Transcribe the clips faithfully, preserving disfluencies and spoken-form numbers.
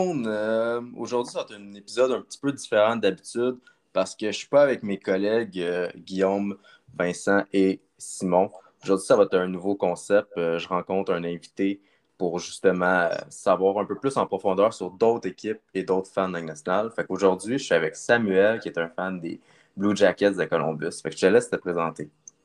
Euh, aujourd'hui, ça va être un épisode un petit peu différent d'habitude parce que je suis pas avec mes collègues euh, Guillaume, Vincent et Simon. Aujourd'hui, ça va être un nouveau concept. Euh, je rencontre un invité pour justement euh, savoir un peu plus en profondeur sur d'autres équipes et d'autres fans de la Ligue nationale. Fait qu'aujourd'hui, je suis avec Samuel, qui est un fan des Blue Jackets de Columbus. Fait que je te laisse te présenter.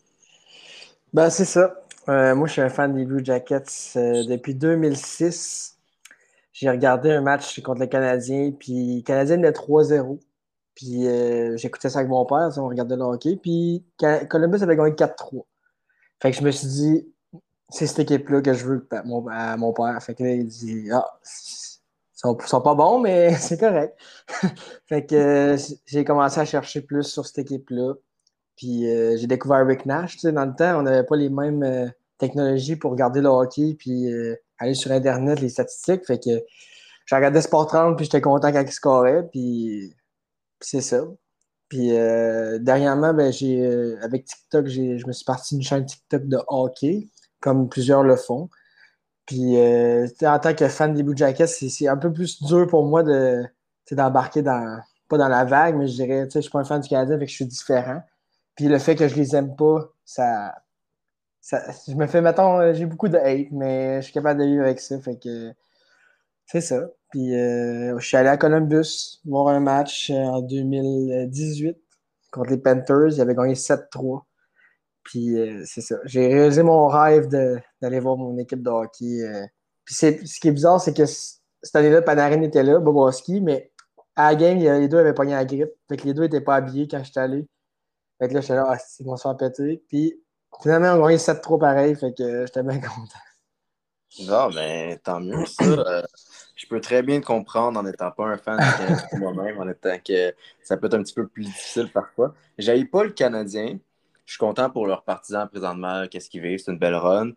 Ben, c'est ça. Euh, moi, je suis un fan des Blue Jackets euh, depuis deux mille six. J'ai regardé un match contre le Canadien, puis le Canadien menait trois zéro. Puis euh, j'écoutais ça avec mon père, tu sais, on regardait le hockey, puis Ca- Columbus avait gagné quatre trois. Fait que je me suis dit, c'est cette équipe-là que je veux à mon, à mon père. Fait que là, il dit, ah, ils sont, sont pas bons, mais c'est correct. Fait que euh, j'ai commencé à chercher plus sur cette équipe-là. Puis euh, j'ai découvert Rick Nash. Tu sais, dans le temps, on n'avait pas les mêmes euh, technologies pour regarder le hockey puis euh, aller sur Internet, les statistiques. Fait que j'ai regardé Sport trente puis j'étais content quand il scorait. Puis, puis c'est ça. Puis euh, dernièrement, ben, j'ai, euh, avec TikTok, j'ai, je me suis parti d'une chaîne TikTok de hockey, comme plusieurs le font. Puis euh, tu sais, en tant que fan des Blue Jackets, c'est, c'est un peu plus dur pour moi de, tu sais, d'embarquer dans, pas dans la vague, mais je dirais, tu sais, je suis pas un fan du Canadien, fait que je suis différent. Puis le fait que je les aime pas, ça, ça je me fais, mettons, euh, j'ai beaucoup de hate, mais je suis capable de vivre avec ça. Fait que c'est ça. Puis euh, je suis allé à Columbus voir un match euh, en deux mille dix-huit contre les Panthers. Ils avaient gagné sept trois. Puis euh, c'est ça. J'ai réalisé mon rêve de- d'aller voir mon équipe de hockey. euh. Puis c'est, ce qui est bizarre, c'est que c- cette année-là, Panarin était là, Bobrovski, mais à la game, il y a- les deux avaient pogné la grippe. Fait que les deux n'étaient pas habillés quand j'étais allé. Fait que là, j'étais là, ah, ils vont se faire péter. Puis finalement, on a gagné sept trois pareil. Fait que euh, j'étais bien content. Non, ben tant mieux, ça. Euh, je peux très bien te comprendre en n'étant pas un fan du Canadien moi-même, en étant que ça peut être un petit peu plus difficile parfois. J'aille pas le Canadien. Je suis content pour leurs partisans présentement, qu'est-ce qu'ils vivent, c'est une belle run.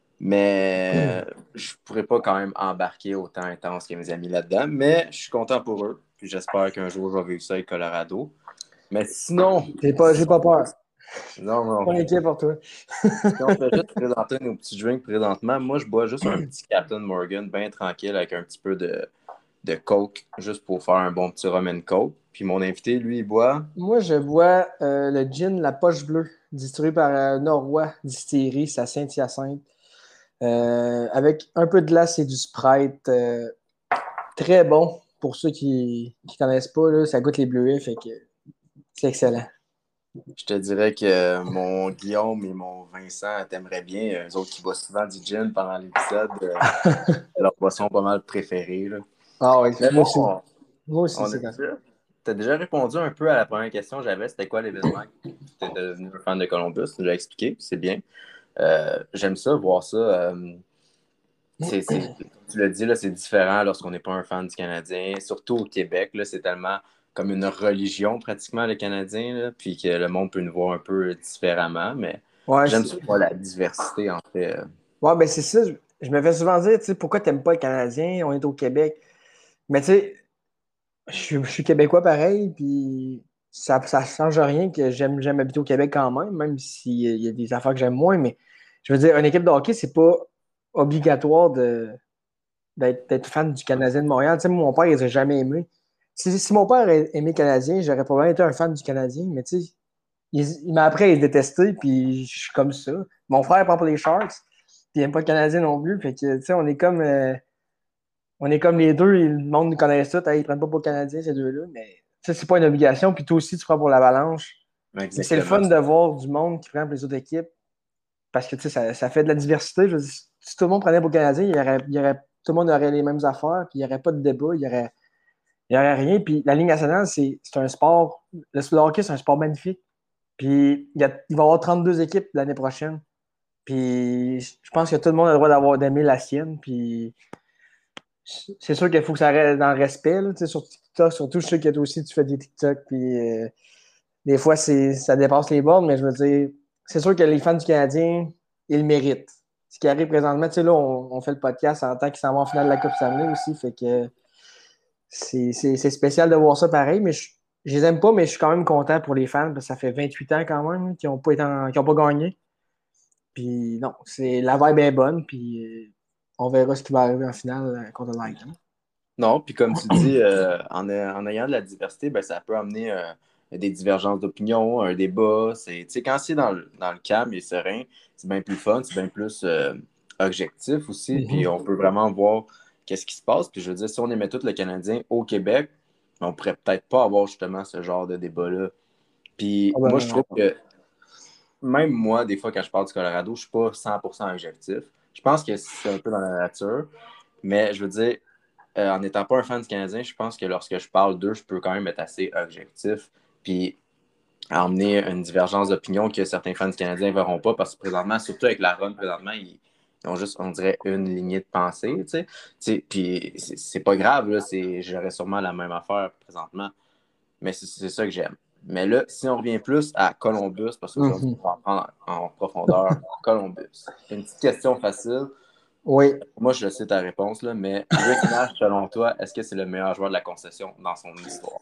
Mais je pourrais pas quand même embarquer autant intense que mes amis là-dedans. Mais je suis content pour eux. Puis j'espère qu'un jour je vais vivre ça avec Colorado. Mais sinon, J'ai pas, j'ai pas peur. non, non. Pas inquiet pour toi. Si on fait juste présenter nos petits drinks présentement, moi je bois juste un petit Captain Morgan, bien tranquille, avec un petit peu de, de Coke, juste pour faire un bon petit rum and Coke. Puis mon invité, lui, il boit. Moi, je bois euh, le gin La Poche Bleue, distribué par euh, Norrois Distillerie, c'est à Saint-Hyacinthe. Euh, avec un peu de glace et du Sprite. Euh, très bon. Pour ceux qui ne connaissent pas, là, ça goûte les bleuets, fait que c'est excellent. Je te dirais que mon Guillaume et mon Vincent t'aimeraient bien. Eux autres qui boivent souvent du gin pendant l'épisode, euh, c'est leur boisson pas mal préférée, là. Ah oui, Mais moi aussi. bon, Moi aussi, on a c'est ça. déjà. T'as déjà répondu un peu à la première question que j'avais, c'était quoi l'événement qui t'était devenu un fan de Columbus? Tu l'as expliqué, c'est bien. Euh, j'aime ça, voir ça. euh, c'est, c'est- tu l'as dit, là, c'est différent lorsqu'on n'est pas un fan du Canadien. Surtout au Québec, là, c'est tellement comme une religion pratiquement, le Canadien, là, puis que le monde peut nous voir un peu différemment. Mais Ouais, j'aime c'est ça voir la diversité, en fait. ouais, ben c'est ça. Je, je me fais souvent dire, tu sais, pourquoi t'aimes pas le Canadien? On est au Québec. Mais tu sais, je, suis je suis Québécois pareil, puis ça, ça change rien que j'aime, j'aime habiter au Québec quand même, même s'il y a des affaires que j'aime moins. Mais je veux dire, une équipe de hockey, c'est pas obligatoire de, d'être, d'être fan du Canadien de Montréal. Tu sais, mon père, il les a jamais aimé. Si, si mon père avait aimé le Canadien, j'aurais probablement été un fan du Canadien, mais tu sais, il, il m'a appris à les détester, puis je suis comme ça. Mon frère prend pour les Sharks, puis il n'aime pas le Canadien non plus. Fait que, tu sais, on est comme, euh, on est comme les deux, et le monde nous connaît tout. Hey, ils prennent pas pour le Canadien, ces deux-là, mais ça, c'est pas une obligation. Puis toi aussi, tu prends pour l'Avalanche. Mais c'est le fun Exactement. de voir du monde qui prend pour les autres équipes, parce que, tu sais, ça, ça fait de la diversité. Je veux dire, si tout le monde prenait pour le Canadien, il y aurait, il y aurait, tout le monde aurait les mêmes affaires, puis il n'y aurait pas de débat, il y aurait, il y aurait rien. Puis la Ligue nationale, c'est c'est un sport, le, le hockey, c'est un sport magnifique. Puis il, y a, il va y avoir trente-deux équipes l'année prochaine. Puis je pense que tout le monde a le droit d'avoir d'aimer la sienne. Puis c'est sûr qu'il faut que ça reste dans le respect. Là, tu sais, sur TikTok, surtout, je sais que toi aussi, tu fais des TikTok. Puis euh, des fois, c'est, ça dépasse les bornes. Mais je veux dire, c'est sûr que les fans du Canadien, ils le méritent. Ce qui arrive présentement, tu sais, là, on, on fait le podcast en tant qu'ils s'en vont en finale de la Coupe Stanley aussi. Fait que c'est, c'est, c'est spécial de voir ça pareil. Mais je, je les aime pas, mais je suis quand même content pour les fans parce que ça fait vingt-huit ans quand même qu'ils n'ont pas, été en- qu'ils ont pas gagné. Puis non, c'est, la vibe est bonne, puis euh, on verra ce qui va arriver en finale euh, contre le Lightning. Non, puis comme tu dis, euh, en, en ayant de la diversité, ben, ça peut amener euh, des divergences d'opinion, un débat. C'est, tu sais, quand c'est dans le, dans le calme et serein, c'est bien plus fun, c'est bien plus euh, objectif aussi, puis Mhm. on peut vraiment voir qu'est-ce qui se passe. Puis je veux dire, si on aimait tout le Canadien au Québec, on pourrait peut-être pas avoir justement ce genre de débat-là. Puis moi, je Probablement trouve pas. que même moi, des fois, quand je parle du Colorado, je suis pas cent pour cent objectif. Je pense que c'est un peu dans la nature, mais je veux dire, euh, en n'étant pas un fan du Canadien, je pense que lorsque je parle d'eux, je peux quand même être assez objectif. Puis emmener une divergence d'opinion que certains fans du Canadien ne verront pas parce que présentement, surtout avec la run, présentement, ils, ils ont juste, on dirait, une lignée de pensée. Tu sais. Tu sais, puis c'est c'est pas grave, là, c'est, j'aurais sûrement la même affaire présentement. Mais c'est c'est ça que j'aime. Mais là, si on revient plus à Columbus, parce qu'aujourd'hui, Mhm. on va en prendre en, en profondeur Columbus. Une petite question facile. Oui, Moi, je sais ta réponse, là, mais Rick Nash, selon toi, est-ce que c'est le meilleur joueur de la concession dans son histoire?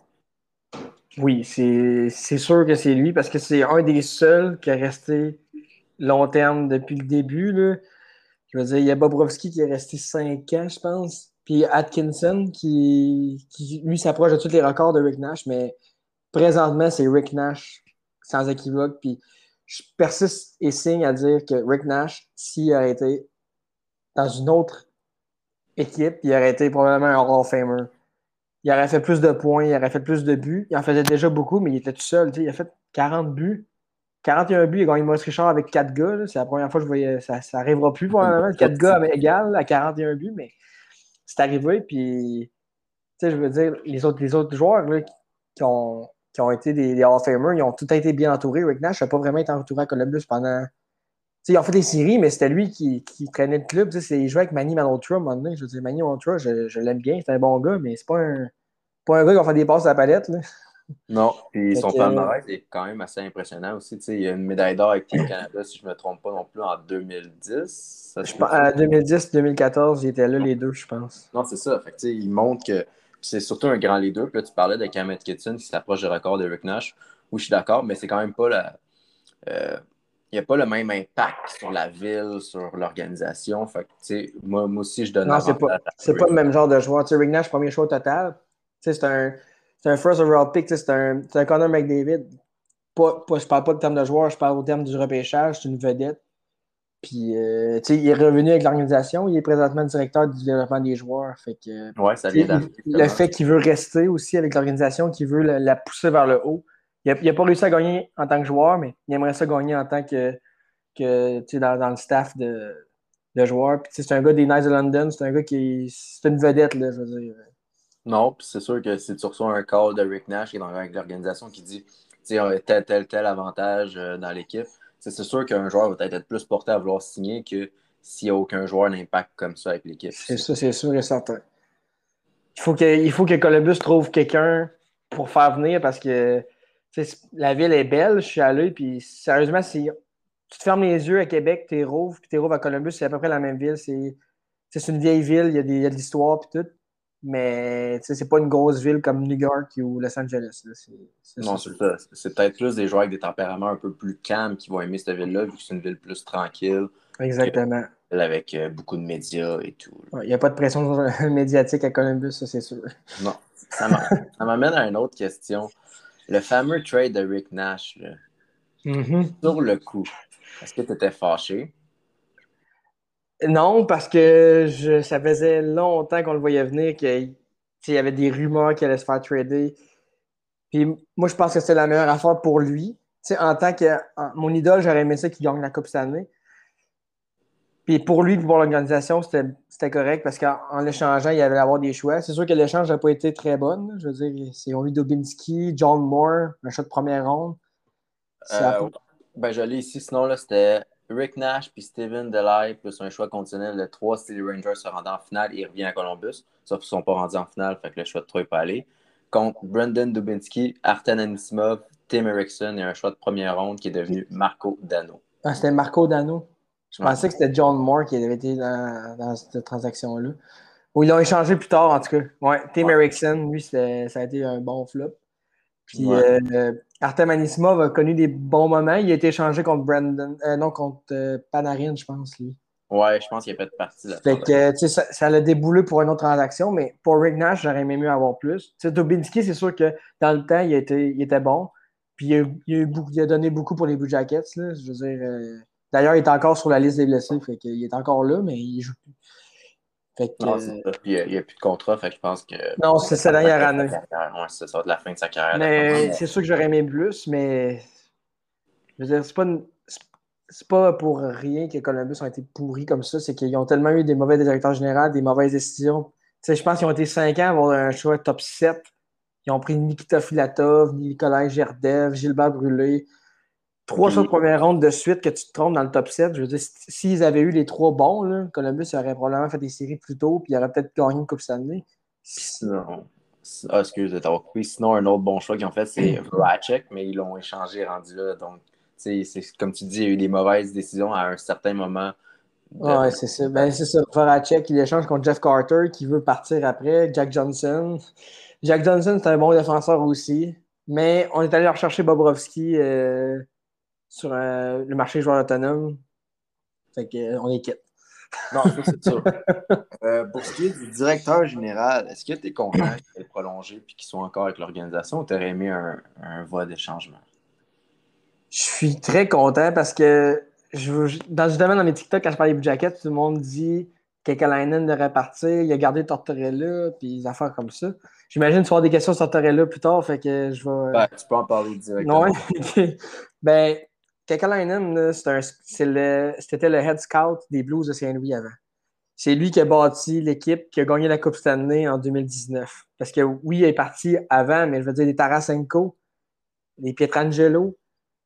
oui, c'est c'est sûr que c'est lui parce que c'est un des seuls qui est resté long terme depuis le début, là. Je veux dire, il y a Bobrovski qui est resté cinq ans, je pense. Puis Atkinson qui, qui lui, s'approche de tous les records de Rick Nash, mais présentement, c'est Rick Nash sans équivoque. Puis je persiste et signe à dire que Rick Nash, s'il a été dans une autre équipe, il aurait été probablement un Hall of Famer. Il aurait fait plus de points, il aurait fait plus de buts. Il en faisait déjà beaucoup, mais il était tout seul. Tu sais, il a fait quarante buts. quarante et un buts, il a gagné Maurice Richard avec quatre gars. là. C'est la première fois que je voyais. Ça n'arrivera plus probablement. quatre gars avec- égal à quarante et un buts, mais c'est arrivé. Puis, tu sais, je veux dire, les autres, les autres joueurs là, qui, qui ont, qui ont été des, des Hall of Famers, ils ont tout été bien entourés. Rick Nash n'a pas vraiment été entouré à Columbus pendant. Tu sais, ils ont fait des séries, mais c'était lui qui, qui traînait le club. Tu sais, c'est- il jouait avec Manny Malhotra à un moment donné. Je veux dire, Manny Malhotra, je, je l'aime bien, c'est un bon gars, mais c'est pas un, pas un gars qui va faire des passes à la palette. Là. Non, puis Fait son que, palmarès est quand même assez impressionnant aussi. Tu sais, il y a une médaille d'or avec Team Canada, si je ne me trompe pas non plus, en deux mille dix. Ça se je, pense- peut-tu? à deux mille dix deux mille quatorze, ils étaient là les deux, je pense. Non, c'est ça. Fait que, tu sais, il montre que puis c'est surtout un grand leader. Puis là, tu parlais de Cam Atkinson qui s'approche du record de Rick Nash. Oui, je suis d'accord, mais c'est quand même pas la. euh, il n'y a pas le même impact sur la ville, sur l'organisation. Fait que, tu sais, moi, moi aussi, je donne Non, c'est pas, l'avantage à c'est pas Rick le Nash. même genre de joueur. Tu sais, Rick Nash, premier choix au total. Tu sais, c'est un, c'est un first overall pick. tu sais, C'est un, c'est un Connor McDavid. Pas, pas, je parle pas de terme de joueur, je parle au terme du repêchage. C'est une vedette. Puis, euh, tu sais, il est revenu avec l'organisation. Il est présentement directeur du développement des joueurs. Fait que, Ouais, ça tu vient sais, il- d'arriver, le justement. fait qu'il veut rester aussi avec l'organisation, qu'il veut la, la pousser vers le haut. Il n'a pas réussi à gagner en tant que joueur, mais il aimerait ça gagner en tant que, que tu sais, dans, dans le staff de, de joueurs. Puis, tu sais, c'est un gars des Knights de London. C'est un gars qui est, c'est une vedette, là, je veux dire. Non, puis c'est sûr que si tu reçois un call de Rick Nash qui est dans l'organisation qui dit, tu sais, euh, tel, tel, tel avantage euh, dans l'équipe, c'est c'est sûr qu'un joueur va peut-être être plus porté à vouloir signer que s'il n'y a aucun joueur d'impact comme ça avec l'équipe C'est aussi. ça, c'est sûr et certain. Il faut que, il faut que Columbus trouve quelqu'un pour faire venir parce que tu sais, la ville est belle. Je suis allé, puis sérieusement, si tu te fermes les yeux à Québec, tu rouvres, puis tu rouvres à Columbus, c'est à peu près la même ville. C'est c'est une vieille ville, il y a, des, il y a de l'histoire, puis tout. Mais tu sais, c'est pas une grosse ville comme New York ou Los Angeles. là. C'est c'est ça, Non, sûr. c'est ça. C'est peut-être plus des joueurs avec des tempéraments un peu plus calmes qui vont aimer cette ville-là, vu que c'est une ville plus tranquille que Exactement. celle avec euh, beaucoup de médias et tout. Là. Ouais, il n'y a pas de pression médiatique à Columbus, ça, c'est sûr. Non, ça m'a- ça m'amène à une autre question. Le fameux trade de Rick Nash, là, Mhm. sur le coup, est-ce que tu étais fâché? Non, parce que je, ça faisait longtemps qu'on le voyait venir, qu'il y avait des rumeurs qu'il allait se faire trader. Puis moi, je pense que c'était la meilleure affaire pour lui. Tu sais, en tant que en- mon idole, j'aurais aimé ça qu'il gagne la Coupe cette année. Puis pour lui, pour l'organisation, c'était c'était correct parce qu'en en l'échangeant, il y avait avoir des choix. C'est sûr que l'échange n'a pas été très bon. là. Je veux dire, ils ont eu Dubinsky, John Moore, un shot de première ronde. Ça a pas- Euh, ben, je l'ai ici. Sinon, là, c'était Rick Nash puis Steven Delay plus un choix conditionnel de trois si les Rangers se rendent en finale et il revient à Columbus. Sauf qu'ils ne sont pas rendus en finale, fait que le choix de trois n'est pas allé. Contre Brendan Dubinsky, Arten Anisimov, Tim Erickson et un choix de première ronde qui est devenu Marco Dano. Ah, c'était Marco Dano. Je Ouais. pensais que c'était John Moore qui avait été dans, dans cette transaction-là. Ou ils l'ont échangé plus tard, en tout cas. Ouais, Tim Ouais. Erickson, lui, c'était- ça a été un bon flop. Puis Ouais. euh, Artem Anisimov a connu des bons moments. Il a été échangé contre Brandon, euh, non, contre euh, Panarin, je pense, lui. Ouais, je pense qu'il a fait partie de la Fait transaction. que, tu sais, ça, ça l'a déboulé pour une autre transaction, mais pour Rick Nash, j'aurais aimé mieux avoir plus. Tu sais, Dubinsky, c'est sûr que dans le temps, il, a été, il était bon. Puis il a, il a eu beaucoup- il a donné beaucoup pour les Blue Jackets, là. Je veux dire, euh, d'ailleurs, il est encore sur la liste des blessés. Fait qu'il est encore là, mais il joue plus. Fait que, Non, c'est euh, ça. Puis il n'y a, a plus de contrat, fait que je pense que non, ça c'est va sa être la dernière fin de sa année. carrière. Ouais, c'est ça, ça va être la fin de sa carrière Mais défensif. c'est sûr que j'aurais aimé plus, mais je veux dire, c'est pas, une- c'est c'est pas pour rien que Columbus ont été pourris comme ça. C'est qu'ils ont tellement eu des mauvais directeurs généraux, des mauvaises décisions. Tu sais, je pense qu'ils ont été cinq ans à avoir un choix top sept. Ils ont pris Nikita Filatov, Nikolai Gerdev, Gilbert Brûlé. Trois choix de Puis, première ronde de suite que tu te trompes dans le top sept. Je veux dire, s'ils avaient eu les trois bons, là, Columbus aurait probablement fait des séries plus tôt, puis il aurait peut-être gagné une Coupe Stanley. puis sinon, ah, excuse de t'avoir coupé. Sinon, un autre bon choix qu'ils ont fait, c'est Voracek, mais ils l'ont échangé rendu là. Donc, tu sais, c'est comme tu dis, il y a eu des mauvaises décisions à un certain moment de. Ouais, c'est ça. Ben, c'est ça. Voracek, il échange contre Jeff Carter qui veut partir après. Jack Johnson. Jack Johnson, c'est un bon défenseur aussi. Mais on est allé rechercher Bobrovski euh, sur euh, le marché joueur autonome. Fait que, euh, on est quitte. Non, ça, c'est sûr. Euh, pour ce qui est du directeur général, est-ce que tu es content qu'il ait prolongé et qu'ils soient encore avec l'organisation ou tu aurais aimé un, un voie de changement? Je suis très content parce que je, veux- dans, justement dans mes TikTok, quand je parle des Blue Jackets, tout le monde dit que Kekalainen devrait partir, il a gardé Tortorella, puis des affaires comme ça. J'imagine que tu vas avoir des questions sur Tortorella plus tard, fait que je vais. Ben, tu peux en parler Non, directement. ben, Kekalainen, là, c'est un- c'est le- c'était le head scout des Blues de Saint-Louis avant. C'est lui qui a bâti l'équipe qui a gagné la Coupe Stanley en deux mille dix-neuf. Parce que oui, il est parti avant, mais je veux dire, les Tarasenko, les Pietrangelo,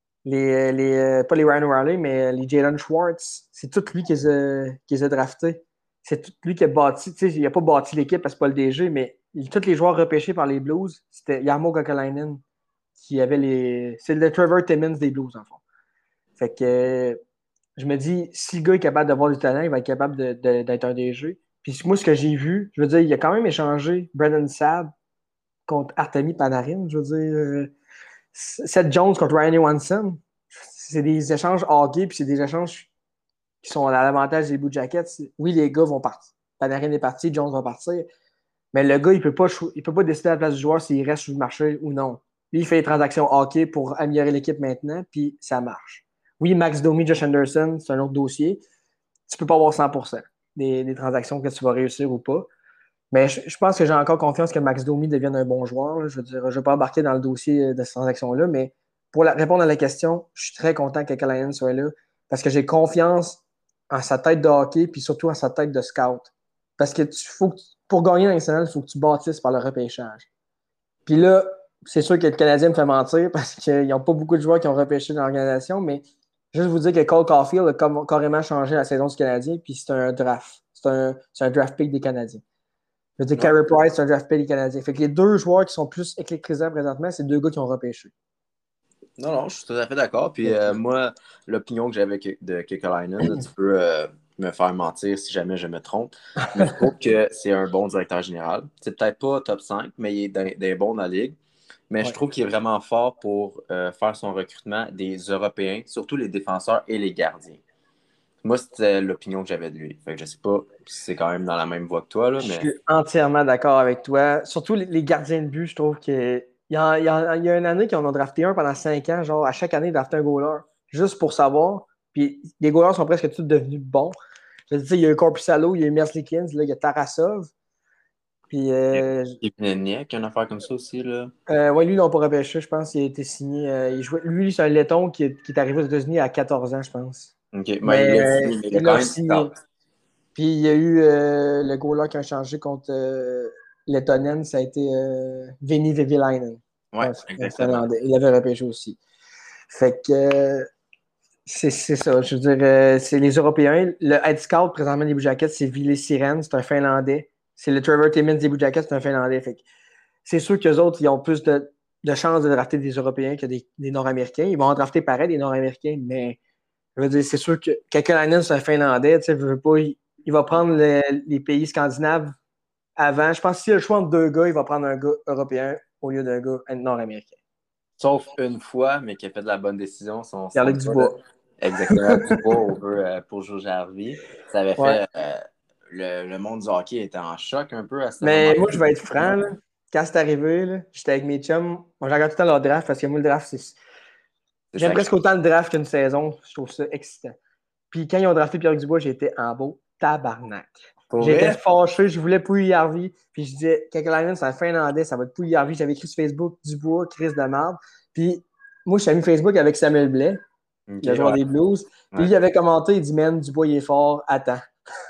les, les, euh, pas les Ryan O'Reilly, mais les Jalen Schwartz, c'est tout lui qui les a, qui les a draftés. C'est tout lui qui a bâti, tu sais, il n'a pas bâti l'équipe parce que c'est pas le D G, mais tous les joueurs repêchés par les Blues, c'était Jarmo Kekalainen qui avait les. C'est le Trevor Timmins des Blues, en fond. Fait que euh, je me dis, si le gars est capable d'avoir du talent, il va être capable de, de, d'être un D G. Puis moi, ce que j'ai vu, je veux dire, il a quand même échangé Brendan Saad contre Artemi Panarin. Je veux dire, euh, Seth Jones contre Ryan Johansson. C'est des échanges hockey, puis c'est des échanges qui sont à l'avantage des Blue Jackets. Oui, les gars vont partir. Panarin est parti, Jones va partir. Mais le gars, il ne peut, pas il peut pas décider à la place du joueur s'il reste sur le marché ou non. Lui, il fait des transactions hockey pour améliorer l'équipe maintenant, puis ça marche. Oui, Max Domi, Josh Anderson, c'est un autre dossier. Tu ne peux pas avoir cent pour cent des, des transactions que tu vas réussir ou pas. Mais je, je pense que j'ai encore confiance que Max Domi devienne un bon joueur. Là. Je veux dire, je ne vais pas embarquer dans le dossier de cette transaction-là, mais pour la, répondre à la question, je suis très content que Callahan soit là parce que j'ai confiance en sa tête de hockey puis surtout en sa tête de scout. Parce que tu, faut que, pour gagner dans national, il faut que tu bâtisses par le repêchage. Puis là, c'est sûr que le Canadien me fait mentir parce qu'ils n'ont pas beaucoup de joueurs qui ont repêché dans l'organisation, mais juste vous dire que Cole Caulfield a com- carrément changé la saison du Canadien, puis c'est un draft. C'est un, c'est un draft pick des Canadiens. Je veux dire, Ouais. Carey Price, c'est un draft pick des Canadiens. Fait que les deux joueurs qui sont plus électrisants présentement, c'est deux gars qui ont repêché. Non, non, je suis tout à fait d'accord. Puis Fait euh, que, moi, l'opinion que j'avais que- de Kekalainen, là, tu peux euh, me faire mentir si jamais je me trompe, mais je trouve que c'est un bon directeur général. C'est peut-être pas top cinq, mais il est d'un- des bons dans la ligue. Mais je ouais. trouve qu'il est vraiment fort pour euh, faire son recrutement des Européens, surtout les défenseurs et les gardiens. Moi, c'était l'opinion que j'avais de lui. Fait que je sais pas si c'est quand même dans la même voie que toi, là, Je mais suis entièrement d'accord avec toi. Surtout les, les gardiens de but, je trouve que. Il y, a, il, y a, il y a une année qu'ils en ont drafté un pendant cinq ans, genre à chaque année, ils draftaient un goaler, juste pour savoir. Puis les goalers sont presque tous devenus bons. Je veux dire, il y a eu Corpusalo, il y a eu Merzlikins, là, il y a Tarasov. Puis, euh, Kevin Niek, une affaire comme ça aussi, là. euh, ouais, lui, ils l'ont pas repêché, je pense. Il a été signé. Euh, il jouait, lui, c'est un Letton qui est, qui est arrivé aux États-Unis à quatorze ans, je pense. OK, ben, il Mais l'a euh, signé, mais il a il quand l'a même du temps. signé. Puis il y a eu euh, le goaler qui a changé contre euh, Lettonen, ça a été euh, Veni Vehviläinen, Ouais, un, un exactement. Finlandais. Il avait repêché aussi. Fait que euh, c'est c'est ça. Je veux dire, euh, c'est les Européens. Le head scout présentement des Blue Jackets, c'est Ville Siren, c'est un Finlandais. C'est le Trevor Timmins des Blue Jackets, c'est un Finlandais. Fait que c'est sûr qu'eux autres, ils ont plus de, de chances de drafter des Européens que des, des Nord-Américains. Ils vont en drafter pareil des Nord-Américains, mais je veux dire, c'est sûr que Kekalainen, c'est un Finlandais, tu sais, veut pas, il, il va prendre le- les pays scandinaves avant. Je pense que s'il a le choix entre deux gars, il va prendre un gars européen au lieu d'un gars nord-américain. Sauf une fois, mais qui a fait de la bonne décision, son Pierre-Luc centre là. Dubois. exactement Dubois over euh, pour Joe Harvey. Ça avait Ouais. fait. Euh, le, le monde du hockey était en choc un peu à ce Mais moment-là. moi, je vais être franc, là. Quand c'est arrivé, là, j'étais avec mes chums. Moi, je regarde tout le temps leur draft parce que moi, le draft, c'est. C'est J'aime sacré. presque autant le draft qu'une saison. Je trouve ça excitant. Puis quand ils ont drafté Pierre Dubois, j'étais en beau tabarnak. Pour J'étais vrai? fâché, je voulais Pouilly Harvey. Puis je disais, Caroline, c'est un finlandais, ça va être Pouilly Harvey. J'avais écrit sur Facebook Dubois, Chris de merde. Puis moi, je suis ami Facebook avec Samuel Blais, Ok, le joueur ouais. des Blues. Puis Ouais. il avait commenté, il dit, man, Dubois, il est fort, attends.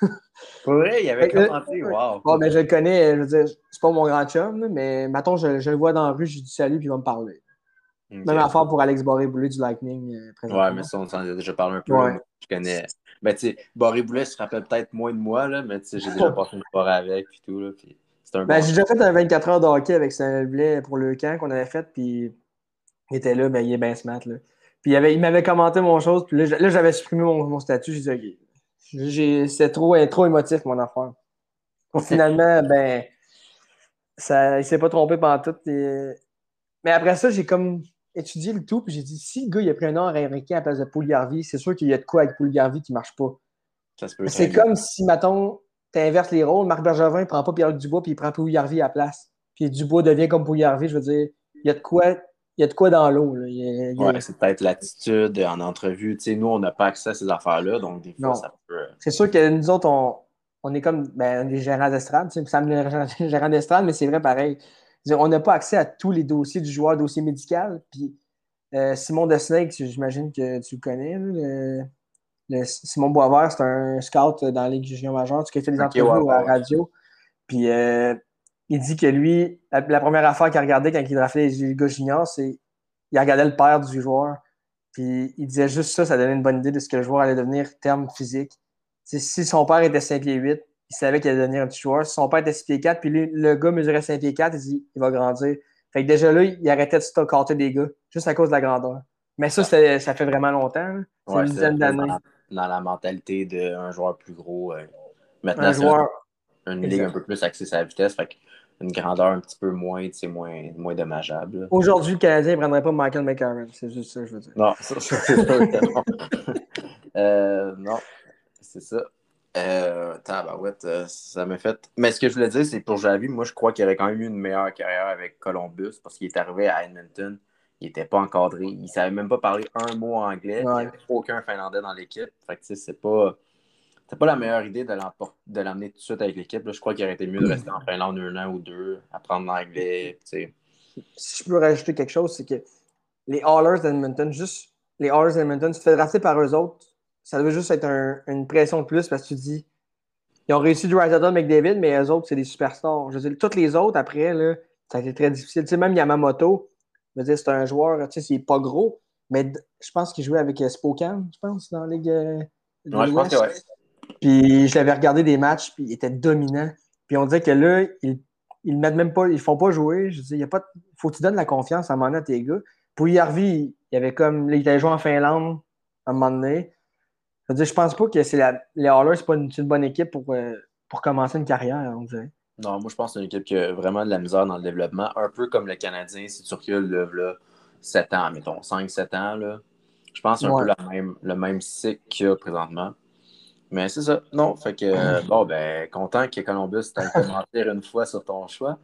Pour vrai, il avait Fait que là, commenté. Wow. bon, ben, je le connais, je veux dire, c'est pas mon grand chum, là, mais mettons, je, je le vois dans la rue, je lui dis salut, puis il va me parler. Même Ok. affaire pour Alex Boré-Boulet du Lightning euh, Ouais, mais présentement. ça, on s'en a déjà parlé un peu. Là. Ouais. Moi, je connais. Ben, tu sais, Barry Boulet se rappelle peut-être moins de moi, là, mais tu sais, j'ai déjà passé une soirée avec, puis tout, là, puis c'est un Ben, bon j'ai gars. déjà fait un vingt-quatre heures de hockey avec Samuel Blais pour le camp qu'on avait fait, puis il était là, ben, il est bien smart, là. Puis il, avait, il m'avait commenté mon chose, puis là, là, j'avais supprimé mon, mon statut, j'ai dit, OK, j'ai, c'est trop, trop émotif, mon affaire. Puis finalement, ben, ça, il s'est pas trompé pendant tout. Et... Mais après ça, j'ai comme étudié le tout, puis j'ai dit, si le gars, il a pris un Nord-Américain à la place de Pouliarvi, c'est sûr qu'il y a de quoi avec Pouliarvi qui marche pas. Ça se peut très C'est bien. comme si, mettons, tu inverses les rôles, Marc Bergevin ne prend pas Pierre Dubois, puis il prend Pouliarvi à la place. Puis Dubois devient comme Pouliarvi, je veux dire, il y a de quoi, il y a de quoi dans l'eau. Là. Il y a- il y Ouais, a- c'est peut-être l'attitude en entrevue. Tu sais, nous, on n'a pas accès à ces affaires-là, donc des fois, Non. ça peut. euh, C'est sûr que nous autres, on, on est comme ben, des gérants d'estrade. Tu sais, ça me dit gérant d'estrade, mais c'est vrai pareil. Je veux dire, on n'a pas accès à tous les dossiers du joueur, dossier médical. Puis euh, Simon Desnake, j'imagine que tu le connais. Là, le, le Simon Boisvert, c'est un scout dans la Ligue junior majeure, qui a fait des Ok, ouais, entrevues à ouais, la ouais. radio. Puis euh, il dit que lui, la, la première affaire qu'il a regardée quand il draftait les gars juniors, c'est il regardait le père du joueur. Puis il disait juste ça, ça donnait une bonne idée de ce que le joueur allait devenir terme physique. T'sais, si son père était cinq pieds huit, il savait qu'il allait devenir un petit joueur. Si son père était six pieds quatre, puis lui, le gars mesurait cinq pieds quatre, il dit il va grandir. Fait que déjà là, il arrêtait de stocker des gars, juste à cause de la grandeur. Mais ça, Ça, ça fait vraiment longtemps. Là. C'est ouais, une c'est dizaine plus d'années. dans, dans la mentalité d'un joueur plus gros. euh. Maintenant, Un c'est un- joueur. une ligue un Exact. peu plus axée sur la vitesse, fait une grandeur un petit peu moins, tu sais, moins, moins dommageable. Là. Aujourd'hui, le Canadien ne prendrait pas Michael McCarron. C'est juste ça que je veux dire. Non, ça, ça, c'est sûr que non. Euh, non, c'est ça. Euh, tabarouette, euh, ça m'a fait. Mais ce que je voulais dire, c'est pour Javi, moi, je crois qu'il aurait quand même eu une meilleure carrière avec Columbus parce qu'il est arrivé à Edmonton. Il n'était pas encadré. Il ne savait même pas parler un mot anglais. Puis il n'y Ouais. avait aucun Finlandais dans l'équipe. Fait que, tu sais, c'est pas. C'est pas la meilleure idée de l'empor- de l'emmener tout de suite avec l'équipe. Là. Je crois qu'il aurait été mieux de rester en Finlande un an ou deux, apprendre l'anglais. Tu sais. Si je peux rajouter quelque chose, c'est que les Oilers d'Edmonton, juste les Oilers d'Edmonton, tu te fais drafter par eux autres, ça devait juste être un- une pression de plus parce que tu dis, ils ont réussi du Draisaitl, McDavid, mais eux autres, c'est des superstars. Je veux dire, toutes les autres, après, là, ça a été très difficile. Tu sais, même Yamamoto, je veux dire, c'est un joueur, tu sais, c'est pas gros, mais d- je pense qu'il jouait avec euh, Spokane, je pense, dans la Ligue euh, de Ouais, je pense que l'Ouest. ouais. Puis je l'avais regardé des matchs, puis il était dominant. Puis on dirait que là, ils ils mettent même pas, ils font pas jouer. Je dis, il y a pas, de- faut que tu donnes la confiance à un moment donné à tes gars. Pour Harvey, il y avait comme, là, il avait joué en Finlande à un moment donné. Je veux dire, je pense pas que c'est la, les Oilers, c'est pas une, c'est une bonne équipe pour, euh, pour commencer une carrière, on dirait. Non, moi, je pense que c'est une équipe qui a vraiment de la misère dans le développement. Un peu comme le Canadien, si tu recules là, là, sept ans, mettons, cinq sept ans. Là. Je pense que c'est un peu Ouais. la même, le même cycle qu'il y a présentement. Mais c'est ça. Non, fait que, euh, bon, ben, content que Columbus t'aille fait mentir une fois sur ton choix.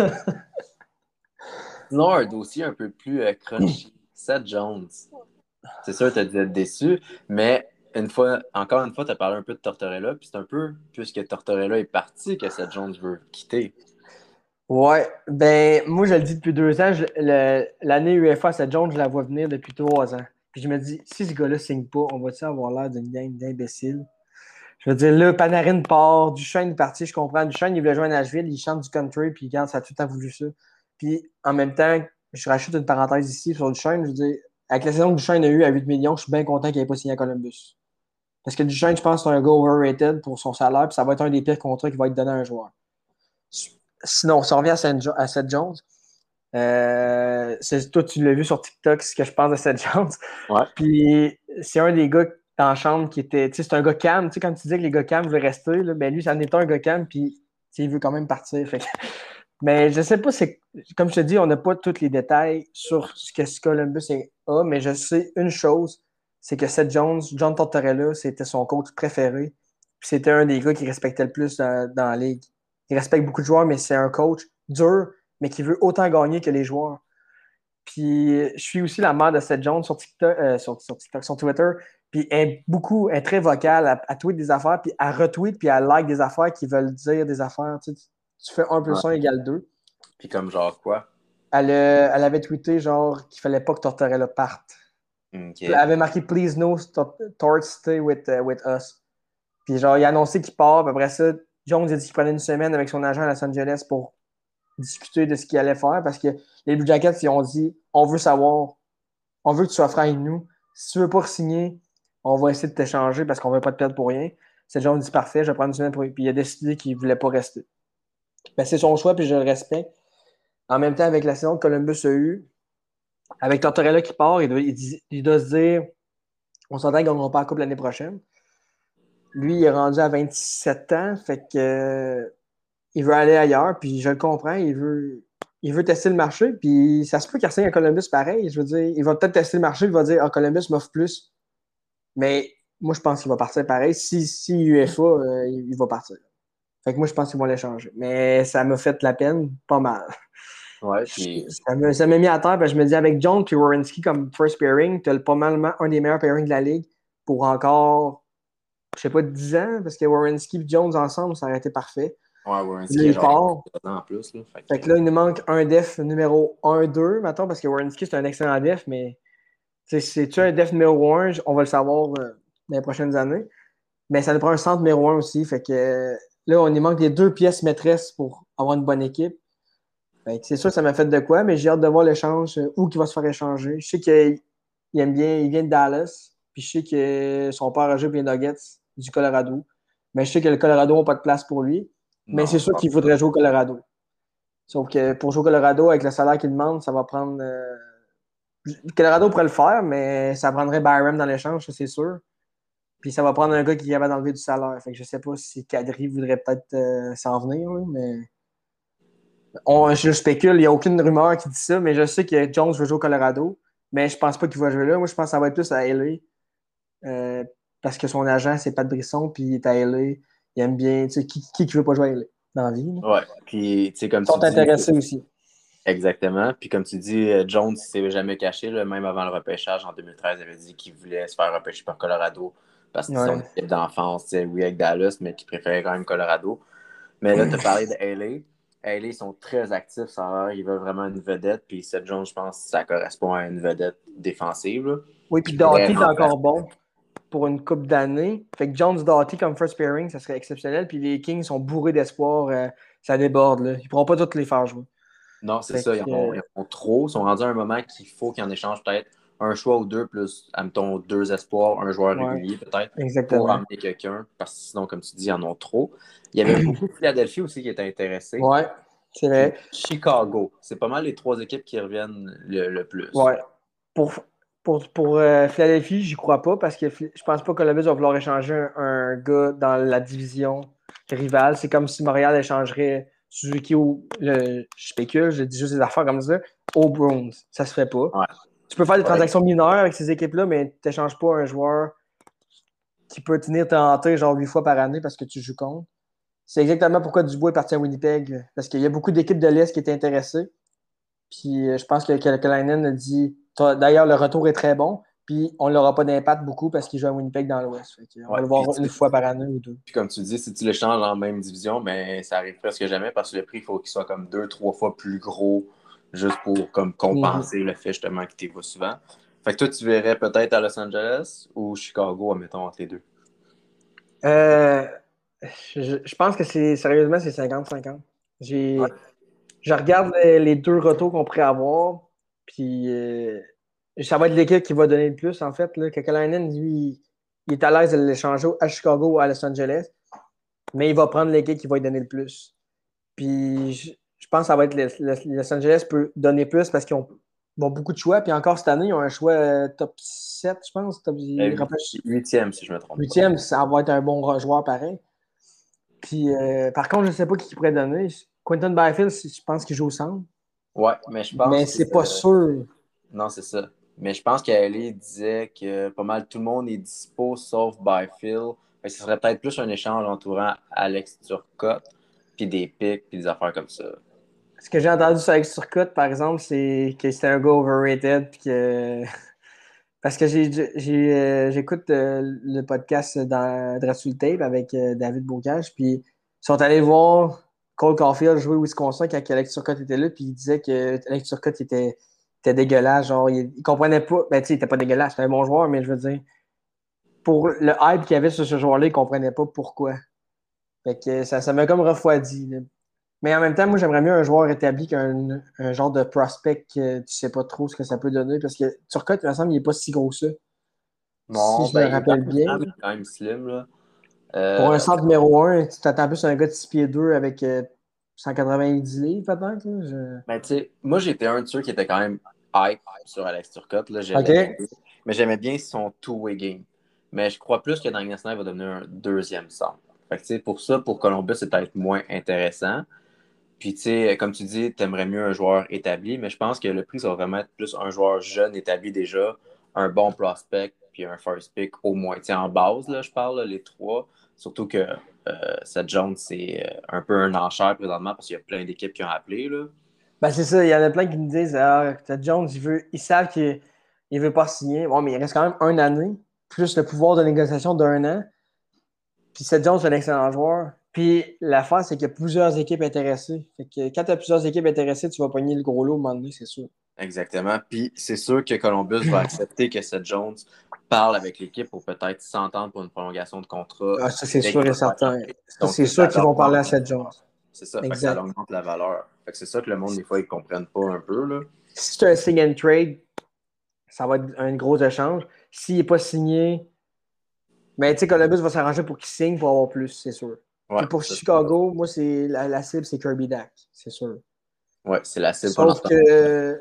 Sinon, un dossier un peu plus euh, crunchy. Seth Jones. C'est sûr, tu as dû être déçu, mais une fois, encore une fois, tu as parlé un peu de Tortorella, puis c'est un peu, puisque Tortorella est parti, que Seth Jones veut quitter. Ouais, ben, moi, je le dis depuis deux ans, je- le- l'année U F A, cette Jones, je la vois venir depuis trois ans. Puis je me dis, si ce gars-là signe pas, on va-tu avoir l'air d'une gang d'imbéciles? Je veux dire, là, Panarin part, Duchesne est parti, je comprends. Duchesne, il voulait jouer à Nashville, il chante du country, puis regarde, ça a tout le temps voulu ça. Puis en même temps, je rajoute une parenthèse ici sur Duchesne, je veux dire, avec la saison que Duchesne a eue à huit millions, je suis bien content qu'il n'ait pas signé à Columbus. Parce que Duchesne, je pense, c'est un gars overrated pour son salaire, puis ça va être un des pires contrats qui va être donné à un joueur. Sinon, si on revient à Seth Jo- à Seth Jones, euh, c'est- toi, tu l'as vu sur TikTok, ce que je pense de Seth Jones. Ouais. Puis c'est un des gars dans la chambre qui était. Tu sais, c'est un gars calme. Tu sais, quand tu dis que les gars calmes veulent rester, là, ben lui, ça en est un gars calme, puis tu sais, il veut quand même partir. Fait que- Mais je sais pas, c'est comme je te dis, on n'a pas tous les détails sur ce que ce Columbus a, mais je sais une chose, c'est que Seth Jones, John Tortorella, c'était son coach préféré. Puis c'était un des gars qui respectait le plus dans, dans la ligue. Il respecte beaucoup de joueurs, mais c'est un coach dur, mais qui veut autant gagner que les joueurs. Puis je suis aussi la mère de Seth Jones sur TikTok, euh, sur, sur TikTok, sur Twitter. Puis elle est beaucoup, elle est très vocale, à, à tweet des affaires, puis à retweet, puis à like des affaires qui veulent dire des affaires. Tu, sais, tu fais un plus un Ouais. égale deux. Puis comme genre quoi? Elle, euh, elle avait tweeté genre qu'il fallait pas que Tortorella parte. Elle OK. avait marqué Please no Tort stay with, uh, with us. Puis genre, il a annoncé qu'il part. Puis après ça, Jones a dit qu'il prenait une semaine avec son agent à Los Angeles pour discuter de ce qu'il allait faire parce que les Blue Jackets, ils ont dit on veut savoir, on veut que tu sois franc avec nous. Si tu veux pas signer, on va essayer de t'échanger parce qu'on veut pas te perdre pour rien. C'est Jones dit parfait, je vais prendre une semaine pour lui. Puis il a décidé qu'il voulait pas rester. Ben, c'est son choix, puis je le respecte. En même temps, avec la saison que Columbus a eue, avec Tortorella qui part, il doit, il, dit- il doit se dire on s'entend qu'ils n'auront pas la coupe l'année prochaine. Lui, il est rendu à vingt-sept ans, fait que euh, il veut aller ailleurs, puis je le comprends, il veut, il veut tester le marché, puis ça se peut qu'il signe à Columbus pareil. Je veux dire, il va peut-être tester le marché, il va dire ah, Columbus m'offre plus. Mais moi, je pense qu'il va partir pareil. Si, si U F A, euh, il, il va partir. Fait que moi, je pense qu'ils vont l'échanger. Mais ça m'a fait la peine, pas mal. Ouais, Je- puis Ça m'a ça m'a mis à terre, parce que je me dis, avec Jones et Werenski comme first pairing, tu as pas mal un des meilleurs pairings de la ligue pour encore je sais pas, dix ans, parce que Werenski et Jones ensemble, ça aurait été parfait. ouais, Là, Werenski a il genre part. vingt ans en plus. Là, fait Fait que, que là, il nous manque un def numéro un deux, maintenant, parce que Werenski, c'est un excellent def, mais c'est-tu un def numéro un? On va le savoir euh, dans les prochaines années. Mais ça nous prend un centre numéro un aussi. Fait que euh, là, on y manque les deux pièces maîtresses pour avoir une bonne équipe. Fait que c'est sûr, ça m'a fait de quoi, mais j'ai hâte de voir l'échange, euh, où il va se faire échanger. Je sais qu'il aime bien, il vient de Dallas, puis je sais que son père a joué pour les Nuggets du Colorado. Mais je sais que le Colorado n'a pas de place pour lui. Mais c'est non, je sûr pense qu'il pas. voudrait jouer au Colorado. Sauf que pour jouer au Colorado, avec le salaire qu'il demande, ça va prendre. euh, Le Colorado pourrait le faire, mais ça prendrait Byram dans l'échange, ça, c'est sûr. Puis ça va prendre un gars qui est capable d'enlever du salaire. Fait que je sais pas si Kadri voudrait peut-être euh, s'en venir, là, mais. On, je spécule, il n'y a aucune rumeur qui dit ça, mais je sais que Jones veut jouer au Colorado, mais je pense pas qu'il va jouer là. Moi, je pense que ça va être plus à L A, euh, parce que son agent, c'est Pat Brisson, puis il est à L A. Il aime bien, tu sais, qui, qui, qui veut pas jouer à L A dans la vie, là. Ouais, puis tu sais, comme Ils tu sont dis, intéressés aussi. exactement. Puis comme tu dis, euh, Jones, il s'est jamais caché, là, même avant le repêchage en deux mille treize, il avait dit qu'il voulait se faire repêcher par Colorado parce que c'est son Ouais. équipe d'enfance, tu sais, oui, avec Dallas, mais qu'il préférait quand même Colorado. Mais là, tu as parlé de L A. L A, ils sont très actifs, ça, ils veulent vraiment une vedette. Puis Seth Jones, je pense que ça correspond à une vedette défensive là, Oui, puis qui pourrait Doughty est remplacer. encore bon pour une coupe d'années. Fait que Jones Doughty comme first pairing, ça serait exceptionnel. Puis les Kings sont bourrés d'espoir. euh, ça déborde, là. Ils ne pourront pas tous les faire jouer. Non, c'est Fait ça, ils en, que, ont, euh, ils en ont trop. Ils sont rendus à un moment qu'il faut qu'ils en échangent peut-être un choix ou deux, plus, admettons, deux espoirs, un joueur ouais, régulier peut-être, pour exactement. amener quelqu'un, parce que sinon, comme tu dis, ils en ont trop. Il y avait beaucoup de Philadelphie aussi qui étaient intéressés. Ouais, c'est Puis vrai. Chicago. C'est pas mal les trois équipes qui reviennent le, le plus. Ouais. Pour, pour, pour euh, Philadelphie, j'y crois pas parce que je pense pas que Columbus va vouloir échanger un, un gars dans la division rivale. C'est comme si Montréal échangerait Suzuki ou le, je spécule, je dis juste des affaires comme ça, au Bruins. Ça se fait pas. Ouais. Tu peux faire des Ouais. transactions mineures avec ces équipes-là, mais tu n'échanges pas un joueur qui peut tenir ta hantée genre huit fois par année parce que tu joues contre. C'est exactement pourquoi Dubois est parti à Winnipeg. Parce qu'il y a beaucoup d'équipes de l'Est qui étaient intéressées. Puis euh, je pense que Kalainen a dit d'ailleurs, le retour est très bon. Puis on n'aura pas d'impact beaucoup parce qu'il joue à Winnipeg dans l'Ouest. Fait que on va Ouais. le Puis, voir une tu- fois par année ou deux. puis comme tu dis, si tu l'échanges en même division, mais ça arrive presque jamais parce que le prix, il faut qu'il soit comme deux, trois fois plus gros juste pour comme Mhm. compenser le fait justement qu'il t'y va souvent. Fait que toi, tu verrais peut-être à Los Angeles ou Chicago, admettons, entre les deux. Euh, je, je pense que c'est sérieusement, c'est cinquante cinquante. Ouais. J'ai, je regarde les, les deux retours qu'on pourrait avoir. Puis euh, ça va être l'équipe qui va donner le plus, en fait. Là. Kekalainen, lui, il est à l'aise de l'échanger à Chicago ou à Los Angeles. Mais il va prendre l'équipe qui va lui donner le plus. Puis je, je pense que ça va être les, les- Los Angeles peut donner plus parce qu'ils ont, ils ont beaucoup de choix. Puis encore cette année, ils ont un choix euh, top sept, je pense. Top, Euh, ils huit- repêchent huitième, si je me trompe pas. huitième, ça va être un bon joueur pareil. Puis euh, par contre, je ne sais pas qui pourrait donner. Quentin Byfield, je pense qu'il joue au centre. Ouais, mais je Mais pense que. c'est pas sûr. Non, c'est ça. Mais je pense qu'Ali disait que pas mal tout le monde est dispo sauf Byfield. Fait que ce serait peut-être plus un échange entourant Alex Turcotte, puis des picks, puis des affaires comme ça. Ce que j'ai entendu sur Alex Turcotte, par exemple, c'est que c'était un gars overrated. Puis que... Parce que j'ai, j'ai, euh, j'écoute euh, le podcast dans Drassul Tape avec euh, David Bocage. Puis ils sont allés voir Cole Caulfield jouer au Wisconsin quand Alex Turcotte était là. Puis il disait que Alex Turcotte était, était dégueulasse. Genre, il, il comprenait pas. Ben, tu sais, il était pas dégueulasse. C'était un bon joueur, mais je veux dire, pour le hype qu'il y avait sur ce joueur-là, il comprenait pas pourquoi. Fait que ça, ça m'a comme refroidi, là. Mais en même temps, moi, j'aimerais mieux un joueur établi qu'un un genre de prospect que tu sais pas trop ce que ça peut donner. Parce que Turcotte, il me semble, il est pas si gros que ça. Si Non, je ben me il est rappelle quand même bien. grand, mais il est quand même slim, là. Pour un Euh, centre numéro un, tu t'attends plus à un gars de six pieds deux avec euh, cent quatre-vingt-dix livres, peut-être, là. Je- mais tu sais, moi j'étais un de ceux qui était quand même hype sur Alex Turcotte, là, je l'aimais OK. bien. Mais j'aimais bien son two-way game. Mais je crois plus que dans le national, il va devenir un deuxième centre. Fait que tu sais, pour ça, pour Columbus, c'est peut-être moins intéressant. Puis, tu sais, comme tu dis, tu aimerais mieux un joueur établi, mais je pense que le prix, ça va vraiment être plus un joueur jeune, établi déjà, un bon prospect, puis un first pick au moins. Tu sais, en base, là, je parle, là, les trois. Surtout que euh, Seth Jones, c'est euh, un peu un enchère présentement parce qu'il y a plein d'équipes qui ont appelé, là. Ben, c'est ça. Il y en a plein qui me disent ah, Ted Jones, il veut, ils savent qu'il ne veut pas signer. Bon, mais il reste quand même une année, plus le pouvoir de négociation d'un an. Puis Seth Jones, c'est un excellent joueur. Puis l'affaire, c'est qu'il y a plusieurs équipes intéressées. Fait que quand tu as plusieurs équipes intéressées, tu vas pogner le gros lot à un moment donné, c'est sûr. Exactement. Puis c'est sûr que Columbus va accepter que Seth Jones parle avec l'équipe pour peut-être s'entendre pour une prolongation de contrat Ah, ça, c'est dès qu'il sûr et va faire certain. échanger. Ça, Donc, c'est tu sais, sûr ça qu'ils leur vont parler à augmente. Seth Jones. C'est ça, fait que ça Exact. augmente la valeur. Fait que c'est ça que le monde, des fois, ils comprennent pas un peu, là. Si tu as un sing and trade, ça va être un gros échange. S'il n'est pas signé, mais tu sais, Columbus va s'arranger pour qu'il signe pour avoir plus, c'est sûr. Ouais, Puis pour ça, c'est sûr. Chicago, moi, c'est la, la cible, c'est Kirby Dack, c'est sûr. Ouais, c'est la cible qu'on Sauf entend. que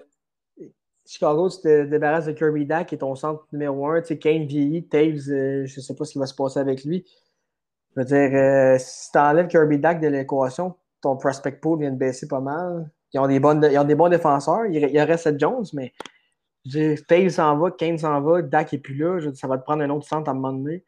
Chicago, tu te débarrasses de Kirby Dack, qui est ton centre numéro un. Tu sais, Kane vieillit, Taves, euh, je ne sais pas ce qui va se passer avec lui. Je veux dire, euh, si tu enlèves Kirby Dack de l'équation, ton prospect pool vient de baisser pas mal. Ils ont des, bonnes, ils ont des bons défenseurs. Il, il reste Seth Jones, mais je veux dire, Taves s'en va, Kane s'en va, Dak n'est plus là. Je veux dire, ça va te prendre un autre centre à un moment donné.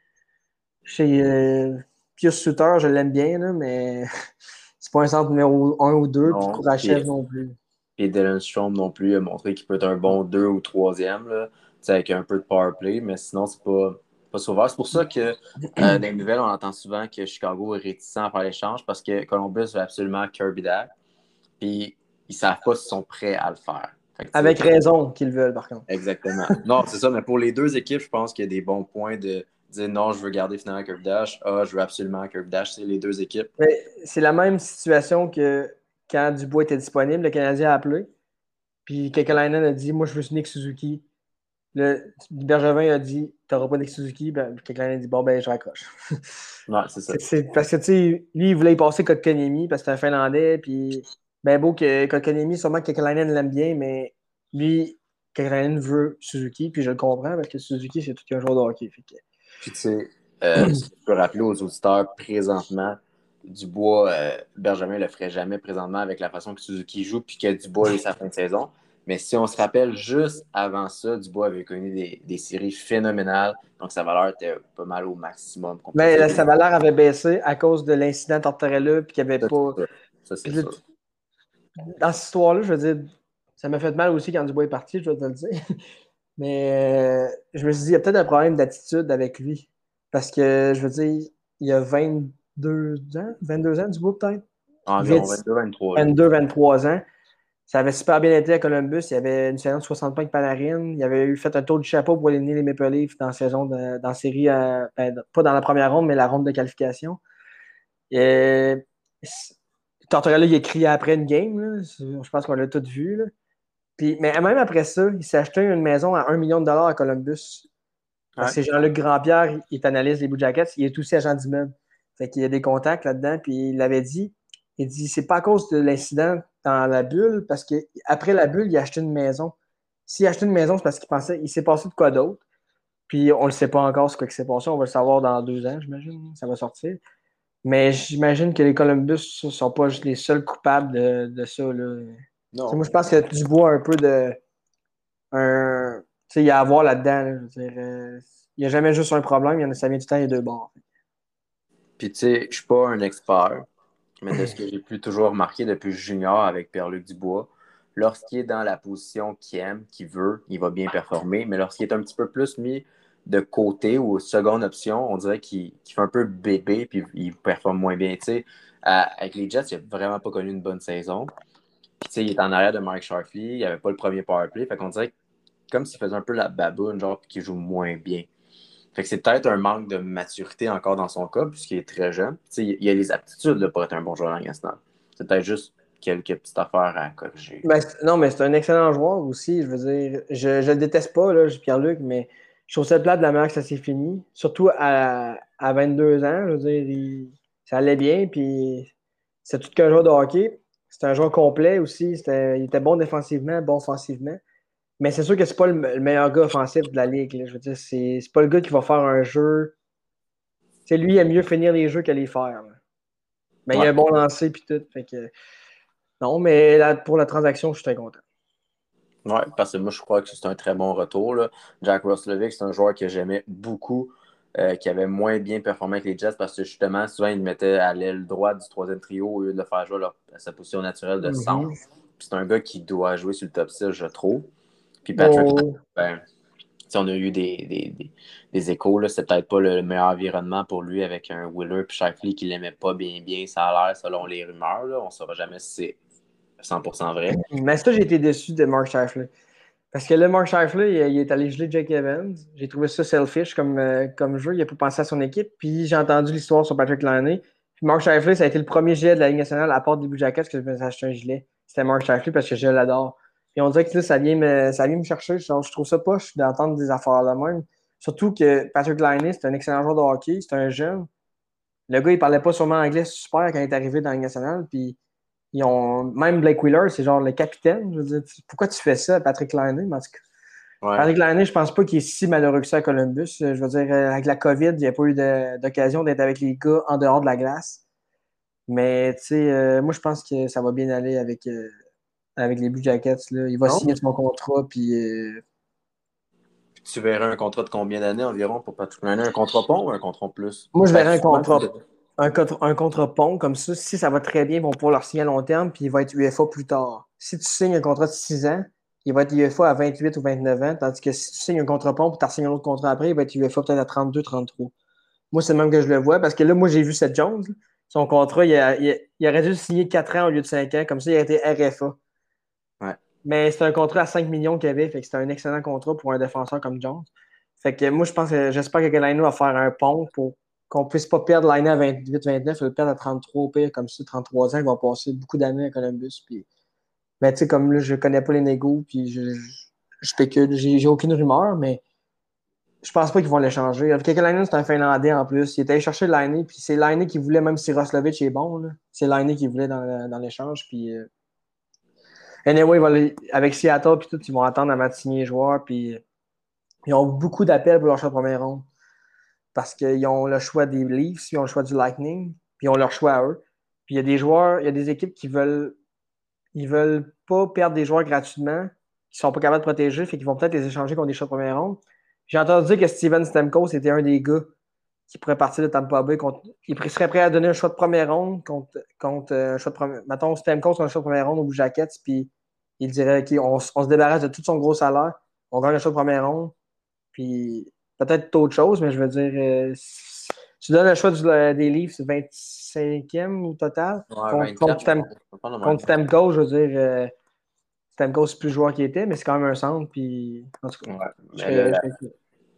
Chez euh, Pius Suter, je l'aime bien, là, mais c'est pas un centre numéro un ou deux, puis Non. Puis, Kourachev non plus. puis Dylan Strome non plus a montré qu'il peut être un bon deux ou troisième, là, tu sais, avec un peu de power play, mais sinon, c'est pas, pas sauveur. C'est pour ça que euh, dans les nouvelles, on entend souvent que Chicago est réticent à faire l'échange parce que Columbus veut absolument Kirby Dack, puis ils savent pas s'ils sont prêts à le faire. Fait que, tu sais, Avec raison qu'ils veulent, par contre. exactement. Non, c'est ça, mais pour les deux équipes, je pense qu'il y a des bons points de dire non, je veux garder finalement Kirby Dash. Ah, je veux absolument Kirby Dash. C'est les deux équipes. Mais c'est la même situation que quand Dubois était disponible, le Canadien a appelé, puis Kekalainen a dit moi je veux Nick Suzuki. Le Bergevin a dit t'auras pas Nick Suzuki. Ben, Kekalainen a dit bon ben je raccroche. Ouais, c'est ça. c'est, c'est, parce que tu sais, lui il voulait y passer Kotkaniemi parce que c'est un Finlandais, puis ben beau que Kotkaniemi, sûrement que Kekalainen l'aime bien, mais lui, Kekalainen veut Suzuki, puis je le comprends parce que Suzuki c'est tout qu'un joueur de hockey. Fait que... Puis, tu sais, euh, ce que je peux rappeler aux auditeurs présentement, Dubois, euh, Benjamin le ferait jamais présentement avec la façon que Suzuki joue, puis que Dubois est sa fin de saison. Mais si on se rappelle, juste avant ça, Dubois avait connu des, des séries phénoménales, donc sa valeur était pas mal au maximum qu'on peut Mais dire. là, sa valeur avait baissé à cause de l'incident Tortorella, puis qu'il n'y avait Ça, c'est pas. sûr. Ça, c'est Puis là, sûr. dans cette histoire-là, je veux dire, ça m'a fait mal aussi quand Dubois est parti, je vais te le dire. Mais euh, je me suis dit, il y a peut-être un problème d'attitude avec lui. Parce que, je veux dire, il y a vingt-deux ans, vingt-deux ans, Dubois peut-être? Environ Vite, vingt-deux vingt-trois. Là. vingt-deux, vingt-trois ans. Ça avait super bien été à Columbus. Il y avait une saison de soixante points avec Panarin. Il avait eu fait un tour du chapeau pour éliminer les Maple Leafs dans la saison de, dans la série, euh, ben, pas dans la première ronde, mais la ronde de qualification. Et, Tortorella, il a crié après une game. Là. Je pense qu'on l'a tout vu. Là. Puis, mais même après ça, il s'est acheté une maison à un million de dollars à Columbus. Parce Ouais. que Jean-Luc Grandpierre, il est analyste des Blue Jackets, il est aussi agent d'immeuble. Fait qu'il y a des contacts là-dedans, puis il l'avait dit. Il dit c'est pas à cause de l'incident dans la bulle, parce qu'après la bulle, il a acheté une maison. S'il a acheté une maison, c'est parce qu'il pensait il s'est passé de quoi d'autre. Puis on ne le sait pas encore ce qui s'est passé. On va le savoir dans deux ans, j'imagine. Ça va sortir. Mais j'imagine que les Columbus ne sont pas les seuls coupables de, de ça. Là. Moi, Non. je pense que Dubois a un peu de. Un, sais, il y a à voir là-dedans. Là, je veux dire, euh, il n'y a jamais juste un problème, il y en a, ça vient du temps, il y a deux bords. Puis tu sais, je suis pas un expert, mais de ce que j'ai pu toujours remarquer depuis junior avec Pierre-Luc Dubois, lorsqu'il est dans la position qu'il aime, qu'il veut, il va bien performer. Mais lorsqu'il est un petit peu plus mis de côté ou seconde option, on dirait qu'il qu'il fait un peu bébé puis il performe moins bien. Tu sais, à- avec les Jets, il n'a vraiment pas connu une bonne saison. Puis tu sais, il est en arrière de Mike Sharkey, il n'avait pas le premier power play. Fait qu'on dirait comme s'il faisait un peu la baboune, genre, puis qu'il joue moins bien. Fait que c'est peut-être un manque de maturité encore dans son cas, puisqu'il est très jeune. Tu sais, il a les aptitudes là, pour être un bon joueur en national. C'est peut-être juste quelques petites affaires à corriger. Ben, c'est- non, mais c'est un excellent joueur aussi. Je veux dire, je, je le déteste pas, là, Pierre-Luc, mais je trouve ça plate de la manière que ça s'est fini. Surtout à, à vingt-deux ans. Je veux dire, il- ça allait bien, puis c'est tout qu'un joueur de hockey. C'est un joueur complet aussi. C'était- il était bon défensivement, bon offensivement. Mais c'est sûr que c'est pas le, le meilleur gars offensif de la ligue, là. Je veux dire, c'est c'est pas le gars qui va faire un jeu. C'est lui, il aime mieux finir les jeux que les faire, là. Mais il a Ouais. un bon lancer, puis tout. Fait que, non, mais là, pour la transaction, je suis très content. Ouais, parce que moi, je crois que c'est un très bon retour, là. Jack Roslovic, c'est un joueur que j'aimais beaucoup, euh, qui avait moins bien performé avec les Jets parce que justement, souvent, il le mettait à l'aile droite du troisième trio au lieu de le faire jouer à sa position naturelle de centre. Mhm. Puis c'est un gars qui doit jouer sur le top six, je trouve. Puis Patrick Laine, Oh, ben, tu sais, on a eu des, des, des, des échos, là. C'est peut-être pas le meilleur environnement pour lui avec un Wheeler puis Shifley qui l'aimait pas bien, bien. Ça a l'air selon les rumeurs, là. On saura jamais si c'est cent pour cent vrai. mais ça, j'ai été déçu de Mark Scheifele. Parce que là, Mark Scheifele, il, il est allé geler Jake Evans. J'ai trouvé ça selfish comme, euh, comme jeu. Il n'a pas pensé à son équipe. Puis j'ai entendu l'histoire sur Patrick Laine. Puis Mark Scheifele, ça a été le premier gilet de la Ligue nationale, à part des Blue Jackets, que je me suis acheté un gilet. C'était Mark Scheifele parce que je l'adore. Puis on dirait que là, ça vient me, ça vient me chercher. Genre, je trouve ça poche d'entendre des affaires là même. Surtout que Patrick Laine, c'est un excellent joueur de hockey. C'est un jeune. Le gars, il parlait pas sûrement anglais super quand il est arrivé dans la Ligue nationale. Puis ils ont, même Blake Wheeler, c'est genre le capitaine. Je veux dire, pourquoi tu fais ça, Patrick Laine? En tout cas, Ouais. Patrick Laine, je pense pas qu'il est si malheureux que ça à Columbus. Je veux dire, avec la COVID, il n'y a pas eu de- d'occasion d'être avec les gars en dehors de la glace. Mais tu sais, euh, moi, je pense que ça va bien aller avec, euh, avec les Blue Jackets. Là. Il va Non? signer son contrat, puis euh, Tu verrais un contrat de combien d'années environ pour Patrick Laine? Un contrat pont ou un contrat plus? moi, je Ben, verrais un souvent, contrat, c'est- un, contre- un contrat pont comme ça. Si ça va très bien, ils vont pouvoir leur signer à long terme, puis il va être U F A plus tard. Si tu signes un contrat de six ans, il va être U F A à vingt-huit ou vingt-neuf ans, tandis que si tu signes un contrat pont, puis tu signes un autre contrat après, il va être U F A peut-être à trente-deux, trente-trois. Moi, c'est même que je le vois, parce que là, moi, j'ai vu Seth Jones. Là. Son contrat, il, a- il, a- il aurait dû signer quatre ans au lieu de cinq ans. Comme ça, il a été R F A. ouais. Mais c'est un contrat à cinq millions qu'il avait, fait que c'était un excellent contrat pour un défenseur comme Jones. Fait que moi, je pense que j'espère que Laino va faire un pont pour qu'on puisse pas perdre Laino à vingt-huit vingt-neuf, le perdre à trente-trois au pire, comme ça, trente-trois ans, il va passer beaucoup d'années à Columbus. Puis... Mais tu sais, comme là, je connais pas les négos, puis je, je, je spécule, j'ai j'ai aucune rumeur, mais je pense pas qu'ils vont l'échanger. Kekalainen, c'est un Finlandais en plus. Il était allé chercher Laine, puis c'est Laine qui voulait, même si Roslovic est bon, là. C'est Laine qui voulait dans, dans l'échange. Puis, euh... anyway, voilà, avec Seattle, puis tout, ils vont attendre à signer les joueurs, puis euh, ils ont beaucoup d'appels pour leur choix de première ronde. Parce qu'ils ont le choix des Leafs, ils ont le choix du Lightning, puis ils ont leur choix à eux. Puis il y a des joueurs, il y a des équipes qui veulent ils veulent pas perdre des joueurs gratuitement, qui sont pas capables de protéger, fait qu'ils vont peut-être les échanger contre des choix de première ronde. J'ai entendu dire que Steven Stamkos était un des gars qui pourrait partir de Tampa Bay. Contre... Il serait prêt à donner un choix de première ronde contre, contre euh, un choix de première. Mettons, Stamkos contre un choix de première ronde au Blue Jackets, puis il dirait OK, on, on se débarrasse de tout son gros salaire, on gagne un choix de première ronde, puis peut-être autre chose, mais je veux dire, euh, tu donnes le choix du, des Leafs, c'est vingt-cinquième au total, Ouais, contre, contre, vingt-quatre, je Stam, pense. Pas le contre même. Stamkos, je veux dire, euh, Stamkos, c'est plus joueur qu'il était, mais c'est quand même un centre, puis en tout cas, Ouais. je Mais là, serais, je la, serais-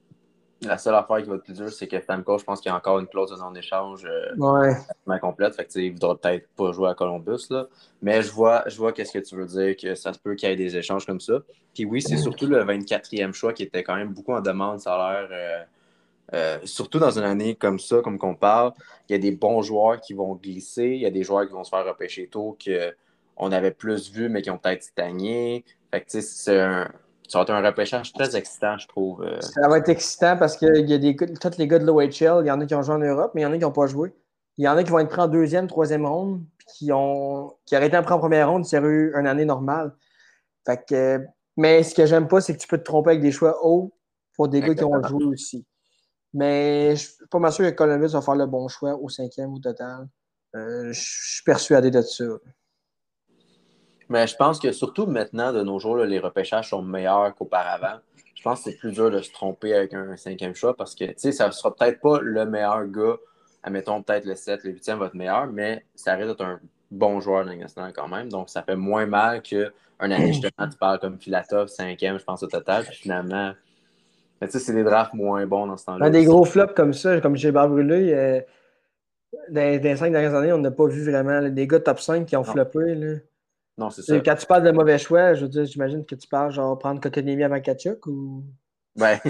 la seule affaire qui va être plus dure, c'est que Stamkos, je pense qu'il y a encore une clause de non-échange euh, Ouais. complète. Fait que, tu sais, il voudra peut-être pas jouer à Columbus, là. Mais je vois, je vois qu'est-ce que tu veux dire, que ça se peut qu'il y ait des échanges comme ça. Puis oui, c'est surtout le vingt-quatrième choix qui était quand même beaucoup en demande de salaire. Euh, euh, surtout dans une année comme ça, comme qu'on parle, il y a des bons joueurs qui vont glisser, il y a des joueurs qui vont se faire repêcher tôt qu'on avait plus vu, mais qui ont peut-être stagné. Fait que, tu sais, c'est un, ça va être un repêchage très excitant, je trouve. euh. Ça va être excitant parce qu'il y a des, tous les gars de l'O H L, il y en a qui ont joué en Europe, mais il y en a qui n'ont pas joué. Il y en a qui vont être pris en deuxième, troisième ronde, puis qui, ont, qui auraient été pris en première ronde s'il y aurait eu une année normale. Fait que, Mais ce que j'aime pas, c'est que tu peux te tromper avec des choix hauts pour des gars qui ont Exactement. joué aussi. Mais je suis pas mal sûr que Columbus va faire le bon choix au cinquième au total. Euh, je suis persuadé de ça. Mais je pense que surtout maintenant, de nos jours, là, les repêchages sont meilleurs qu'auparavant. Je pense que c'est plus dur de se tromper avec un cinquième choix parce que, tu sais, ça ne sera peut-être pas le meilleur gars. Admettons, peut-être le sept, le huitième va être meilleur, mais ça risque d'être un bon joueur de la Ligue nationale quand même. Donc, ça fait moins mal qu'une année, justement, tu parles comme Filatov, cinquième, je pense, au total. Puis finalement, mais tu sais, c'est des drafts moins bons dans ce temps-là Dans des aussi. gros flops comme ça, comme chez Brûlé, euh, dans, dans les cinq dernières années, on n'a pas vu vraiment là, des gars top cinq qui ont Non, floppé. Là. non, c'est Et ça. quand tu parles de mauvais choix, je veux dire, j'imagine que tu parles genre prendre Kotkaniemi avant Kachuk ou. Ben,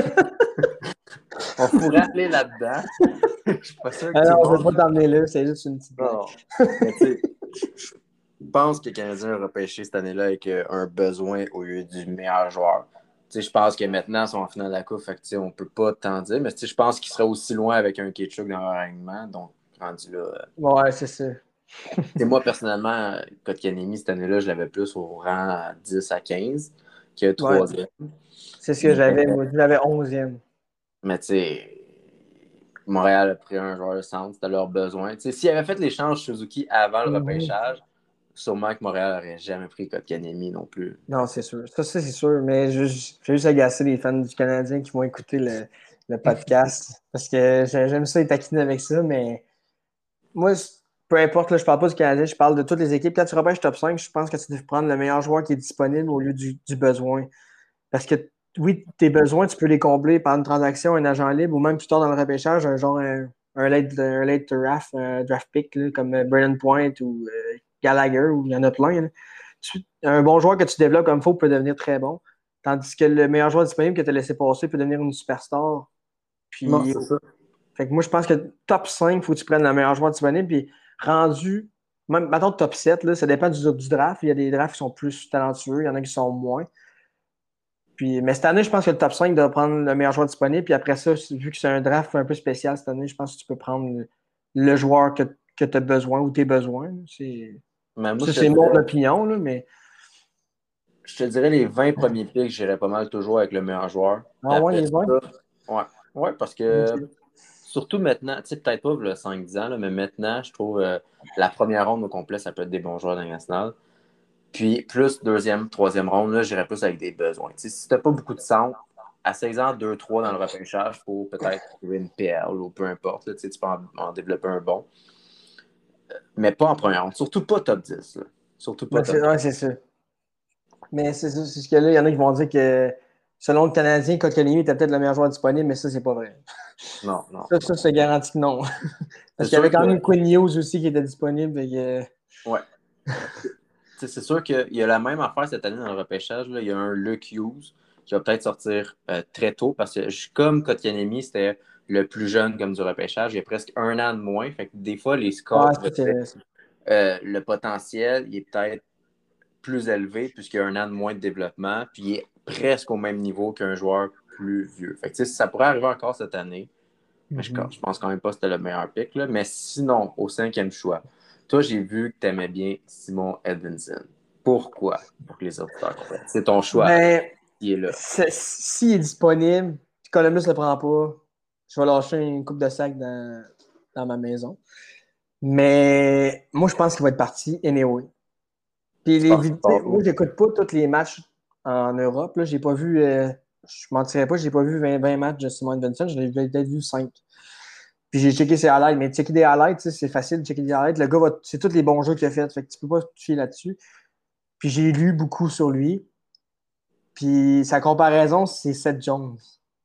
on pourrait aller là-dedans. Je suis pas sûr que tout le Alors, je ne monde. vais pas t'emmener là, c'est juste une petite blague. Non. Mais tu sais, je pense que le Canadien a repêché cette année-là avec euh, un besoin au lieu du meilleur joueur. Tu sais, je pense que maintenant, ils sont en finale de la Coupe, fait que, tu sais, on peut pas tant dire, mais tu sais, je pense qu'il serait aussi loin avec un Ketchuk dans leur alignement. Donc, rendu là. euh, Ouais, c'est ça. tu sais, moi, personnellement, Kotkaniemi, cette année-là, je l'avais plus au rang dix à quinze que Ouais, troisième. c'est ce que Mais, j'avais. Moi, je l'avais onzième. mais tu sais, Montréal a pris un joueur de centre, c'était leur besoin. Tu sais, s'il avait fait l'échange Suzuki avant le Mhm. repêchage, sûrement que Montréal n'aurait jamais pris Kotkaniemi non plus. Non, c'est sûr. Ça, ça, c'est sûr. Mais je- je- j'ai juste agacé les fans du Canadien qui vont écouter le, le podcast. Parce que j'ai- j'aime ça, les taquiner avec ça. Mais moi, c- peu importe, là, je parle pas du Canadien, je parle de toutes les équipes. Quand tu repêches top cinq, je pense que tu dois prendre le meilleur joueur qui est disponible au lieu du, du besoin. Parce que oui, tes besoins, tu peux les combler par une transaction, un agent libre, ou même plus tard dans le repêchage, un genre un, un late, un late draft, un draft pick, là, comme euh, Brandon Point ou euh, Gallagher, ou il y en a plein. Là. Tu- un bon joueur que tu développes comme il faut peut devenir très bon. Tandis que le meilleur joueur disponible que tu as laissé passer peut devenir une superstar. Non, Puis, c'est ça. fait que moi, je pense que top cinq, il faut que tu prennes le meilleur joueur disponible. Puis, rendu, même, mettons top sept, là, ça dépend du, du draft. Il y a des drafts qui sont plus talentueux, il y en a qui sont moins. Puis, mais cette année, je pense que le top cinq doit prendre le meilleur joueur disponible. Puis après ça, vu que c'est un draft un peu spécial cette année, je pense que tu peux prendre le, le joueur que, que tu as besoin ou tes besoins. C'est, Mais moi, ça, je te c'est mon dirais, opinion, là, mais. je te dirais les vingt premiers picks, j'irais pas mal toujours avec le meilleur joueur. Puis Ah ouais, après les vingt? ça, ouais. Ouais, parce que Ok. surtout maintenant, tu sais, peut-être pas le cinq dix ans, là, mais maintenant, je trouve euh, la première ronde au complet, ça peut être des bons joueurs dans la nationale. Puis plus deuxième, troisième ronde, là, j'irais plus avec des besoins. Tu sais, si t'as pas beaucoup de centre, à seize ans, deux trois dans le repêchage pour peut-être trouver une P L ou peu importe. Là, tu sais, tu peux en, en développer un bon. Mais pas en première ronde. Surtout pas top dix. Là. Surtout pas Ben, top c'est, dix. ouais, c'est ça. Mais c'est ça, c'est ce que là, il y en a qui vont dire que selon le Canadien, Kotkaniemi était peut-être le meilleur joueur disponible, mais ça, c'est pas vrai. Non, non, Ça, non. ça, c'est garanti que non. C'est Parce qu'il y avait sûr quand que, même Quinn Hughes aussi qui était disponible. Fait que, ouais. Tu sais, c'est sûr qu'il y a la même affaire cette année dans le repêchage. Là. Il y a un Luke Hughes qui va peut-être sortir euh, très tôt parce que je- comme Kotkaniemi, c'était le plus jeune comme du repêchage, il y a presque un an de moins. Fait que des fois, les ah, scouts ça, veulent c'est dire vrai. euh, le potentiel il est peut-être plus élevé puisqu'il y a un an de moins de développement, puis il est presque au même niveau qu'un joueur plus vieux. Fait que, tu sais, ça pourrait arriver encore cette année, mais je, Mhm. je pense quand même pas que c'était le meilleur pick. Là. Mais sinon, au cinquième choix, toi, j'ai vu que tu aimais bien Simon Edvinson. Pourquoi? Pour que les auditeurs comprennent. C'est ton choix. Ben, Il est là. c'est- s'il est disponible, puis Columbus ne le prend pas, je vais lâcher une coupe de sac dans, dans ma maison. Mais moi, je pense qu'il va être parti anyway. Puis Tu les penses qu'il vid- tu sais, part moi, où? j'écoute pas tous les matchs en Europe. Là. J'ai pas vu, euh, je mentirais pas, j'ai pas vu vingt, vingt matchs de Simon Vincent, j'en ai peut-être vu cinq. Puis j'ai checké ses highlights, mais checker des highlights, tu sais, c'est facile de checker des highlights. Le gars, va, c'est tous les bons jeux qu'il a fait, fait que tu peux pas te fier là-dessus. Puis j'ai lu beaucoup sur lui. Puis sa comparaison, c'est Seth Jones.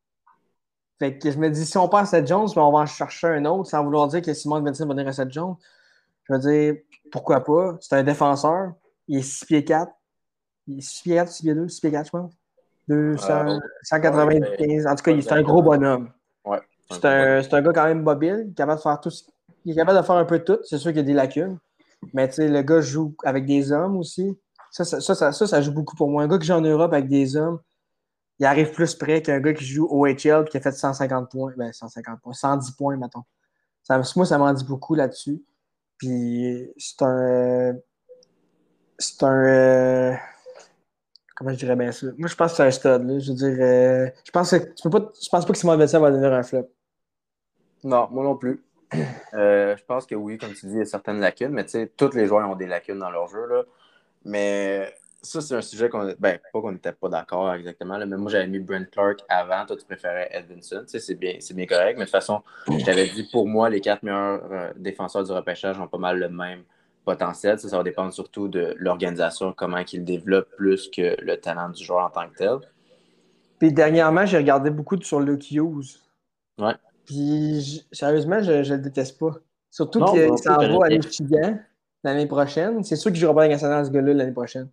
Fait que je me dis, si on passe Seth Jones, ben, on va en chercher un autre, sans vouloir dire que Simon Vincent va venir à Seth Jones. Je veux dire, pourquoi pas? C'est un défenseur. Il est six pieds quatre. Il est six pieds quatre, six pieds deux, six pieds quatre, je pense. deux cents, Euh, ouais, ben, cent quatre-vingt-quinze. En tout cas, pas il- c'est un gros exactement. bonhomme. Ouais, c'est un C'est gros bonhomme. un, c'est un gars quand même mobile, capable de faire tout. ce- Il est capable de faire un peu de tout. C'est sûr qu'il y a des lacunes. Mais tu sais, le gars joue avec des hommes aussi. Ça ça, ça, ça, ça, ça joue beaucoup pour moi. Un gars qui joue en Europe avec des hommes, il arrive plus près qu'un gars qui joue au O H L qui a fait cent cinquante points. Ben, cent cinquante points, cent dix points, mettons. Ça, moi, ça m'en dit beaucoup là-dessus. Puis c'est un. C'est un. euh, comment je dirais bien ça? Moi, je pense que c'est un stud, là. Je veux dire, euh, je pense que tu peux pas, je pense pas que Simon Vincent va devenir un flop. Non, moi non plus. Euh, je pense que oui, comme tu dis, il y a certaines lacunes, mais tu sais, tous les joueurs ont des lacunes dans leur jeu, là. Mais ça, c'est un sujet qu'on... Ben, pas qu'on n'était pas d'accord exactement, là, mais moi, j'avais mis Brent Clark avant. Toi, tu préférais Edvinson. Tu sais, c'est bien, c'est bien correct. Mais de toute façon, je t'avais dit, pour moi, les quatre meilleurs euh, défenseurs du repêchage ont pas mal le même potentiel. Ça, ça va dépendre surtout de l'organisation, comment ils le développent plus que le talent du joueur en tant que tel. Puis dernièrement, j'ai regardé beaucoup sur Luke Hughes. Ouais. Puis j- sérieusement, je, je le déteste pas. Surtout Non, moi qu'il non plus, s'en j'aime va à bien. Michigan l'année prochaine. C'est sûr qu'il ne jouera pas dans la nationale, ce gars-là, l'année prochaine.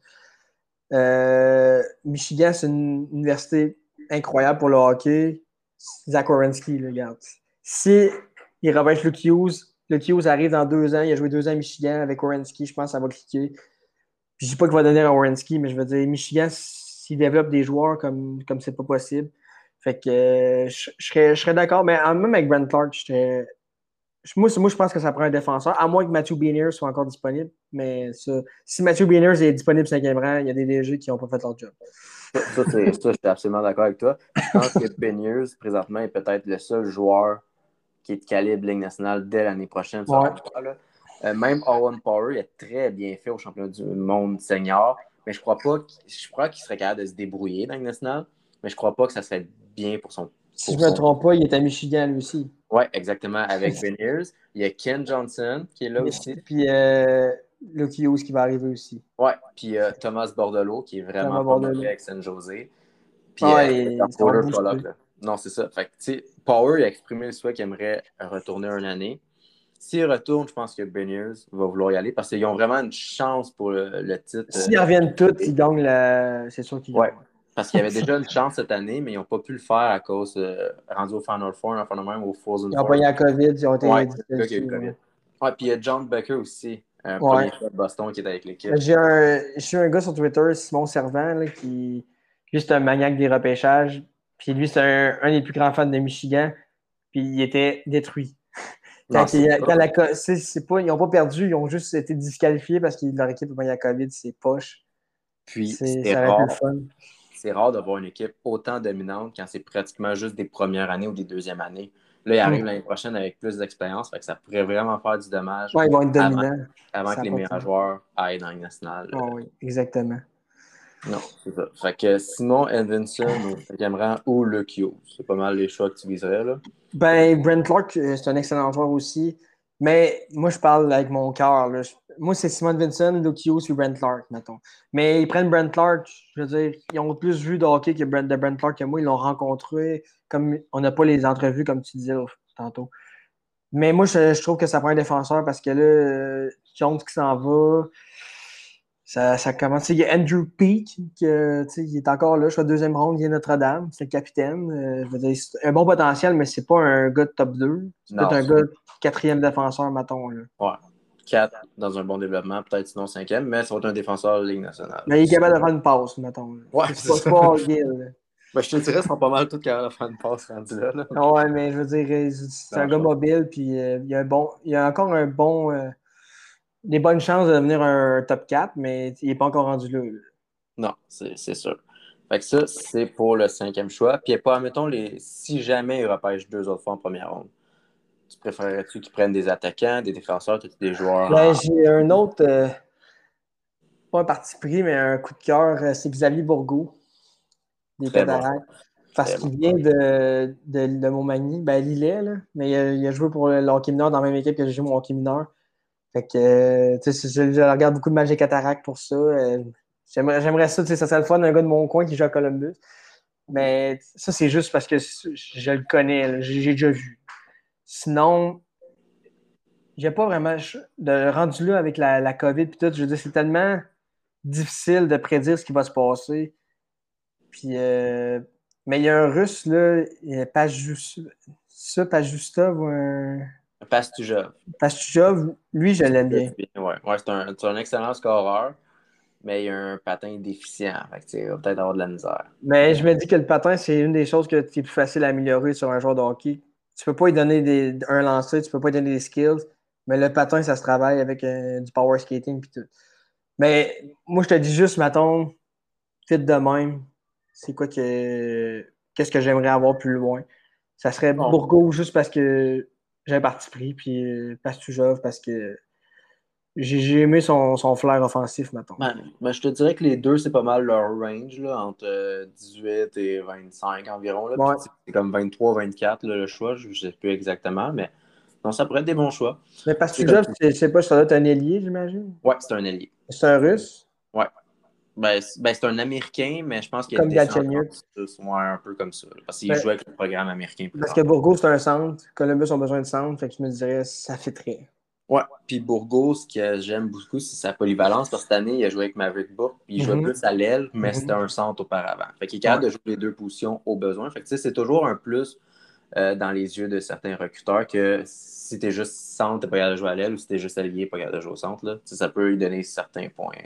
Euh, Michigan, c'est une université incroyable pour le hockey. Zach Werenski, là, regarde. Si il repêche Luke Hughes, Luke Hughes arrive dans deux ans, il a joué deux ans à Michigan avec Werenski, je pense que ça va cliquer. Puis je dis pas qu'il va donner à Werenski, mais je veux dire, Michigan, s'il développe des joueurs comme comme c'est pas possible. Fait que euh, je, je serais, je serais d'accord, mais en- même avec Brent Clark, je serais- moi, c'est- moi, je pense que ça prend un défenseur, à moins que Matthew Beniers soit encore disponible. Mais ça, si Matthew Beniers est disponible cinquième rang, il y a des D G qui n'ont pas fait leur job. Ça, ça, c'est, ça, je suis absolument d'accord avec toi. Je pense que Beniers, présentement, est peut-être le seul joueur qui est de calibre Ligue nationale dès l'année prochaine, selon Ouais. moi. Là. Euh, même Owen Power, il a très bien fait au championnat du monde senior, mais je crois pas qu'il, je crois qu'il serait capable de se débrouiller dans la Ligue nationale, mais je crois pas que ça serait bien pour son. Si je Pour ne me son... trompe pas, il est à Michigan lui aussi. Ouais, exactement, avec Beniers. Il y a Ken Johnson qui est là aussi. Michi- Puis euh, Luke Hughes qui va arriver aussi. Ouais, puis euh, Thomas Bordelot qui est vraiment Thomas pas mauvais Bordelot. avec San Jose. Puis Ah, euh, et ça va Porter pas là, booster. là. Non, c'est ça. Fait que, tu sais, Power il a exprimé le souhait qu'il aimerait retourner une année. S'il retourne, je pense que Beniers va vouloir y aller parce qu'ils ont vraiment une chance pour le, le titre. S'ils euh, reviennent tous, ils gagnent la. C'est sûr qu'ils gagnent. ouais. Parce qu'il y avait déjà une chance cette année, mais ils n'ont pas pu le faire à cause euh, rendu au Final Four, enfin même au Frozen Ils ont Four. pogné la COVID, ils ont Ouais, été c'est le gars qui a eu le disqualifiés. COVID. Ouais. Ouais, puis il y a John Becker aussi, un Ouais. premier choix de Boston qui est avec l'équipe. J'ai un, j'ai un gars sur Twitter, Simon Servant, là, qui lui, c'est un maniaque des repêchages. Puis lui, c'est un, un des plus grands fans de Michigan. Puis il était détruit. Non, Quand, c'est il- ça. quand la, co- c'est, c'est pas, ils n'ont pas perdu, ils ont juste été disqualifiés parce que leur équipe a pogné la COVID, c'est poche. Puis C'est, c'est ça aurait été le rare. fun. C'est rare d'avoir une équipe autant dominante quand c'est pratiquement juste des premières années ou des deuxièmes années. Là, il arrive Hum. l'année prochaine avec plus d'expérience, fait que ça pourrait vraiment faire du dommage Ouais, ils vont être avant, dominants. avant Ça que n'a les pas de meilleurs sens. joueurs aillent dans la Ligue nationale. Ah Euh, oui, exactement. non, c'est ça. Fait que Simon Edvinson au cinquième rang ou Luke Hughes. C'est pas mal les choix que tu viserais, là. Ben, Brent Clark, euh, c'est un excellent joueur aussi. Mais moi, je parle avec mon cœur, là. Je- Moi, c'est Simon Vincent, Luke Hughes ou Brent Clark, mettons. Mais ils prennent Brent Clark, je veux dire, ils ont plus vu de hockey que Brent, de Brent Clark que moi. Ils l'ont rencontré. Comme on n'a pas les entrevues, comme tu disais tantôt. Mais moi, je, je trouve que ça prend un défenseur parce que là, euh, Jones qui s'en va, ça, ça commence. Il y a Andrew Peak, qui, euh, tu sais, il est encore là, je suis deuxième ronde, il est Notre-Dame, c'est le capitaine. Euh, je veux dire, c'est un bon potentiel, mais c'est pas un gars de top deux. C'est peut-être Non, un c'est gars de quatrième défenseur, mettons. Là. ouais. Quatre dans un bon développement, peut-être sinon cinquième, mais ça va être un défenseur de Ligue nationale. Mais il est capable de faire une passe, mettons. Là. Ouais, C'est c'est pas, c'est ça. pas Gill. Là. Ben, je te dirais, ils sont pas mal tous capables de faire une passe rendue là. là. Ah ouais, mais je veux dire, euh, c'est un Non, je gars comprends. mobile, puis euh, il, y a un bon, il y a encore un bon, euh, des bonnes chances de devenir un top quatre, mais il n'est pas encore rendu là. Là. Non, c'est c'est sûr. Fait que ça, c'est pour le cinquième choix. Puis, pas, admettons, les... si jamais ils repêchent deux autres fois en première ronde, tu préférerais-tu qu'ils prennent des attaquants, des défenseurs, tous des joueurs Ben, en. j'ai un autre, euh, pas un parti pris, mais un coup de cœur, euh, c'est Xavier Bourgault, des Très bon choix. Cataractes. Parce Très bon qu'il vient choix. de, de, de Montmagny, ben Lillet, là, mais il a, il a joué pour le hockey mineur dans la même équipe que j'ai joué mon hockey mineur. Fait que, euh, tu sais, je, je regarde beaucoup de matchs des Cataractes pour ça. Euh, j'aimerais, j'aimerais ça, tu sais, ça serait le fun d'un gars de mon coin qui joue à Columbus. Mais ça, c'est juste parce que je le connais, là, j'ai, j'ai déjà vu. Sinon, j'ai pas vraiment de rendu là avec la, la COVID puis tout. Je veux dire, c'est tellement difficile de prédire ce qui va se passer. Puis, euh, mais il y a un russe, là, il y a Pajus- ça, Pajustov ou un Pastujov. Pastujov, lui, je l'aime bien. Ouais, ouais c'est un, c'est un excellent scoreur, mais il a un patin déficient. Fait que, tu sais, il va peut-être avoir de la misère. Mais je me dis que le patin, c'est une des choses que qui est plus facile à améliorer sur un joueur de hockey. Tu peux pas lui donner des, un lancer, tu peux pas lui donner des skills, mais le patin, ça se travaille avec euh, du power skating puis tout. Mais moi, je te dis juste, mettons, vite de même, c'est quoi que. Qu'est-ce que j'aimerais avoir plus loin? Ça serait Bon. Bourgault juste parce que j'ai un parti pris, puis euh, Pastujov parce que j'ai j'ai aimé son, son flair offensif, mettons. Ben, ben, je te dirais que les deux, c'est pas mal leur range, là, entre euh, dix-huit et vingt-cinq environ. Là. Puis Ouais. tu sais, c'est comme vingt-trois vingt-quatre là, le choix, je ne sais plus exactement, mais non, ça pourrait être des bons choix. Mais C'est comme Pastujov, je sais pas si ça doit être un ailier, j'imagine. ouais, c'est un allié. C'est un russe, Ouais. Ben, c'est ben, c'est un Américain, mais je pense qu'il a comme descendu Galchenyuk. ouais, un peu comme ça. Là, parce qu'il Ben, joue avec le programme américain parce que présentement. Bourgault, c'est un centre. Columbus ont besoin de centre, fait que je me dirais ça fitterait. Ouais. Puis Bourgault, ce que j'aime beaucoup, c'est sa polyvalence. Parce que cette année, il a joué avec Maverick Bourque, puis il jouait Mhm, plus à l'aile, mais c'était mhm. un centre auparavant. Fait qu'il est Ouais. capable de jouer les deux positions au besoin. Fait que tu sais, c'est toujours un plus euh, dans les yeux de certains recruteurs que si t'es juste centre, t'es pas capable de jouer à l'aile, ou si t'es juste allié, pas capable de jouer au centre, là, tu sais, ça peut lui donner certains points.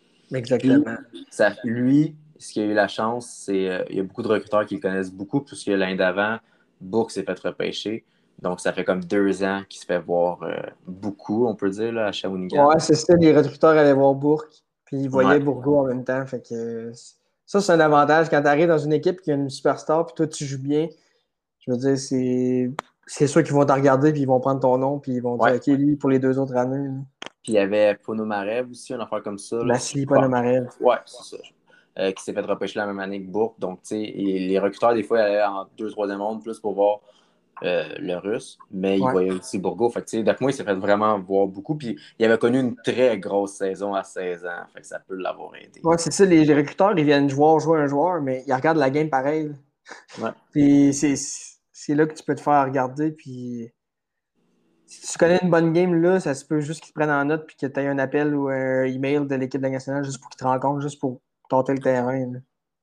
Puis, Exactement. ça, lui, ce qui a eu la chance, c'est euh, il y a beaucoup de recruteurs qui le connaissent beaucoup, puisque l'année d'avant, Bourque s'est fait repêcher. Donc, ça fait comme deux ans qu'il se fait voir euh, beaucoup, on peut dire, là, à Shawinigan. Ouais, c'est ça, les recruteurs allaient voir Bourque, puis ils voyaient Ouais. Bourgault en même temps. Fait que ça, c'est un avantage. Quand tu arrives dans une équipe qui a une superstar, puis toi, tu joues bien, je veux dire, c'est c'est sûr qu'ils vont te regarder, puis ils vont prendre ton nom, puis ils vont dire, Ouais. OK, lui, pour les deux autres années, là. Puis il y avait Ponomarev aussi, une affaire comme ça. Là, si je Vassili crois. Ponomarev. Ouais, c'est ça. Euh, qui s'est fait repêcher la même année que Bourque. Donc, tu sais, et les recruteurs, des fois, ils allaient en deux, troisième ronde plus pour voir euh, le russe, mais il Ouais. voyait aussi Bourgault. Fait que, tu sais, d'après moi, il s'est fait vraiment voir beaucoup. Puis il avait connu une très grosse saison à seize ans. Fait que ça peut l'avoir aidé. Ouais, c'est ça, les, les recruteurs, ils viennent jouer, jouer un joueur, mais ils regardent la game pareil. Ouais. Puis c'est c'est là que tu peux te faire regarder, puis si tu connais une bonne game, là, ça se peut juste qu'ils te prennent en note puis que tu aies un appel ou un email de l'équipe de la nationale juste pour qu'ils te rencontrent, juste pour tenter le terrain, là.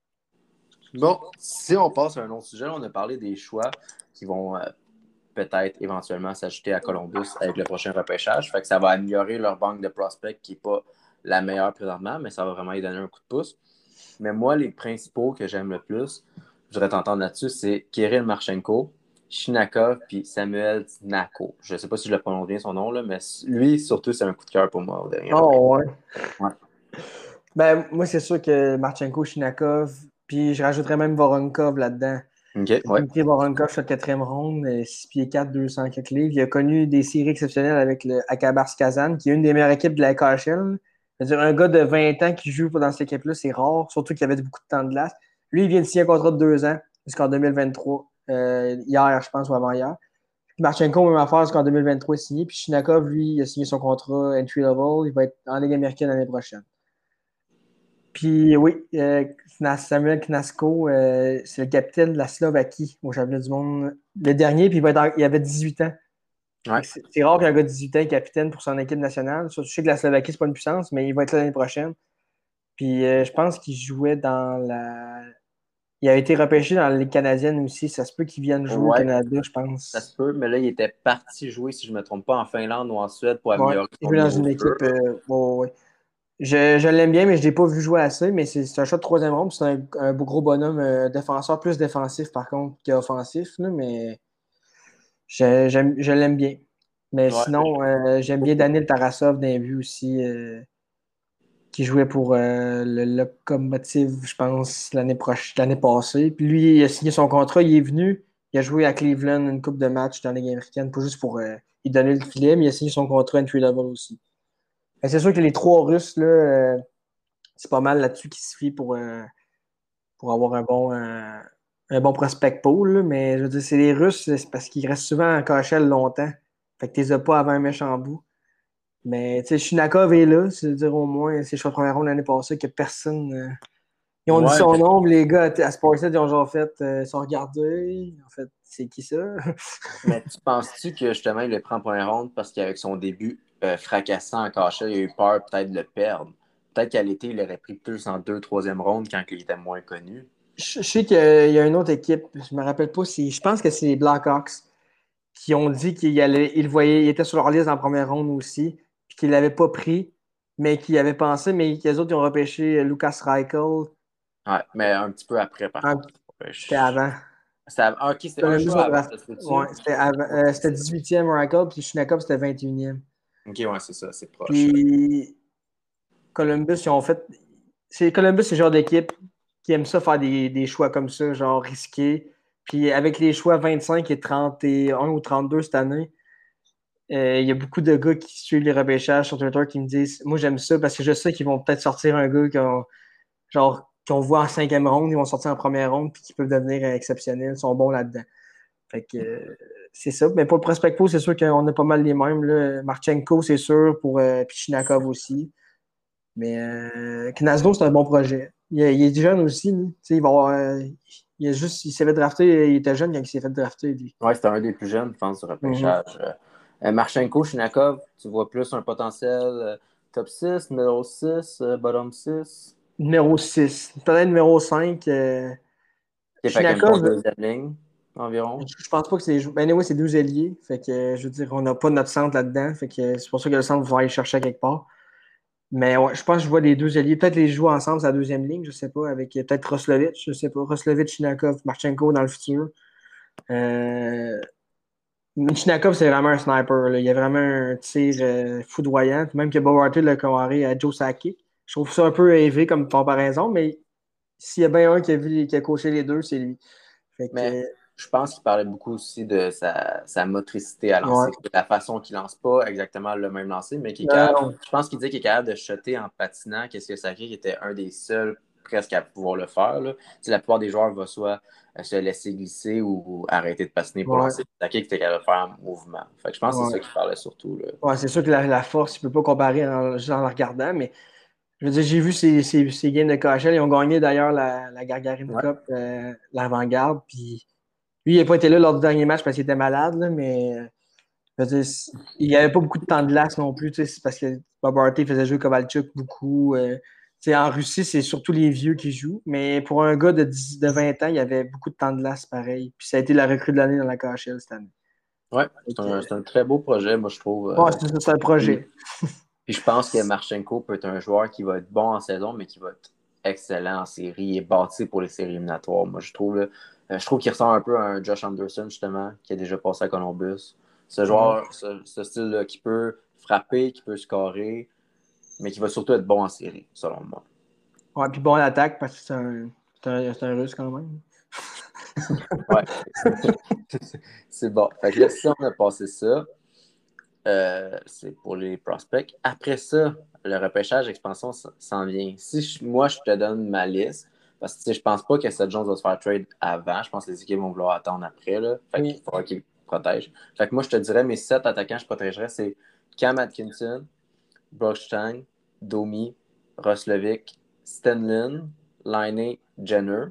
Bon, si on passe à un autre sujet, on a parlé des choix qui vont euh, peut-être éventuellement s'ajouter à Columbus avec le prochain repêchage. Fait que ça va améliorer leur banque de prospects qui n'est pas la meilleure présentement, mais ça va vraiment y donner un coup de pouce. Mais moi, les principaux que j'aime le plus, je voudrais t'entendre là-dessus, c'est Kirill Marchenko, Shinakov puis Samuel Znako. Je ne sais pas si je le prononce bien son nom, là, mais lui, surtout, c'est un coup de cœur pour moi au dernier repêchage. Oh, ouais. Ouais. Ben, moi, c'est sûr que Marchenko, Shinakov, puis je rajouterais même Voronkov là-dedans. OK, ouais. Dmitry Voronkov, sur le quatrième ronde, euh, six pieds quatre, deux cents quelques livres. Il a connu des séries exceptionnelles avec le Akabars Kazan, qui est une des meilleures équipes de la K H L. C'est-à-dire, un gars de vingt ans qui joue dans cette équipe-là, c'est rare, surtout qu'il y avait beaucoup de temps de glace. Lui, il vient de signer un contrat de deux ans jusqu'en deux mille vingt-trois. Euh, hier, je pense, ou avant-hier. Puis Marchenko, même affaire jusqu'en deux mille vingt-trois, il est signé. Puis Shinakov, lui, il a signé son contrat entry-level. Il va être en Ligue américaine l'année prochaine. Puis oui, euh, Samuel Knasko, euh, c'est le capitaine de la Slovaquie au championnat du monde. Le dernier, puis il, va être en- il avait dix-huit ans. Ouais. C'est c'est rare qu'un gars de dix-huit ans est capitaine pour son équipe nationale. Surtout, je sais que la Slovaquie, c'est pas une puissance, mais il va être là l'année prochaine. Puis euh, je pense qu'il jouait dans la. Il a été repêché dans la Ligue canadienne aussi. Ça se peut qu'il vienne jouer au Ouais, Canada, je ça se pense. peut, mais là, il était parti jouer, si je ne me trompe pas, en Finlande ou en Suède pour Ouais, améliorer il son joue dans niveau une de jeu. équipe. Euh, ouais, ouais. Je, je l'aime bien, mais je ne l'ai pas vu jouer assez. Mais c'est c'est un choix de troisième ronde. C'est un, un beau gros bonhomme euh, défenseur, plus défensif par contre qu'offensif. Là, mais je, j'aime- je l'aime bien. Mais Ouais, je- sinon, euh, j'aime bien Daniel Tarasov d'un but aussi, euh, qui jouait pour euh, le Lokomotiv, je pense, l'année prochaine, l'année passée. Puis lui, il a signé son contrat, il est venu, il a joué à Cleveland une coupe de match dans la Ligue américaine, pas juste pour euh, lui donner le filet, mais il a signé son contrat entry level aussi. Fait que c'est sûr que les trois Russes, là, euh, c'est pas mal là-dessus qui se fie pour, euh, pour avoir un bon, euh, un bon prospect pool. Là. Mais je veux dire, c'est les Russes, c'est parce qu'ils restent souvent en K H L longtemps. Fait que tu les as pas avant un méchant bout. Mais tu sais, Shinakov est là, c'est-à-dire au moins, c'est choix de première ronde l'année passée que personne. euh, Ils ont dit ouais, son mais, nom, les gars à Sportsnet, ils ont genre fait, euh, ils sont regardés. En fait, c'est qui ça? mais tu penses-tu que justement, il le prend en première ronde parce qu'avec son début euh, fracassant en cachette, il a eu peur peut-être de le perdre? Peut-être qu'à l'été, il aurait pris plus en deux, troisième ronde quand il était moins connu. Je, je sais qu'il y a une autre équipe, je me rappelle pas si. Je pense que c'est les Blackhawks qui ont dit qu'il allait, il voyait, il était sur leur liste en première ronde aussi, puis qu'ils l'avaient pas pris, mais qu'ils avaient pensé, mais qu'ils autres ils ont repêché Lucas Reichel. Ouais, mais un petit peu après, par En- contre. Ouais, C'était je- avant. c'était av- ah, ok, c'était un Columbus choix ont avant, draft- ça se peut-tu? ouais, c'était avant. Ouais, Euh, c'est c'était ça. dix-huitième Reichel, puis Shinakov, c'était vingt et unième. Ok, ouais, c'est ça, c'est proche. Puis Columbus, ils ont fait. c'est Columbus, c'est le genre d'équipe qui aime ça faire des, des choix comme ça, genre risqués. Puis avec les choix vingt-cinq et trente et un ou trente-deux cette année, euh, il y a beaucoup de gars qui suivent les repêchages sur Twitter qui me disent moi j'aime ça parce que je sais qu'ils vont peut-être sortir un gars qu'on, genre, qu'on voit en cinquième ronde, ils vont sortir en première ronde puis qui peuvent devenir exceptionnels, ils sont bons là-dedans. Fait que euh, c'est ça. Mais pour le Prospecto, c'est sûr qu'on a pas mal les mêmes. Là. Marchenko, c'est sûr, pour euh, Pichinakov aussi. Mais euh, Knazdo, c'est un bon projet. Il, il est jeune aussi. Lui. Il va avoir, euh, il, a juste, il s'est fait drafter, il était jeune quand il s'est fait drafter, lui. Ouais, c'était un des plus jeunes, je pense, du Mhm. repêchage. Euh, euh, Marchenko, Shinakov, tu vois plus un potentiel euh, top six, numéro six, euh, bottom six, Numéro six. Peut-être numéro cinq. Euh, qui est fait comme ton Shinakov, deuxième ligne environ. je pense pas que c'est. Ben, anyway, c'est douze ailiers. Fait que, euh, je veux dire, on n'a pas notre centre là-dedans. Fait que c'est pour ça que le centre va aller chercher à quelque part. Mais ouais, je pense que je vois les deux alliés. Peut-être les jouer ensemble, c'est la deuxième ligne, je sais pas, avec euh, peut-être Roslovic, je sais pas. Roslovic, Chinakov, Marchenko dans le futur. Euh... mais Chinakov, c'est vraiment un sniper. Là. Il a vraiment un tir euh, foudroyant. Même que Bowarty l'a comparé à Joe Sakic. Je trouve ça un peu élevé comme comparaison, mais s'il y a bien un qui a, vu, qui a coaché les deux, c'est lui. Fait que, Mais euh, je pense qu'il parlait beaucoup aussi de sa, sa motricité à ouais. lancer. La façon qu'il lance pas exactement le même lancer, mais qu'il est Non, capable. non. Je pense qu'il dit qu'il est capable de shotter en patinant, qu'est-ce que Sakik était un des seuls presque à pouvoir le faire. Là. La plupart des joueurs vont soit euh, se laisser glisser ou, ou arrêter de patiner pour Ouais, lancer. Sakik était capable de faire un mouvement. Fait que je pense que c'est ça ouais. qu'il parlait surtout. Là. Ouais, c'est sûr que la, la force, il ne peut pas comparer en, juste en la regardant, mais je veux dire, j'ai vu ces, ces, ces games de K H L. Ils ont gagné d'ailleurs la, la Gargarine Ouais. Cup, euh, l'avant-garde. Puis lui, il n'a pas été là lors du dernier match parce qu'il était malade, là, mais euh, je veux dire, c- il n'y avait pas beaucoup de temps de glace non plus. Tu sais, c'est parce que Bob Hartley faisait jouer Kovalchuk beaucoup. Euh, tu sais, en Russie, c'est surtout les vieux qui jouent. Mais pour un gars de, dix de vingt ans, il y avait beaucoup de temps de glace pareil. Puis ça a été la recrue de l'année dans la K H L cette année. Ouais, Fait c'est que, un, c'est un très beau projet, moi, je trouve. ouais, euh, c'est ça, c'est un puis, projet. puis je pense que Marchenko peut être un joueur qui va être bon en saison, mais qui va être excellent en série et bâti pour les séries éliminatoires. Moi, je trouve, là, euh, je trouve qu'il ressemble un peu à un Josh Anderson, justement, qui a déjà passé à Columbus. Ce Ouais. joueur, ce, ce style-là, qui peut frapper, qui peut scorer, mais qui va surtout être bon en série, selon moi. Ouais, puis bon à l'attaque parce que c'est un, c'est un, c'est un russe quand même. Ouais, c'est bon. Fait que là, si on a passé ça, Euh, c'est pour les prospects. Après ça, le repêchage expansion s- s'en vient. Si je- moi, je te donne ma liste, parce que tu sais, je pense pas que Seth Jones va se faire trade avant. Je pense que les équipes vont vouloir attendre après. Là. Fait qu'il Oui. faudra qu'ils protègent. Fait que moi, je te dirais mes sept attaquants que je protégerais, c'est Cam Atkinson, Brockstein, Domi, Roslovic, Stenlin, Laine, Jenner.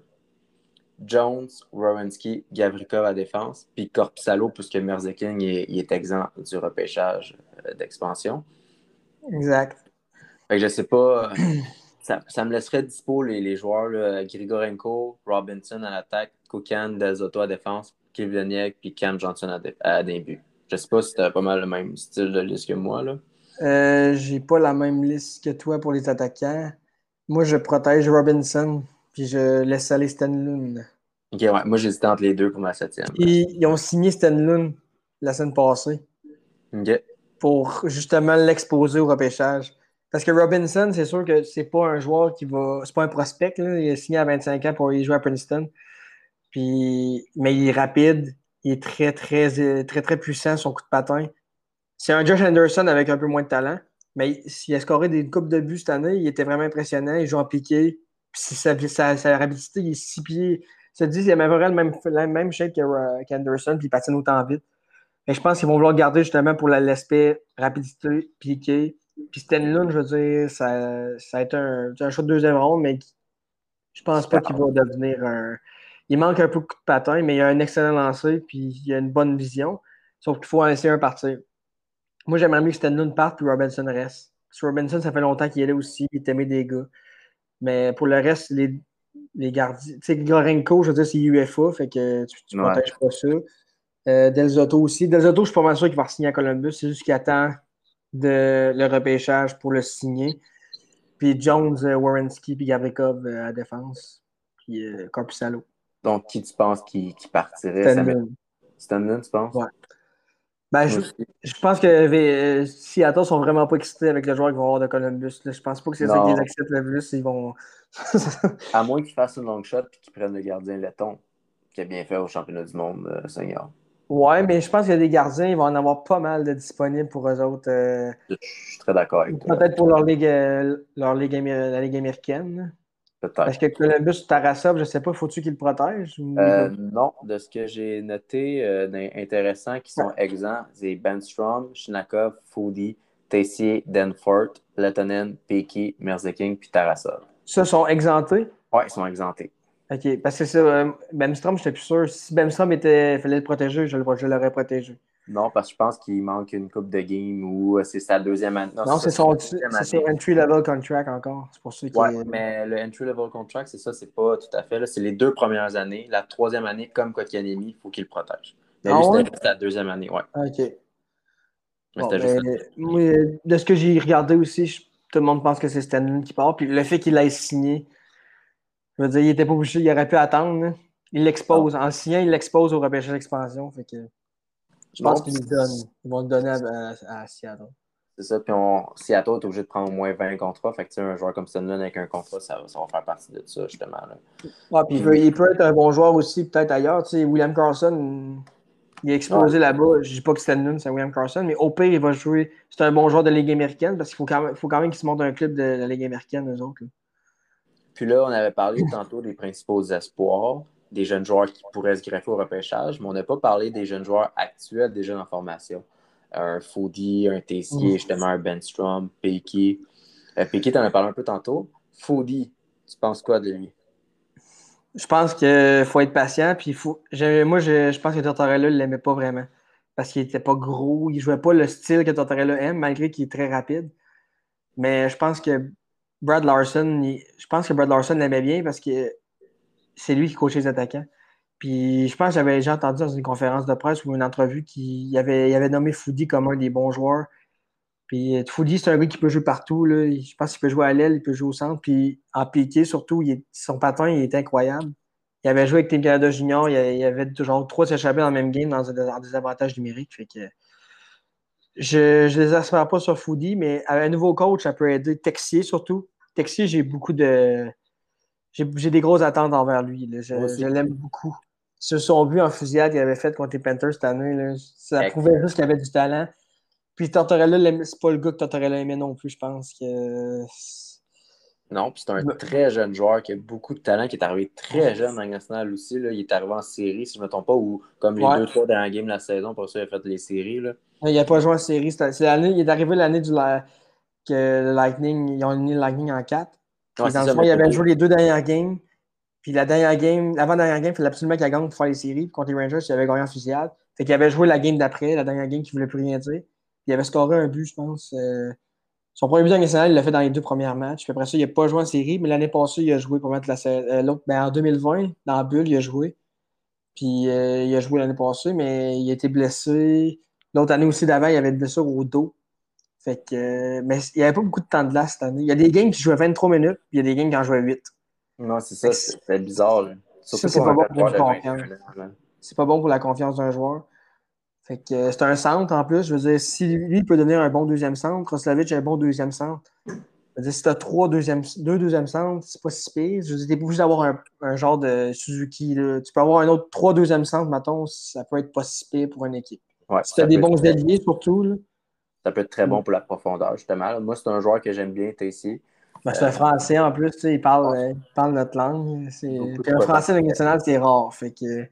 Jones, Werenski, Gavrikov à défense, puis Korpisalo, puisque Merzeking est, il est exempt du repêchage euh, d'expansion. Exact. Fait que je sais pas, euh, ça, ça me laisserait dispo les, les joueurs, là, Grigorenko, Robinson à l'attaque, Kukan, Delzotto à défense, Kivleniek, puis Cam Johnson à, dé- à début. Je sais pas si t'as pas mal le même style de liste que moi, là. Euh, j'ai pas la même liste que toi pour les attaquants. Moi, je protège Robinson, puis je laisse aller Stenlund. Ok, ouais, moi j'hésitais entre les deux pour ma septième. Puis, ils ont signé Stenlund la semaine passée Ok. pour justement l'exposer au repêchage. Parce que Robinson, c'est sûr que c'est pas un joueur qui va. C'est pas un prospect, là. Il est signé à vingt-cinq ans pour y jouer à Princeton. Puis, mais il est rapide, il est très, très, très, très, très puissant, son coup de patin. C'est un Josh Anderson avec un peu moins de talent, mais s'il a scoré des coupes de buts cette année, il était vraiment impressionnant. Il joue en piqué. Puis sa, sa, sa rapidité, il est six pieds. Ça te dit, il a vraiment le même, la même shape que, euh, qu'Anderson, puis il patine autant vite. Mais je pense qu'ils vont vouloir le garder justement pour la- l'aspect rapidité, piqué. Puis Stenlund, je veux dire, ça, ça a été un, un choix de deuxième ronde, mais je pense pas qu'il va devenir un. Il manque un peu de coup de patin, mais il a un excellent lancer, puis il a une bonne vision. Sauf qu'il faut en laisser un partir. Moi, j'aimerais mieux que Stenlund parte puis Robinson reste. Parce que Robinson, ça fait longtemps qu'il est là aussi, il est aimé des gars. Mais pour le reste, les, les gardiens. Tu sais, Gorenko, je veux dire, c'est U F A, fait que tu, tu Ouais. protèges pas ça. Euh, Delzotto aussi. Delzotto, je suis pas mal sûr qu'il va signer à Columbus. C'est juste qu'il attend de, le repêchage pour le signer. Puis Jones, euh, Werenski, puis Gavrikov euh, à défense. Puis euh, Korpisalo. Donc, qui tu penses qui, qui partirait? Ça met Stenlund. Stanley, tu penses? Ouais. Ben, Moi je, aussi. je pense que euh, Seattle sont vraiment pas excités avec le joueur qu'ils vont avoir de Columbus. Là. Je pense pas que c'est ça qui les Non, excite le plus. Ils vont. à moins qu'ils fassent une long shot et qu'ils prennent le gardien letton, qui a bien fait au championnat du monde, euh, senior. Ouais, mais je pense qu'il y a des gardiens, ils vont en avoir pas mal de disponibles pour eux autres. euh, Je suis très d'accord avec toi. Peut-être pour leur ligue, euh, leur ligue, améri- la ligue américaine. Là. Parce Peut-être. que Columbus, Tarasov, je sais pas, faut-tu qu'il le protège ou il Euh, peut. non, de ce que j'ai noté euh, d'intéressant qui sont exempts, c'est Benstrom, Shinakov, Foodie, Tessier, Danforth, Letonen, Peaky, Merzeking puis Tarasov. Ça, sont exemptés. Ouais, ils sont exemptés. OK. Parce que ça, euh, Bemstrom, j'étais plus sûr. Si Bemstrom était, fallait le protéger, je, le- je l'aurais protégé. Non, parce que je pense qu'il manque une coupe de game ou euh, c'est sa deuxième année. Non, Non, c'est ça, c'est c'est sa son, deuxième c'est sur année. entry level contract encore. C'est pour ça qu'il Ouais, est. mais le entry-level contract, c'est ça, c'est pas tout à fait. Là, c'est les deux premières années. La troisième année, comme Kotkaniemi, il faut qu'il le protège. Mais Ah lui, c'était ouais? juste la deuxième année, ouais. OK. Mais Bon, c'était juste ben, la moi, de ce que j'ai regardé aussi, je- tout le monde pense que c'est Stanley qui part. Puis le fait qu'il l'ait signé, je veux dire, il était pas obligé, il aurait pu attendre. Là. Il non. l'expose. En signant, il l'expose au repêchage d'expansion. Fait que je pense Non, qu'ils puis le donnent. Ils vont le donner à, à, à Seattle. c'est ça. Puis on, Seattle est obligé de prendre au moins vingt contrats. Fait que tu sais, un joueur comme Stanley avec un contrat, ça, va- ça va faire partie de ça, justement. Là. Ouais, puis il Puis, peut, il peut être un bon joueur aussi, peut-être ailleurs. Tu sais, William Carlson, il est ouais, exposé là-bas. Je dis pas que Stanley, c'est William Carlson, mais au pire, il va jouer. C'est un bon joueur de Ligue américaine parce qu'il faut quand même, faut quand même qu'il se monte un club de la Ligue américaine, eux autres. Là. puis là, on avait parlé tantôt des principaux espoirs, des jeunes joueurs qui pourraient se greffer au repêchage, mais on n'a pas parlé des jeunes joueurs actuels, des jeunes en formation. Un Foudy, un Tessier, Mm. justement, un Benstrom, Peaky. Euh, Peaky, t'en as parlé un peu tantôt. Foudy, tu penses quoi de lui? Je pense qu'il faut être patient. Puis il faut... j'ai- Moi, je, je pense que Tortorella ne l'aimait pas vraiment. Parce qu'il était pas gros. Il jouait pas le style que Tortorella aime, malgré qu'il est très rapide. Mais je pense que Brad Larson, il- je pense que Brad Larson l'aimait bien parce que c'est lui qui coachait les attaquants. Puis je pense que j'avais déjà entendu dans une conférence de presse ou une entrevue qu'il avait, il avait nommé Foodie comme un des bons joueurs. Puis euh, Foodie, c'est un gars qui peut jouer partout. Là. Je pense qu'il peut jouer à l'aile, il peut jouer au centre. Puis en piqué, surtout, il est- son patin il est incroyable. Il avait joué avec Team Canada Junior, il y a- il y avait toujours trois échappés dans le même game dans, dans des avantages numériques. Fait que je ne les espère pas sur Foodie, mais avec un nouveau coach, ça peut aider. Texier surtout. Texier, j'ai beaucoup de. J'ai j'ai des grosses attentes envers lui. Là. Moi Je, je aussi. l'aime beaucoup. Sur son but en fusillade qu'il avait fait contre les Panthers cette année, là, ça Ex- prouvait juste qu'il avait du talent. Puis Tortorella, l'aimait- c'est pas le gars que Tortorella aimait non plus, je pense que. Non, puis c'est un très jeune joueur qui a beaucoup de talent, qui est arrivé très jeune dans la nationale aussi. Là. Il est arrivé en série, si je ne me trompe pas, ou comme les Ouais. deux, trois dernières games de la saison, pour ça, il a fait les séries. Là. Il n'a pas joué en série. C'est c'est l'année, il est arrivé l'année du la- que le Lightning, ils ont éliminé le Lightning en quatre. Ouais, Puis c'est dans le ça, fond, mais il pour avait les. joué les deux dernières games. Puis la dernière game, l'avant-dernière game, il fallait absolument qu'il gagne pour faire les séries. Puis contre les Rangers, il avait gagné en fusillade. Fait qu'il avait joué la game d'après, la dernière game qui ne voulait plus rien dire. Il avait scoré un but, je pense. euh, Son premier but en national, il l'a fait dans les deux premiers matchs. Puis après ça, il n'a pas joué en série, mais l'année passée, il a joué pour mettre la sa- euh, l'autre. Ben, en deux mille vingt, dans la bulle, il a joué. Puis euh, il a joué l'année passée, mais il a été blessé. L'autre année aussi d'avant, il avait une blessure au dos. Fait que, euh, mais il n'y avait pas beaucoup de temps de glace cette année. Il y a des games qui jouaient vingt-trois minutes, puis il y a des games qui en jouaient huit. Non, c'est Fait ça, que c'est c'est bizarre. Là. ça, Surtout c'est pour pas un bon jeune pour joueur une de vingt et confiance. un ans. Là. C'est pas bon pour la confiance d'un joueur. Fait que euh, c'est un centre en plus. Je veux dire, si lui peut devenir un bon deuxième centre, Roslovic est un bon deuxième centre. Je veux dire, si tu as trois deuxième, deux deuxièmes centres, c'est pas si pire. Je veux dire, t'es pas obligé d'avoir un, un genre de Suzuki. Là. Tu peux avoir un autre trois deuxièmes centres, mettons, ça peut être pas si pire pour une équipe. Ouais, Si tu as ça des peut être bons très, alliés, surtout, là. ça peut être très bon pour la profondeur, justement. Là. Moi, c'est un joueur que j'aime bien, Tessier. Ben, c'est un Euh, Français en plus, tu sais, il parle, ouais, euh, il parle notre langue. C'est... beaucoup de Puis un Français de potentiel. national, c'est rare. Fait que,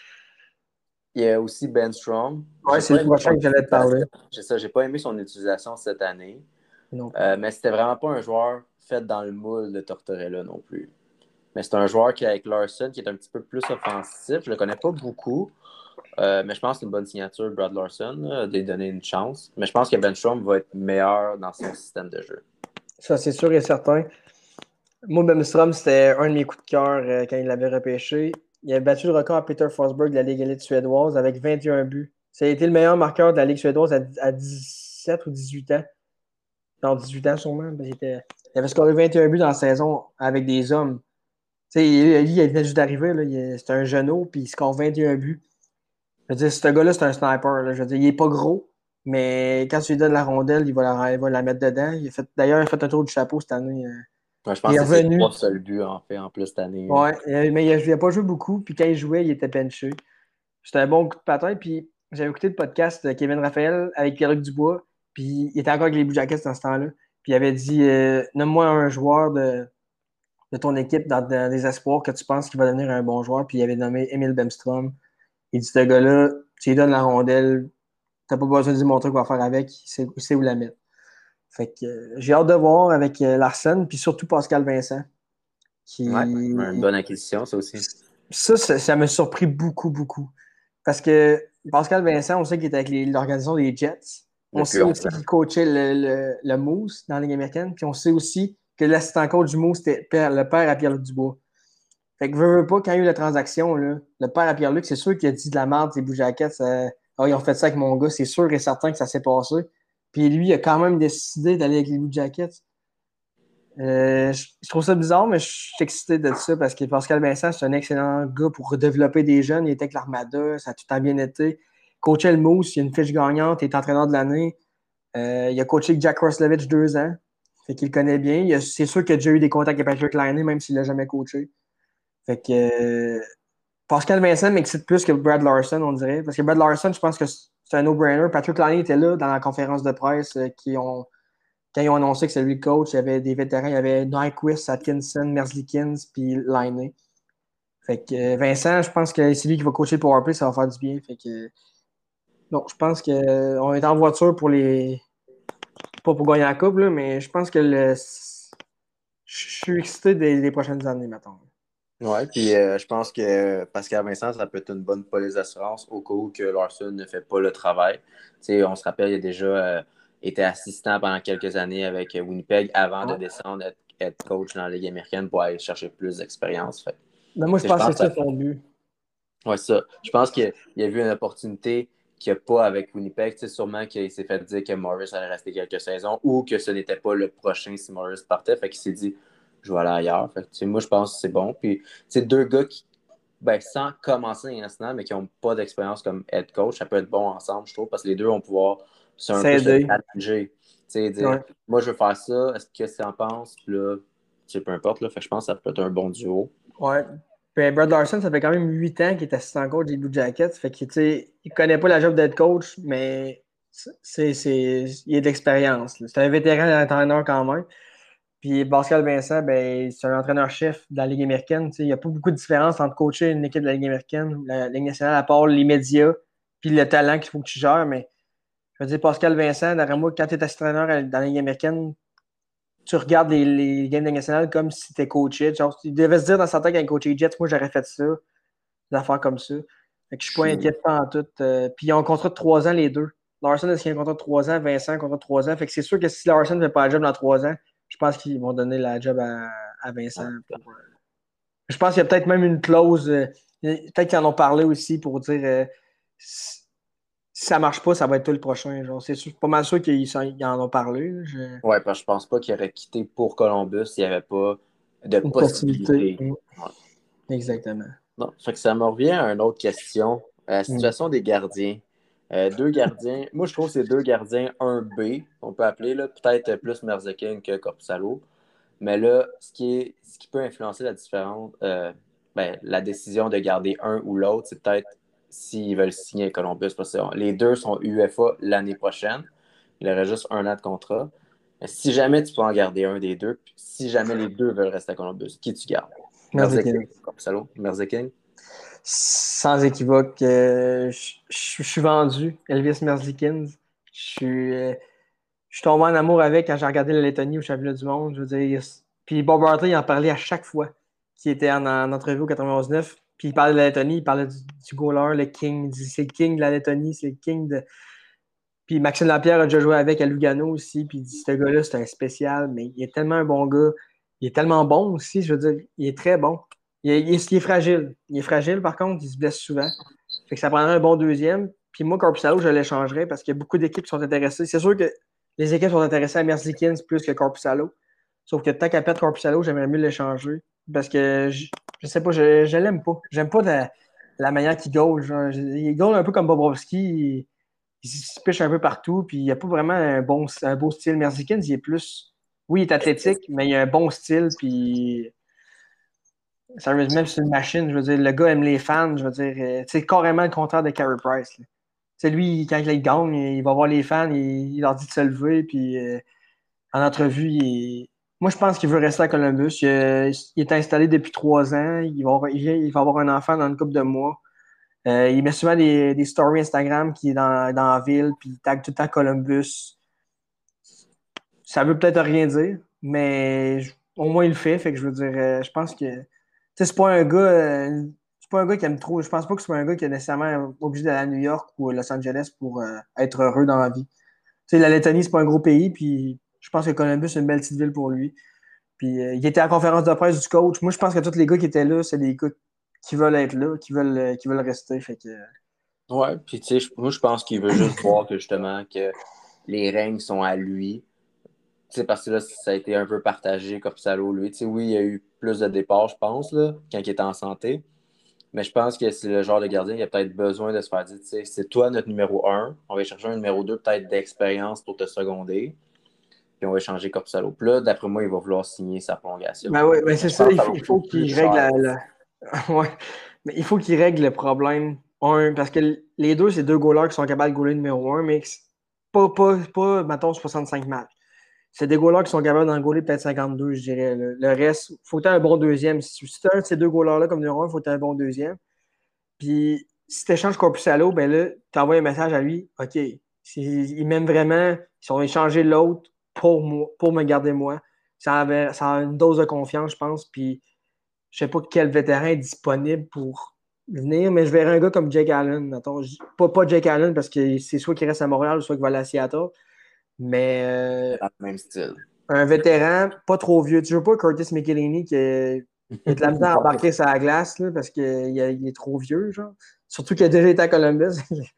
Il y a aussi Ben Strom. ouais, J'ai c'est pas le aimé prochain son que j'allais te parler. utilisation. C'est ça, j'ai pas aimé son utilisation cette année. Non plus. Euh, mais c'était vraiment pas un joueur fait dans le moule de Tortorella non plus. Mais c'est un joueur qui, avec Larson, qui est un petit peu plus offensif. Je le connais pas beaucoup, euh, mais je pense que c'est une bonne signature, Brad Larson, là, de lui donner une chance. Mais je pense que Ben Strom va être meilleur dans son système de jeu. Ça, c'est sûr et certain. Moi, Bemstrom, c'était un de mes coups de cœur euh, quand il l'avait repêché. Il a battu le record à Peter Forsberg de la Ligue élite suédoise avec vingt et un buts. Ça a été le meilleur marqueur de la Ligue suédoise à, à dix-sept ou dix-huit ans. Non, dix-huit ans sûrement. Parce qu'il était- il avait scoré vingt et un buts dans la saison avec des hommes. Tu sais, lui, il venait juste d'arriver. là. Il- C'était un genou, puis il score vingt et un buts. Je veux dire, ce gars-là, c'est un sniper. Là. Je veux dire, il est pas gros, mais quand tu lui donnes la rondelle, il va la, il va la mettre dedans. Il a fait, d'ailleurs, il a fait un tour du chapeau cette année. euh. Ouais, je Il pense est que c'est ses revenu. trois seuls buts, en fait, en plus cette année. Là. Ouais, euh, mais il n'a pas joué beaucoup. Puis quand il jouait, il était benché. C'était un bon coup de patin. Puis j'avais écouté le podcast de Kevin Raphaël avec Pierre-Luc Dubois. Puis il était encore avec les Blue Jackets dans ce temps-là. Puis il avait dit euh, nomme-moi un joueur de, de ton équipe dans, dans des espoirs que tu penses qu'il va devenir un bon joueur. Puis il avait nommé Emile Bemstrom. Il dit ce gars-là, tu lui donnes la rondelle, t'as pas besoin de lui montrer quoi faire avec, il sait, il sait où la mettre. Fait que euh, j'ai hâte de voir avec euh, Larsen, puis surtout Pascal Vincent. Ouais, une Qui... bonne acquisition, ça aussi. Ça, ça, ça m'a surpris beaucoup, beaucoup. Parce que Pascal Vincent, on sait qu'il était avec les- l'organisation des Jets. On Depuis sait aussi longtemps. qu'il coachait le, le, le Moose dans la Ligue américaine. Puis on sait aussi que l'assistant coach du Moose, c'était Pierre- le père à Pierre-Luc Dubois. Fait que veux, veux pas, quand il y a eu la transaction, là, le père à Pierre-Luc, c'est sûr qu'il a dit de la merde, ces Blue Jackets. euh, Ah, ils ont fait ça avec mon gars, c'est sûr et certain que ça s'est passé. Puis lui, il a quand même décidé d'aller avec les Blue Jackets. Euh, je, je trouve ça bizarre, mais je suis excité de ça parce que Pascal Vincent, c'est un excellent gars pour développer des jeunes. Il était avec l'Armada, ça a tout le temps bien été. Coaché le Moose, il a une fiche gagnante, il est entraîneur de l'année. Euh, il a coaché Jack Roslovich deux ans, fait qu'il le connaît bien. Il a- C'est sûr qu'il a déjà eu des contacts avec Patrick Laine, même s'il l'a jamais coaché. Fait que euh, Pascal Vincent m'excite plus que Brad Larson, on dirait. Parce que Brad Larson, je pense que c'est un no-brainer. Patrick Laine était là dans la conférence de presse euh, qui ont quand ils ont annoncé que c'est lui le coach, il y avait des vétérans, il y avait Nyquist, Atkinson, Merzlikins, puis Laine. Fait que euh, Vincent, je pense que c'est lui qui va coacher le powerplay, ça va faire du bien. Fait que non, je pense qu'on est en voiture pour les. Pas pour gagner la coupe, là, mais je pense que le. Je suis excité des, des prochaines années, maintenant. Ouais, puis euh, je pense que Pascal Vincent, ça peut être une bonne police d'assurance au cas où que Larson ne fait pas le travail. Tu sais, on se rappelle, il a déjà euh, été assistant pendant quelques années avec Winnipeg avant de Ouais. descendre être, être coach dans la Ligue américaine pour aller chercher plus d'expérience. Fait que, tu Mais moi, je sais, je pense que pense c'est que ça ça, son but. ouais, ça. Je pense qu'il a vu une opportunité qu'il n'y a pas avec Winnipeg. Tu sais, sûrement qu'il s'est fait dire que Morris allait rester quelques saisons ou que ce n'était pas le prochain si Morris partait. Fait qu'il s'est dit, je vais aller ailleurs. Fait que, tu sais, moi, je pense que c'est bon. Puis, c'est deux gars qui, ben, sans commencer national, mais qui n'ont pas d'expérience comme head coach, ça peut être bon ensemble, je trouve, parce que les deux vont pouvoir c'est un peu se S'aider. challenger. Tu sais, dire, Ouais. moi, je veux faire ça, est-ce que tu en penses? Puis là, tu sais, peu importe, là. Fait que je pense que ça peut être un bon duo. Ouais. Puis Brad Larson, ça fait quand même huit ans qu'il est assistant coach des Blue Jackets. Fait que, tu sais, il connaît pas la job d'être coach, mais c'est, c'est, il a de l'expérience. là. C'est un vétéran entraîneur quand même. Puis Pascal Vincent, ben, c'est un entraîneur-chef de la Ligue américaine. Tu sais, il n'y a pas beaucoup de différence entre coacher une équipe de la Ligue américaine ou la Ligue nationale, à part les médias puis le talent qu'il faut que tu gères. Mais je veux dire, Pascal Vincent, d'après moi, quand tu es assistant-entraîneur dans la Ligue américaine, tu regardes les, les games de Ligue nationale comme si tu coaché. Genre, il devait se dire dans sa tête qu'un coach Jets, moi, j'aurais fait ça, des affaires comme ça. Fait que je Je suis pas suis. inquiet pas en tout. Euh, puis ils ont un contrat de trois ans, les deux. Larson, est-ce qu'il a un contrat de trois ans? Vincent, un contrat de trois ans. Fait que c'est sûr que si Larson ne fait pas la job dans trois ans, je pense qu'ils vont donner la job à, à Vincent. Pour, euh, Je pense qu'il y a peut-être même une clause. euh, peut-être qu'ils en ont parlé aussi pour dire euh, si, si ça marche pas, ça va être toi le prochain. Genre, c'est sûr- pas mal sûr qu'ils s'en- ils en ont parlé. là. Je- Ouais, parce que je pense pas qu'il aurait quitté pour Columbus s'il n'y avait pas de Une possibilité. possibilité. Mm. Ouais. Exactement. Non, fait que ça me revient à une autre question. Euh, La Mm. situation des gardiens. Euh, deux gardiens. Moi, je trouve que c'est deux gardiens un B, on peut appeler, là, peut-être plus Merzekin que Corpusalo. Mais là, ce qui, est, ce qui peut influencer la différence, euh, ben, la décision de garder un ou l'autre, c'est peut-être s'ils veulent signer avec Columbus. Parce que les deux sont U F A l'année prochaine. Il aurait juste un an de contrat. Mais si jamais tu peux en garder un des deux, puis si jamais les deux veulent rester à Columbus, qui tu gardes? Merzekin Merzekin. ou Corpusalo? Merzekin? Sans équivoque, euh, je je- je suis vendu. Elvis Merzlikins. Je suis, euh, je suis tombé en amour avec quand j'ai regardé la Lettonie au championnat du monde. Je veux dire, puis Bob Hartley il en parlait à chaque fois qu'il était en, en entrevue au quatre-vingt-onze neuf. Puis il parlait de la Lettonie, il parlait du, du goaler, le king. Il dit c'est le king de la Lettonie, c'est le king de. Puis Maxime Lapierre a déjà joué avec à Lugano aussi. Puis il dit ce gars-là, c'est un spécial, mais il est tellement un bon gars. Il est tellement bon aussi, je veux dire, il est très bon. Il est, il est- il est fragile. Il est fragile, par contre, il se blesse souvent. Fait que ça prendrait un bon deuxième. Puis moi, Corpusalo, je l'échangerais parce qu'il y a beaucoup d'équipes qui sont intéressées. C'est sûr que les équipes sont intéressées à Merzlikins plus que Corpusalo. Sauf que tant qu'à perdre Corpusalo, j'aimerais mieux l'échanger. Parce que je, je sais pas, je, je l'aime pas. J'aime pas de, la manière qu'il goal. Genre, il goal un peu comme Bobrovski. Il, il se piche un peu partout. Puis il n'y a pas vraiment un, bon, un beau style. Merzlikins, il est plus. Oui, il est athlétique, mais il a un bon style. Puis sérieusement, même si c'est une machine, je veux dire, le gars aime les fans. Je veux dire, euh, c'est carrément le contraire de Carey Price. Là. C'est lui, quand il gagne, il va voir les fans, il, il leur dit de se lever. Puis euh, en entrevue, il, moi, je pense qu'il veut rester à Columbus. Il, euh, il est installé depuis trois ans. Il va avoir, il, il va avoir un enfant dans une couple de mois. Euh, il met souvent des, des stories Instagram qui est dans, dans la ville, puis il tag tout le temps Columbus. Ça veut peut-être rien dire, mais je- au moins il le fait. Fait que je veux dire, euh, je pense que tu sais, c'est pas un gars. euh, c'est pas un gars qui aime trop. Je pense pas que c'est un gars qui est nécessairement obligé d'aller à New York ou à Los Angeles pour euh, être heureux dans la vie. Tu sais, la Lettonie, c'est pas un gros pays, puis je pense que Columbus, c'est une belle petite ville pour lui. Puis euh, il était à la conférence de presse du coach. Moi, je pense que tous les gars qui étaient là, c'est des gars qui veulent être là, qui veulent, euh, qui veulent rester. Fait que, euh, Ouais, puis tu sais, je- moi je pense qu'il veut juste voir que justement que les règnes sont à lui. Tu sais, parce que là, ça a été un peu partagé, Corpusalo, lui. Tu sais, oui, il y a eu plus de départs, je pense, là, quand il était en santé. Mais je pense que c'est le genre de gardien qui a peut-être besoin de se faire dire, tu sais, c'est toi notre numéro un. On va chercher un numéro deux, peut-être d'expérience pour te seconder. Puis on va échanger Corpusalo. Puis là, d'après moi, il va vouloir signer sa prolongation. ben ouais, ben Mais c'est je ça, pense que il ça va faut, il coûter faut plus qu'il règle cher. la, la- ouais. Mais il faut qu'il règle le problème. Un, parce que les deux, c'est deux goalers qui sont capables de goaler numéro un, mais pas, pas, pas, mettons, soixante-cinq matchs. C'est des goalers qui sont capables d'en goaler peut-être cinquante-deux, je dirais. Le, le reste, il faut que tu aies un bon deuxième. Si tu as un de ces deux goalers-là comme numéro un, il faut que tu aies un bon deuxième. Puis si tu échanges Corpusalo, ben là, tu envoies un message à lui. OK, il m'aime vraiment, ils ont échangé l'autre pour moi, pour me garder moi. Ça, avait, ça a une dose de confiance, je pense. Puis je sais pas quel vétéran est disponible pour venir, mais je verrais un gars comme Jake Allen. Mettons. Pas, pas Jake Allen parce que c'est soit qu'il reste à Montréal, soit qu'il va aller à Seattle. Mais euh, C'est dans le même style. un vétéran, pas trop vieux. Tu veux pas Curtis McElhinney qui, est- qui a de la misère à embarquer sur la glace là, parce qu'il il est trop vieux, genre. Surtout qu'il a déjà été à Columbus.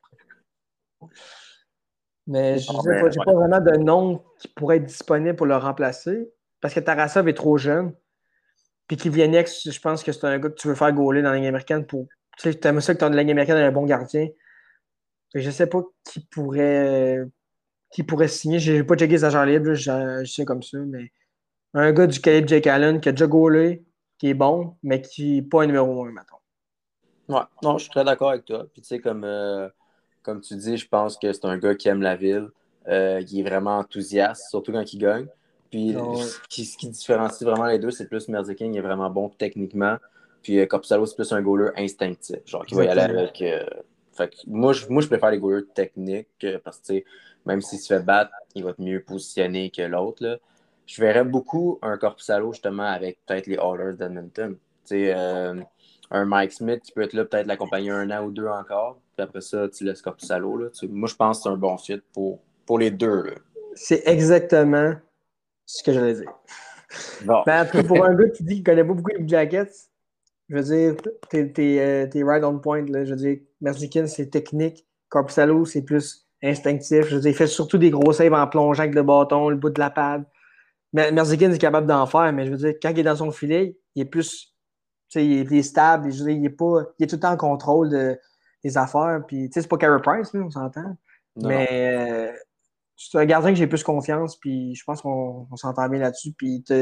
Mais je Ah, sais ben, pas, j'ai ouais. pas vraiment de nom qui pourrait être disponible pour le remplacer. Parce que Tarasov est trop jeune. Puis Kivienex, je pense que c'est un gars que tu veux faire gauler dans la Ligue américaine pour. Tu sais, t'aimes ça que dans la Ligue américaine, un bon gardien. Fait que je sais pas qui pourrait qui pourrait signer. J'ai pas checké sa agent libre, là, je, je sais comme ça, mais un gars du calibre Jake Allen qui a déjà gaulé, qui est bon, mais qui n'est pas un numéro un, mettons. Ouais, non, je suis très d'accord avec toi. Puis tu sais, comme, euh, comme tu dis, je pense que c'est un gars qui aime la ville, euh, qui est vraiment enthousiaste, surtout quand il gagne. Puis Donc, ce qui, ce qui différencie vraiment les deux, c'est plus Merzlikins, il est vraiment bon techniquement. Puis euh, Korpisalo, c'est plus un goaler instinctif, genre qui va y aller exactement. avec. euh, Fait que moi, je, moi, je préfère les goalers techniques euh, parce que tu sais, même s'il se fait battre, il va être mieux positionné que l'autre, là. Je verrais beaucoup un Korpisalo justement avec peut-être les Oilers d'Edmonton. Tu sais, euh, un Mike Smith qui peut être là, peut-être l'accompagner un an ou deux encore. Puis après ça, tu laisses Corpusalo. Là. Tu- moi, je pense que c'est un bon fit pour, pour les deux. Là. C'est exactement ce que j'allais dire. Bon. Ben, en tout cas, pour un gars qui dit qu'il connaît pas beaucoup les Blue Jackets, je veux dire, t'es, t'es, euh, t'es right on point. Là. Je veux dire, Merzlikins, c'est technique. Corpusalo, c'est plus instinctif. Je veux dire, il fait surtout des gros saves en plongeant avec le bâton, le bout de la pad. Mer- Merzlikins est capable d'en faire, mais je veux dire, quand il est dans son filet, il est plus. Tu sais, il est, il est stable. Je veux dire, il est pas. Il est tout le temps en contrôle de, des affaires. Puis, tu sais, c'est pas Carey Price, là, on s'entend. Non, non. Mais euh, c'est un gardien que j'ai plus confiance. Puis, je pense qu'on on s'entend bien là-dessus. Puis, tu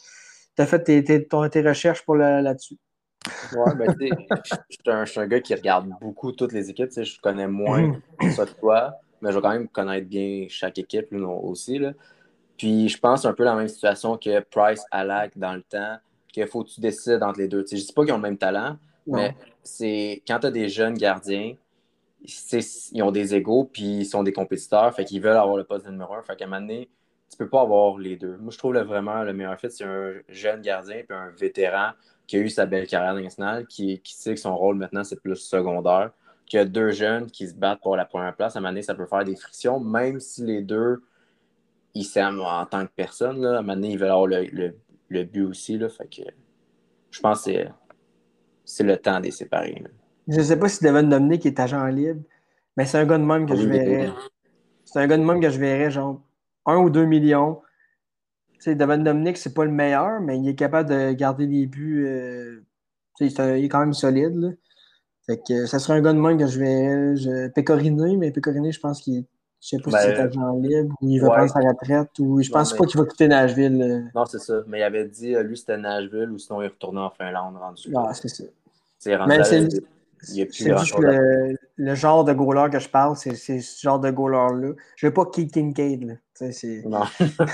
as fait tes, tes, ton- tes recherches pour la- là-dessus. Ouais, ben, tu sais, je je suis un, je suis un gars qui regarde beaucoup toutes les équipes. Tu sais, je connais moins Mhm. ça que toi, mais je vais quand même connaître bien chaque équipe là, non, aussi. Là. Puis je pense un peu la même situation que Price, Alak dans le temps, qu'il faut que tu décides entre les deux. Tu sais, je dis pas qu'ils ont le même talent, mais Non. c'est quand tu as des jeunes gardiens, c'est- ils ont des égaux puis ils sont des compétiteurs, fait qu'ils veulent avoir le poste de numéro un. Fait qu'à un moment donné, tu peux pas avoir les deux. Moi, je trouve le, vraiment le meilleur fit, c'est un jeune gardien puis un vétéran qui a eu sa belle carrière nationale, qui, qui sait que son rôle maintenant, c'est plus secondaire. Qu'il y a deux jeunes qui se battent pour la première place. À un moment donné, ça peut faire des frictions, même si les deux, ils s'aiment en tant que personne. Là. À un moment donné, ils veulent avoir le, le, le but aussi. Là. Fait que je pense que c'est, c'est le temps de les séparer. Là. Je sais pas si Devon Dominic est agent libre, mais c'est un gars de même Ah que je oui, verrais. C'est un gars de même que je verrais, genre, un ou deux millions. Tu sais, Devon Dominic, c'est pas le meilleur, mais il est capable de garder des buts. euh, tu sais, c'est un- il est quand même solide, là. Fait que ça serait un gars de même que je vais je, Pécoriné, mais Pécoriné, je pense qu'il je sais pas si c'est Ben, agent libre ou il va prendre ouais. sa retraite ou je Non, pense mais pas qu'il va quitter Nashville. euh. non, c'est ça. Mais il avait dit, euh, lui, c'était Nashville ou sinon il retournait en Finlande rendu là. Ah, c'est ça. C'est rendu Mais là, c'est il n'y a plus c'est juste grand-chose à faire. le, le genre de goaler que je parle, c'est c'est ce genre de goaler-là. Je veux pas Keith Kincaid, là. Tu sais, c'est. Non.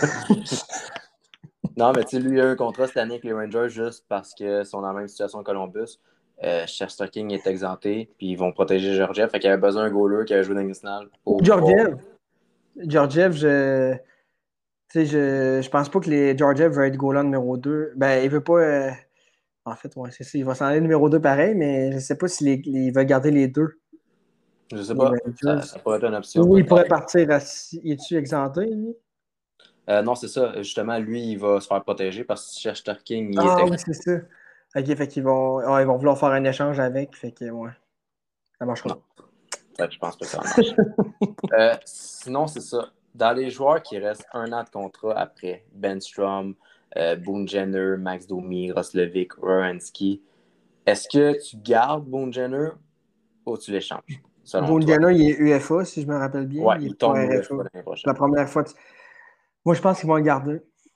Non, mais tu sais, lui, il a eu un contrat cette année avec les Rangers juste parce qu'ils sont dans la même situation que Columbus. Euh, Shesterkin est exempté, puis ils vont protéger Georgiev. Fait qu'il avait besoin d'un goaler qui avait joué dans le national Ou pour pouvoir. Georgiev. Georgiev, je. Tu sais, je, je pense pas que les Georgiev veut être goaler numéro deux. Ben, il veut pas. euh, En fait, ouais, c'est ça. Il va s'en aller numéro deux pareil, mais je sais pas s'il si il veut garder les deux, Je sais les pas, ça, Rangers. ça pourrait être une option Ou il pourrait peut-être. partir à. Il est-tu exempté, lui? Euh, non, c'est ça. Justement, lui, il va se faire protéger parce que Shesterkin, il est Ah oui, exempté. c'est ça. Ok, fait qu'ils vont. Ah, ils vont vouloir faire un échange avec. Fait que, ouais, ça marchera Non, pas. ça, je pense pas que ça va marcher. Euh, sinon, c'est ça. Dans les joueurs qui restent un an de contrat après, Ben Strom, euh, Boone Jenner, Max Domi, Roslovic, Werenski, est-ce que tu gardes Boone Jenner ou tu l'échanges, selon toi? Boundiana, il est U F A, si je me rappelle bien. Ouais, Il est il pas tombe au R F A. U F A l'année La prochaine. première fois. tu- Moi, je pense qu'ils vont le garder.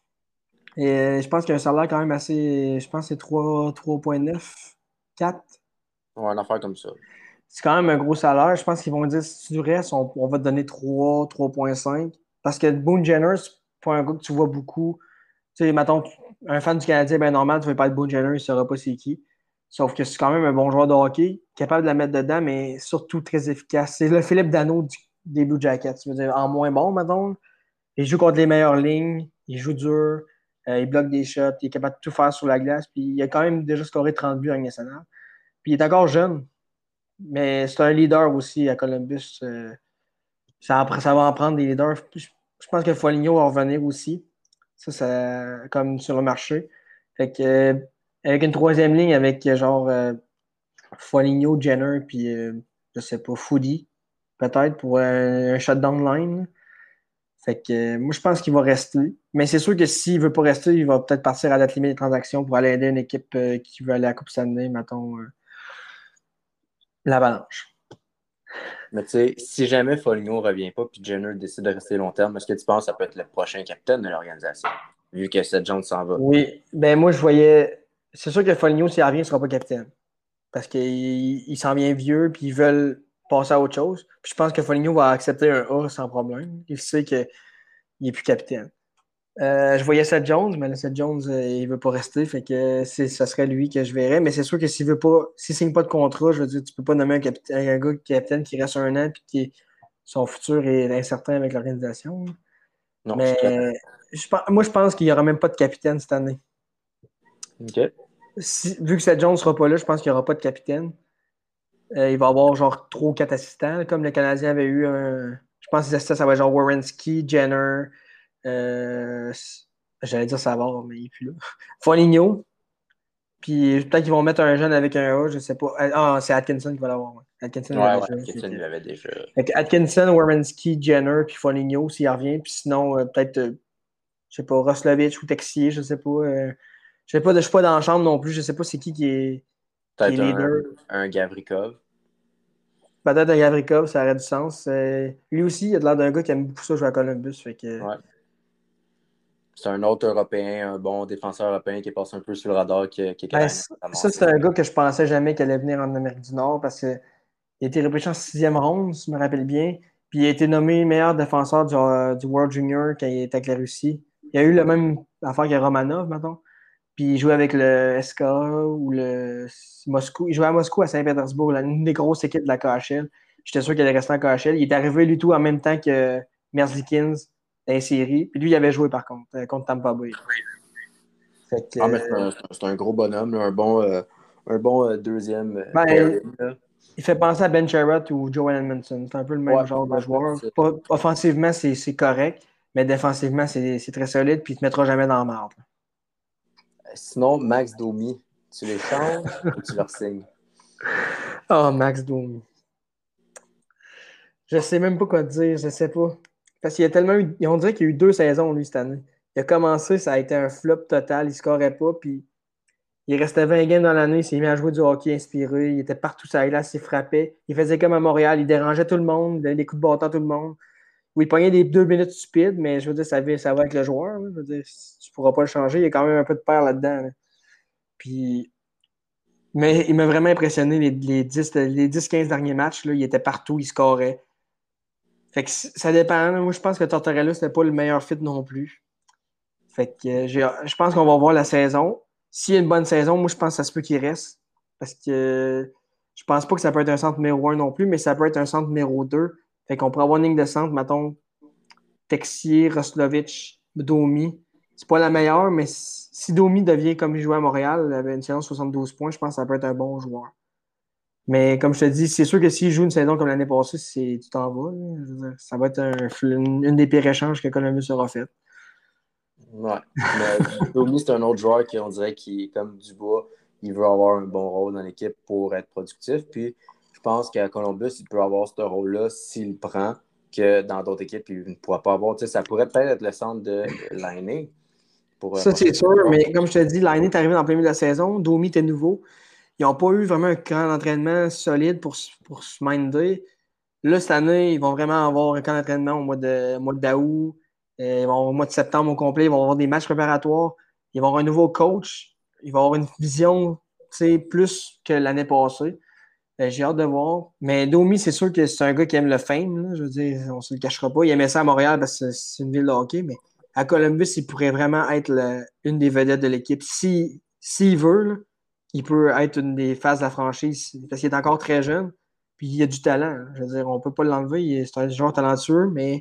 Et euh, je pense qu'il y a un salaire quand même assez. Je pense que c'est trois virgule neuf, quatre. Ouais, une affaire comme ça. C'est quand même un gros salaire. Je pense qu'ils vont dire si tu restes, on, on va te donner trois, trois virgule cinq. Parce que Boone Jenner, c'est pas un gars que tu vois beaucoup. Tu sais, mettons, un fan du Canadien, ben normal, tu ne veux pas être Boone Jenner, il ne saura pas c'est qui. Sauf que c'est quand même un bon joueur de hockey, capable de la mettre dedans, mais surtout très efficace. C'est le Philippe Danault du- des Blue Jackets. Je veux dire, en moins bon, mettons. Il joue contre les meilleures lignes, il joue dur, euh, il bloque des shots, il est capable de tout faire sur la glace, puis il a quand même déjà scoré trente buts en national. Puis il est encore jeune, mais c'est un leader aussi à Columbus. euh, ça, en- ça va en prendre des leaders. Je, je pense que Foligno va revenir aussi. Ça, ça comme sur le marché. Fait que, euh, avec une troisième ligne avec euh, genre euh, Foligno, Jenner, puis euh, je sais pas, Foodie, peut-être pour un, un shutdown line. Fait que euh, moi, je pense qu'il va rester. Mais c'est sûr que s'il veut pas rester, il va peut-être partir à la limite des transactions pour aller aider une équipe euh, qui veut aller à la Coupe Stanley, mettons, euh, l'Avalanche. Mais tu sais, si jamais Foligno ne revient pas puis Jenner décide de rester long terme, est-ce que tu penses que ça peut être le prochain capitaine de l'organisation, vu que Seth Jones s'en va? Oui, ben moi, je voyais. C'est sûr que Foligno, s'il revient, il ne sera pas capitaine. Parce qu'il il s'en vient vieux, puis ils veulent passer à autre chose. Puis je pense que Foligno va accepter un A sans problème. Il sait qu'il n'est plus capitaine. Euh, je voyais Seth Jones, mais là, Seth Jones, euh, il veut pas rester. Fait que c'est, ça serait lui que je verrais. Mais c'est sûr que s'il veut pas, s'il signe pas de contrat, je veux dire, tu peux pas nommer un, capitaine, un gars capitaine qui reste un an puis qui son futur est incertain avec l'organisation. Non, je Mais suis très. je pense- moi, je pense qu'il n'y aura même pas de capitaine cette année. OK. Si- vu que Seth Jones ne sera pas là, je pense qu'il n'y aura pas de capitaine. Euh, il va y avoir genre trois ou quatre assistants, comme le Canadien avait eu un. Je pense que les assistants, ça va être genre Werenski, Jenner, euh, j'allais dire Savard, mais il n'est plus là. Foligno. Puis peut-être qu'ils vont mettre un jeune avec un A, je sais pas. Ah, c'est Atkinson qui va l'avoir. Ouais. Atkinson l'a Ouais, ouais, déjà. Fait Kitson que, l'avait déjà. fait que Atkinson, Werenski, Jenner, puis Foligno s'il revient. Puis sinon, euh, peut-être, euh, je sais pas, Roslovich ou Texier, je sais pas. euh, je sais pas, je suis pas dans la chambre non plus, je sais pas c'est qui qui est, qui est Peut-être un, leader. un Gavrikov. Peut-être un Gavrikov, ça aurait du sens. Euh, lui aussi, il a l'air d'un gars qui aime beaucoup ça jouer à Columbus. Fait que... Ouais. C'est un autre Européen, un bon défenseur européen qui passe un peu sur le radar qui, qui est Ben, canadien, ça, ça, c'est ramassé. un gars que je pensais jamais qu'il allait venir en Amérique du Nord parce qu'il a été repêché en sixième ronde, si je me rappelle bien. Puis il a été nommé meilleur défenseur du, euh, du World Junior quand il était avec la Russie. Il a eu la même affaire que Romanov, maintenant. Puis il jouait avec le S K A ou le Moscou. Il jouait à Moscou, à Saint-Pétersbourg, là, une des grosses équipes de la K H L. J'étais sûr qu'il allait rester en K H L. Il est arrivé lui tout en même temps que Merzlikins dans les séries. Puis lui, il avait joué par contre, euh, contre Tampa Bay. Fait que, Ah, mais c'est euh, un, c'est un- c'est un gros bonhomme, là, un bon, euh, un bon euh, deuxième euh, ben, pairing, là. il fait penser à Ben Sherratt ou Joel Edmondson. C'est un peu le Ouais, même genre de pas mal joueur. ça. Pas- offensivement, c'est c'est correct, mais défensivement, c'est c'est très solide, puis il ne te mettra jamais dans la marde. Sinon, Max Domi, tu l'échanges ou tu le signes? Oh, Max Domi. Je sais même pas quoi te dire, je sais pas. Parce qu'il y a tellement eu. On dirait qu'il y a eu deux saisons, lui, cette année. Il a commencé, ça a été un flop total, il ne scorait pas, puis Il restait vingt games dans l'année, il s'est mis à jouer du hockey inspiré, il était partout sur la glace, il frappait. Il faisait comme à Montréal, il dérangeait tout le monde, il donnait des coups de bâton à tout le monde. Oui, il pognait des deux minutes stupides, mais je veux dire, ça va, ça va avec le joueur. Là. Je veux dire, tu ne pourras pas le changer. Il y a quand même un peu de peur là-dedans. Là. Puis, mais il m'a vraiment impressionné les, les dix, les dix quinze derniers matchs. Là, il était partout, il scorait. Fait que ça dépend. Là. Moi, je pense que Tortorella, c'était pas le meilleur fit non plus. Fait que euh, j'ai- je pense qu'on va voir la saison. S'il y a une bonne saison, moi, je pense que ça se peut qu'il reste. Parce que euh, je pense pas que ça peut être un centre numéro un non plus, mais ça peut être un centre numéro deux. Fait qu'on pourrait avoir une ligne de centre, mettons, Texier, Roslovic, Domi. C'est pas la meilleure, mais si Domi devient comme il jouait à Montréal, avec une saison de soixante-douze points, je pense que ça peut être un bon joueur. Mais comme je te dis, c'est sûr que s'il joue une saison comme l'année passée, c'est tu t'en vas. Là. Je veux dire, ça va être un, une, une des pires échanges que Columbus aura fait. Ouais. Mais Domi, c'est un autre joueur qui, on dirait, qui est comme Dubois. Il veut avoir un bon rôle dans l'équipe pour être productif. Puis, je pense qu'à Columbus, il peut avoir ce rôle-là s'il le prend, que dans d'autres équipes, il ne pourra pas avoir. Tu sais, ça pourrait peut-être être le centre de l'année pour la Ça, c'est prochaine sûr, saison. mais comme je te dis, l'année est arrivée dans le premier de la saison. Domi était nouveau. Ils n'ont pas eu vraiment un camp d'entraînement solide pour, pour se minder. Là, cette année, ils vont vraiment avoir un camp d'entraînement au mois de, au mois d'août. Euh, ils vont avoir au mois de septembre au complet. Ils vont avoir des matchs préparatoires. Ils vont avoir un nouveau coach. Ils vont avoir une vision plus que l'année passée. Euh, j'ai hâte de voir. Mais Domi, c'est sûr que c'est un gars qui aime le fame. Là. Je veux dire, on ne se le cachera pas. Il aimait ça à Montréal parce que c'est une ville de hockey. Mais à Columbus, il pourrait vraiment être le- une des vedettes de l'équipe. Si, s'il veut, là, il peut être une des phases de la franchise parce qu'il est encore très jeune. Puis il a du talent. Hein. Je veux dire, on ne peut pas l'enlever. Il est- C'est un joueur talentueux, mais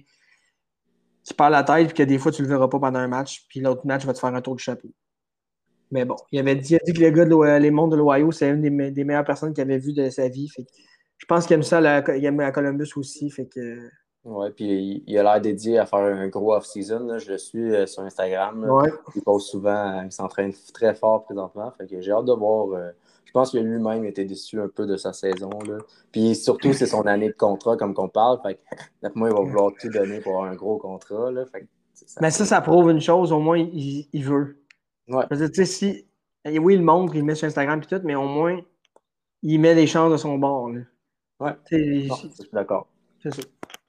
qui perd la tête et que des fois, tu ne le verras pas pendant un match. Puis l'autre match va te faire un tour de chapeau. Mais bon, il avait dit, il a dit que le gars de l'O- les mondes de l'Ohio, c'est une des, me- des meilleures personnes qu'il avait vues de sa vie. Fait que je pense qu'il aime ça, là, il aime à Columbus aussi. Fait que, Ouais, puis il, il a l'air dédié à faire un gros off-season. Là. Je le suis euh, sur Instagram. Là. ouais. Il pose souvent, euh, il s'entraîne très fort présentement. Fait que j'ai hâte de voir. euh, je pense que lui-même était déçu un peu de sa saison. Là. Puis surtout, c'est son année de contrat, comme qu'on parle. Fait que d'après moi, il va vouloir tout donner pour avoir un gros contrat. Là. Fait que ça Mais ça, peut. ça prouve une chose, au moins, il, il veut. Ouais, Je veux dire, tu sais, si, et oui, il montre, il met sur Instagram et tout, mais au moins, il met les chances de son bord. Là. ouais. Tu Non, sais, je suis d'accord. c'est ça.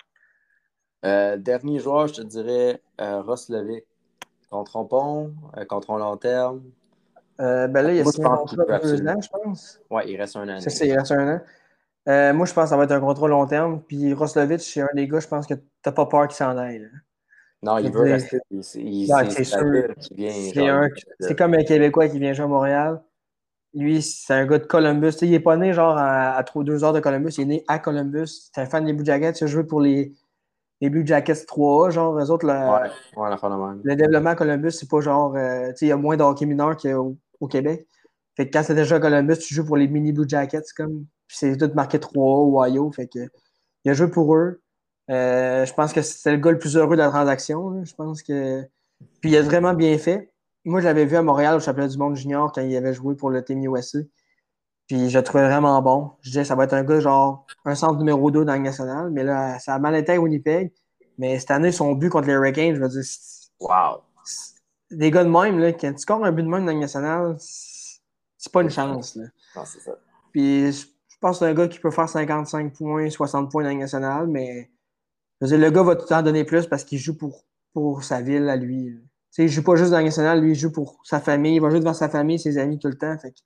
Euh, dernier joueur, je te dirais euh, Roslovic. Contre pont, euh, contre long terme. Euh, ben là, il a Moi, je signé un pense qu'il contrat peut de deux absolument. ans, je pense. Ouais, il reste une Ça, année. c'est, il reste un an. Euh, moi, je pense que ça va être un contrat long terme. Puis Roslovic, c'est un des gars, je pense que t'as pas peur qu'il s'en aille. Là. Non, Je il veux veut dire, rester. Il- C'est il- ouais, c'est- c'est c'est la sûr. ville qui vient, C'est genre, il un, vient c'est de- comme un Québécois qui vient jouer à Montréal. Lui, c'est un gars de Columbus. Tu sais, il n'est pas né genre à, à trop deux heures de Columbus. Il est né à Columbus. C'est un fan des Blue Jackets. Il a joué pour les, les Blue Jackets trois A. Genre, eux autres, le, Ouais, ouais, la fin de même. le développement à Columbus, c'est pas genre. euh, tu sais, il y a moins de hockey mineur qu'au au Québec. Fait que quand c'est déjà à Columbus, tu joues pour les mini Blue Jackets. Comme, puis c'est tout marqué trois A, Ohio. Fait que, il a joué pour eux. Euh, je pense que c'est le gars le plus heureux de la transaction. Là. Je pense que. Puis il a vraiment bien fait. Moi, je l'avais vu à Montréal au championnat du monde junior quand il avait joué pour le Team U S A. Puis je le trouvais vraiment bon. Je disais, ça va être un gars genre un centre numéro deux dans la Ligue nationale. Mais là, ça a mal été à Winnipeg. Mais cette année, son but contre les Hurricanes, je veux dire, c'est- Wow. c'est- des gars de même, là, quand tu scores un but de même dans la Ligue nationale, c'est c'est pas une chance. Là. Non, c'est ça. Puis je je pense que c'est un gars qui peut faire cinquante-cinq points, soixante points dans la Ligue nationale, mais je veux dire, le gars va tout le temps donner plus parce qu'il joue pour, pour sa ville à lui. Là. Tu sais, il joue pas juste dans la Ligue nationale, lui, il joue pour sa famille. Il va jouer devant sa famille, ses amis tout le temps. Fait que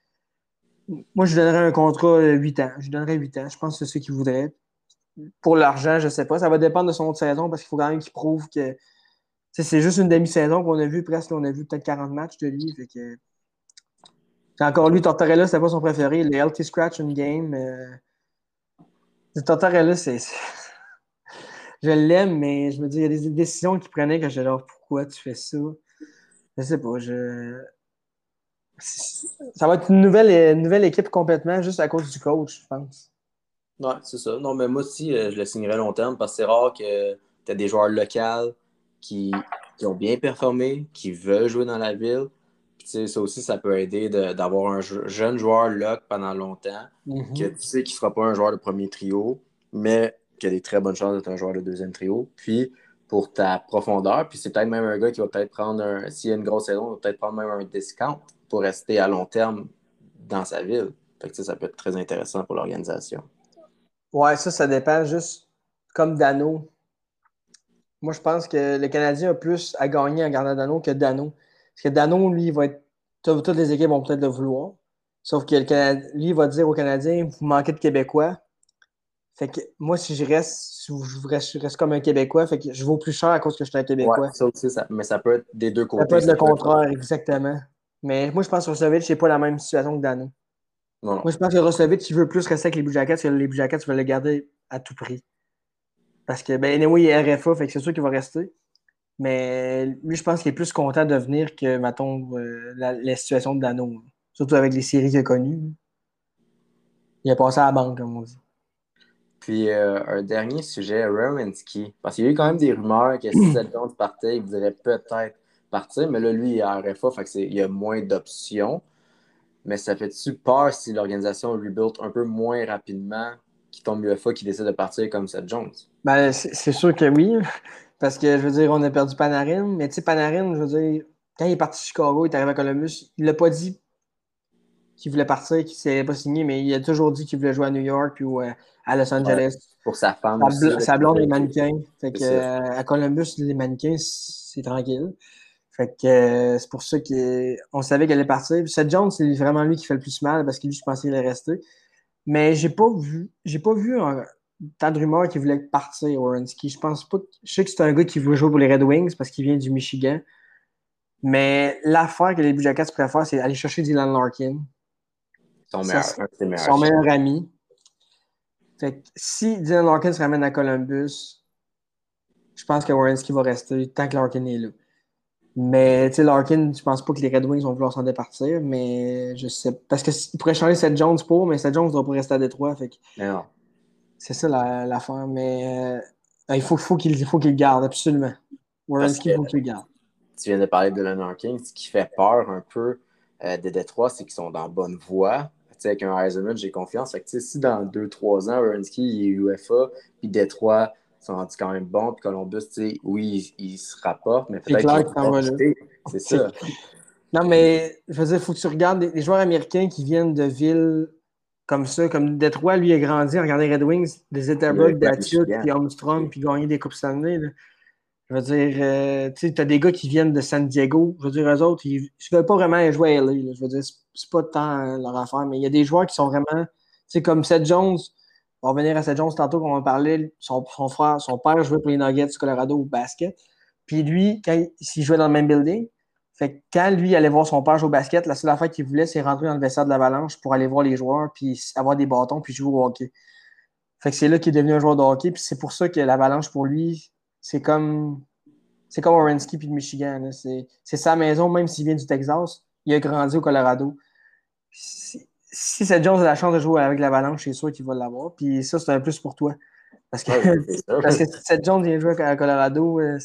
moi, je lui donnerais un contrat euh, huit ans. Je lui donnerais huit ans. Je pense que c'est ce qu'il voudrait. Pour l'argent, je sais pas. Ça va dépendre de son autre saison parce qu'il faut quand même qu'il prouve que tu sais, c'est juste une demi-saison qu'on a vu presque. On a vu peut-être quarante matchs de lui. Fait que... c'est encore lui, Tortorella, c'était pas son préféré. Le healthy scratch une game. Euh... Tortorella, c'est. Je l'aime, mais je me dis, il y a des décisions qu'il prenait que j'étais genre, pourquoi tu fais ça? Je sais pas. Je... Ça va être une nouvelle, une nouvelle équipe complètement juste à cause du coach, je pense. Ouais, c'est ça. Non, mais moi aussi, euh, je le signerais long terme parce que c'est rare que tu as des joueurs locaux qui, qui ont bien performé, qui veulent jouer dans la ville. Puis, tu sais, ça aussi, ça peut aider de- d'avoir un je- jeune joueur loc pendant longtemps, que Mhm. tu sais qu'il ne sera pas un joueur de premier trio, mais qui a des très bonnes chances d'être un joueur de deuxième trio. Puis, pour ta profondeur. Puis c'est peut-être même un gars qui va peut-être prendre un. S'il y a une grosse saison, il va peut-être prendre même un discount pour rester à long terme dans sa ville. Fait que ça, ça peut être très intéressant pour l'organisation. Ouais, ça, ça dépend juste comme Dano. Moi, je pense que le Canadien a plus à gagner en gardant Dano que Dano. Parce que Dano, lui, il va être. Toutes les équipes vont peut-être le vouloir. Sauf que le Canadien, lui, il va dire aux Canadiens, vous manquez de Québécois. Fait que moi, si je reste, je reste, je reste comme un Québécois, fait que je vaux plus cher à cause que je suis un Ouais, Québécois. ça aussi, ça, mais ça peut être des deux Ça peut côtés. être le Ça peut être... contraire, exactement. Mais moi, je pense que Roslovic, c'est pas la même situation que Dano. Non, non. Moi, je pense que Roslovic, il veut plus rester avec les Blue Jackets que les Blue Jackets veulent le garder à tout prix. Parce que, ben, anyway, il est R F A, fait que c'est sûr qu'il va rester. Mais lui, je pense qu'il est plus content de venir que, mettons, euh, la, la situation de Dano. Surtout avec les séries qu'il a connues. Il a passé à la banque, comme on dit. Puis euh, un dernier sujet, Werenski. Parce qu'il y a eu quand même des rumeurs que si Seth Jones partait, il voudrait peut-être partir. Mais là, lui, il est à R F A, fait que c'est, il y a moins d'options. Mais ça fait-tu peur si l'organisation rebuild un peu moins rapidement, qui tombe U F A, qui décide de partir comme Seth Jones? Ben, c'est c'est sûr que oui. Parce que, je veux dire, on a perdu Panarin. Mais tu sais, Panarin, je veux dire, quand il est parti de Chicago, il est arrivé à Columbus, il l'a pas dit qu'il voulait partir, qu'il ne s'est pas signé, mais il a toujours dit qu'il voulait jouer à New York ou euh, à Los Ouais. Angeles. Pour sa femme Sa, aussi, bl- là, sa qui blonde est veut- mannequin. Fait c'est que, ça. euh, à Columbus, les mannequins, c'est tranquille. Fait que euh, c'est pour ça qu'on savait qu'elle allait partir. Puis Seth Jones, c'est vraiment lui qui fait le plus mal parce que lui, je pensais qu'il allait rester. Mais j'ai pas vu, j'ai pas vu un, tant de rumeurs qu'il voulait partir, Werenski. Je pense pas. que- Je sais que c'est un gars qui veut jouer pour les Red Wings parce qu'il vient du Michigan. Mais l'affaire que les Blue Jackets préfèrent, c'est aller chercher Dylan Larkin. Son Ça meilleur, serait un de ses meilleurs son choix. meilleur ami. Fait que si Dylan Larkin se ramène à Columbus, je pense que Werenski va rester tant que Larkin est là. Mais tu sais, Larkin, je pense pas que les Red Wings vont vouloir s'en départir, mais je sais. Parce qu'il pourrait changer Seth Jones pour, mais Seth Jones doit pas rester à Détroit. Fait que Mais non. c'est ça la- l'affaire. Mais euh, il faut, faut qu'il faut qu'il le garde, absolument. Parce Werenski, que il faut qu'il le garde. tu viens de parler de Leonard King. Ce qui fait peur un peu euh, des Détroits, c'est qu'ils sont dans bonne voie. Tu sais, avec un Eisenman, j'ai confiance. Fait que, tu sais, si dans deux trois ans, Werenski il est U F A, puis Détroit sont rendus quand même bons, puis Columbus, tu sais, oui, il, il se rapporte, mais C'est peut-être qu'ils clair vont qu'il s'en pas va là. quitter. C'est C'est- ça. Non, mais je veux dire, il faut que tu regardes les, les joueurs américains qui viennent de villes comme ça, comme Détroit, lui, il a grandi en regardant les Red Wings, des Il a Etterberg, été à Datsyuk, Michigan. puis Armstrong, puis gagner des Coupes Stanley. Là. Je veux dire, euh, tu sais, t'as des gars qui viennent de San Diego. Je veux dire, eux autres, ils ne veulent pas vraiment jouer à L A. Là. Je veux dire, c'est c'est pas tant leur affaire, mais il y a des joueurs qui sont vraiment, tu sais, comme Seth Jones. On va revenir à Seth Jones tantôt, qu'on en parlait. Son, son frère, son père jouait pour les Nuggets du Colorado au basket. Puis lui, quand il, s'il jouait dans le même building, fait que quand lui allait voir son père jouer au basket, la seule affaire qu'il voulait, c'est rentrer dans le vestiaire de l'Avalanche pour aller voir les joueurs, puis avoir des bâtons, puis jouer au hockey. Fait que c'est là qu'il est devenu un joueur de hockey, puis c'est pour ça que l'Avalanche, pour lui, c'est comme c'est comme Orensky puis le Michigan. Là. C'est, c'est sa maison, même s'il vient du Texas. Il a grandi au Colorado. Si, si Seth Jones a la chance de jouer avec l'Avalanche, c'est sûr qu'il va l'avoir. Puis ça, c'est un plus pour toi. Parce que, Ouais, ben, c'est ça. parce que si Seth Jones vient jouer à Colorado, euh,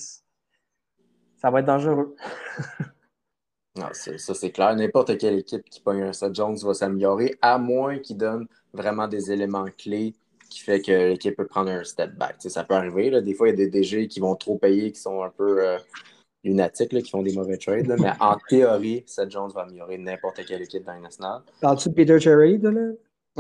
ça va être dangereux. Non, c'est- ça, c'est clair. N'importe quelle équipe qui pogne un Seth Jones va s'améliorer, à moins qu'il donne vraiment des éléments clés qui fait que l'équipe peut prendre un step back. Tu sais, ça peut arriver. Là. Des fois, il y a des D G qui vont trop payer, qui sont un peu euh, lunatiques, là, qui font des mauvais trades. Là. Mais en théorie, Seth Jones va améliorer n'importe quelle équipe dans la nationale. Parles-tu de Peter Cherry, là?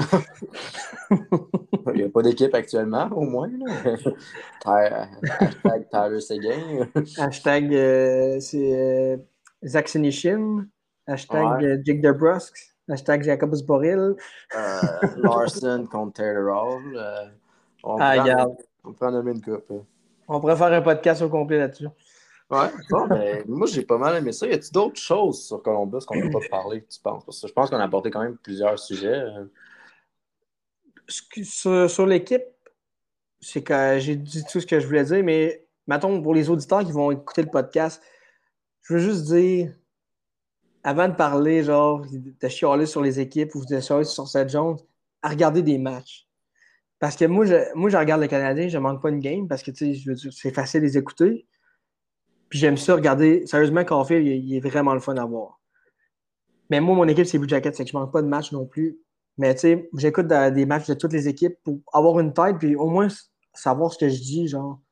Il n'y a pas d'équipe actuellement, au moins. Là. Ty- Hashtag Tyler Seguin. Hashtag euh, c'est euh, Zach Senyshyn. Hashtag Ouais. euh, Jake DeBrusk. Hashtag Jacobus Boril. Euh, Larson contre Taylor Hall. Euh, on, Ah, prend, regarde. on prend nommer une coupe. Hein. On pourrait faire un podcast au complet là-dessus. Ouais, bon, ben, moi j'ai pas mal aimé ça. Y a-t-il d'autres choses sur Columbus qu'on n'a pas parlé, tu penses? Parce que je pense qu'on a abordé quand même plusieurs sujets. euh. Sur, sur l'équipe, c'est que j'ai dit tout ce que je voulais dire, mais mettons, pour les auditeurs qui vont écouter le podcast, je veux juste dire, avant de parler, genre, de chialer sur les équipes ou de chialer sur Seth Jones, à regarder des matchs. Parce que moi, je, moi, je regarde le Canadien, je ne manque pas une game parce que, tu sais, je veux dire, c'est facile de les écouter. Puis j'aime ça regarder. Sérieusement, Caulfield, il, il est vraiment le fun à voir. Mais moi, mon équipe, c'est Blue Jackets, c'est que je ne manque pas de match non plus. Mais tu sais, j'écoute des matchs de toutes les équipes pour avoir une tête, puis au moins savoir ce que je dis, genre.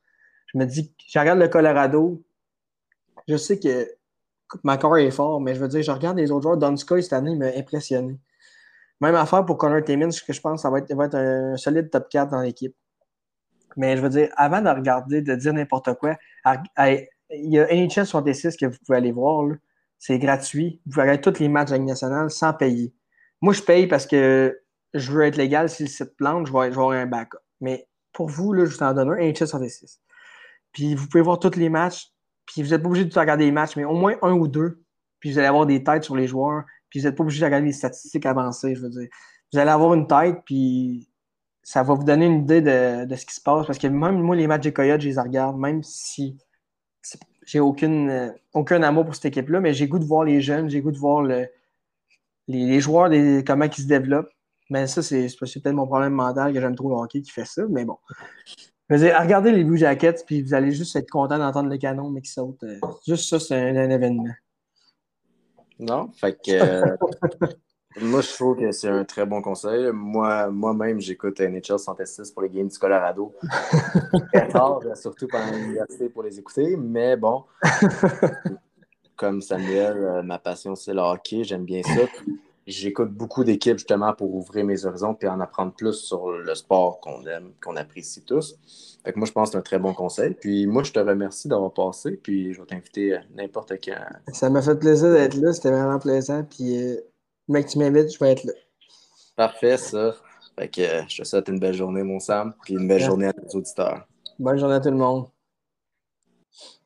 Je me dis, je regarde le Colorado, je sais que ma corps est fort, mais je veux dire, je regarde les autres joueurs. Donskoy, cette année, il m'a impressionné. Même affaire pour Connor Timmins, que je pense que ça va être, va être un solide top quatre dans l'équipe. Mais je veux dire, avant de regarder, de dire n'importe quoi, à- à- il y a N H L soixante-six que vous pouvez aller voir. Là. C'est gratuit. Vous pouvez regarder tous les matchs de la Ligue nationale sans payer. Moi, je paye parce que je veux être légal. Si le site plante, je vais, je vais avoir un backup. Mais pour vous, là, je vous en donne un, N H L soixante-six. Puis vous pouvez voir tous les matchs. Puis vous n'êtes pas obligé de tout regarder les matchs, mais au moins un ou deux. Puis vous allez avoir des têtes sur les joueurs. Puis vous n'êtes pas obligé de regarder les statistiques avancées, je veux dire. Vous allez avoir une tête, puis ça va vous donner une idée de, de ce qui se passe. Parce que même moi, les matchs des Coyotes, je les regarde, même si j'ai aucune, euh, aucun amour pour cette équipe-là, mais j'ai goût de voir les jeunes, j'ai goût de voir le, les, les joueurs, des, comment ils se développent. Mais ça, c'est, c'est peut-être mon problème mental que j'aime trop le hockey qui fait ça, mais bon. Je veux dire, regardez les Blue Jackets, puis vous allez juste être content d'entendre le canon, mais qui saute. Euh, juste ça, c'est un, un événement. Non? Fait que euh, moi, je trouve que c'est un très bon conseil. Moi, moi-même, j'écoute N H L soixante-six pour les games du Colorado. Très tard, euh, surtout pendant l'université pour les écouter. Mais bon, comme Samuel, euh, ma passion, c'est le hockey. J'aime bien ça. J'écoute beaucoup d'équipes justement pour ouvrir mes horizons et en apprendre plus sur le sport qu'on aime, qu'on apprécie tous. Fait que moi, je pense que c'est un très bon conseil. Puis moi, je te remercie d'avoir passé. Puis je vais t'inviter euh, n'importe quand. Ça m'a fait plaisir d'être là, c'était vraiment plaisant. Puis, euh, mec, tu m'invites, je vais être là. Parfait, ça. Fait que euh, je te souhaite une belle journée, mon Sam. Puis une belle Merci. journée à tes auditeurs. Bonne journée à tout le monde.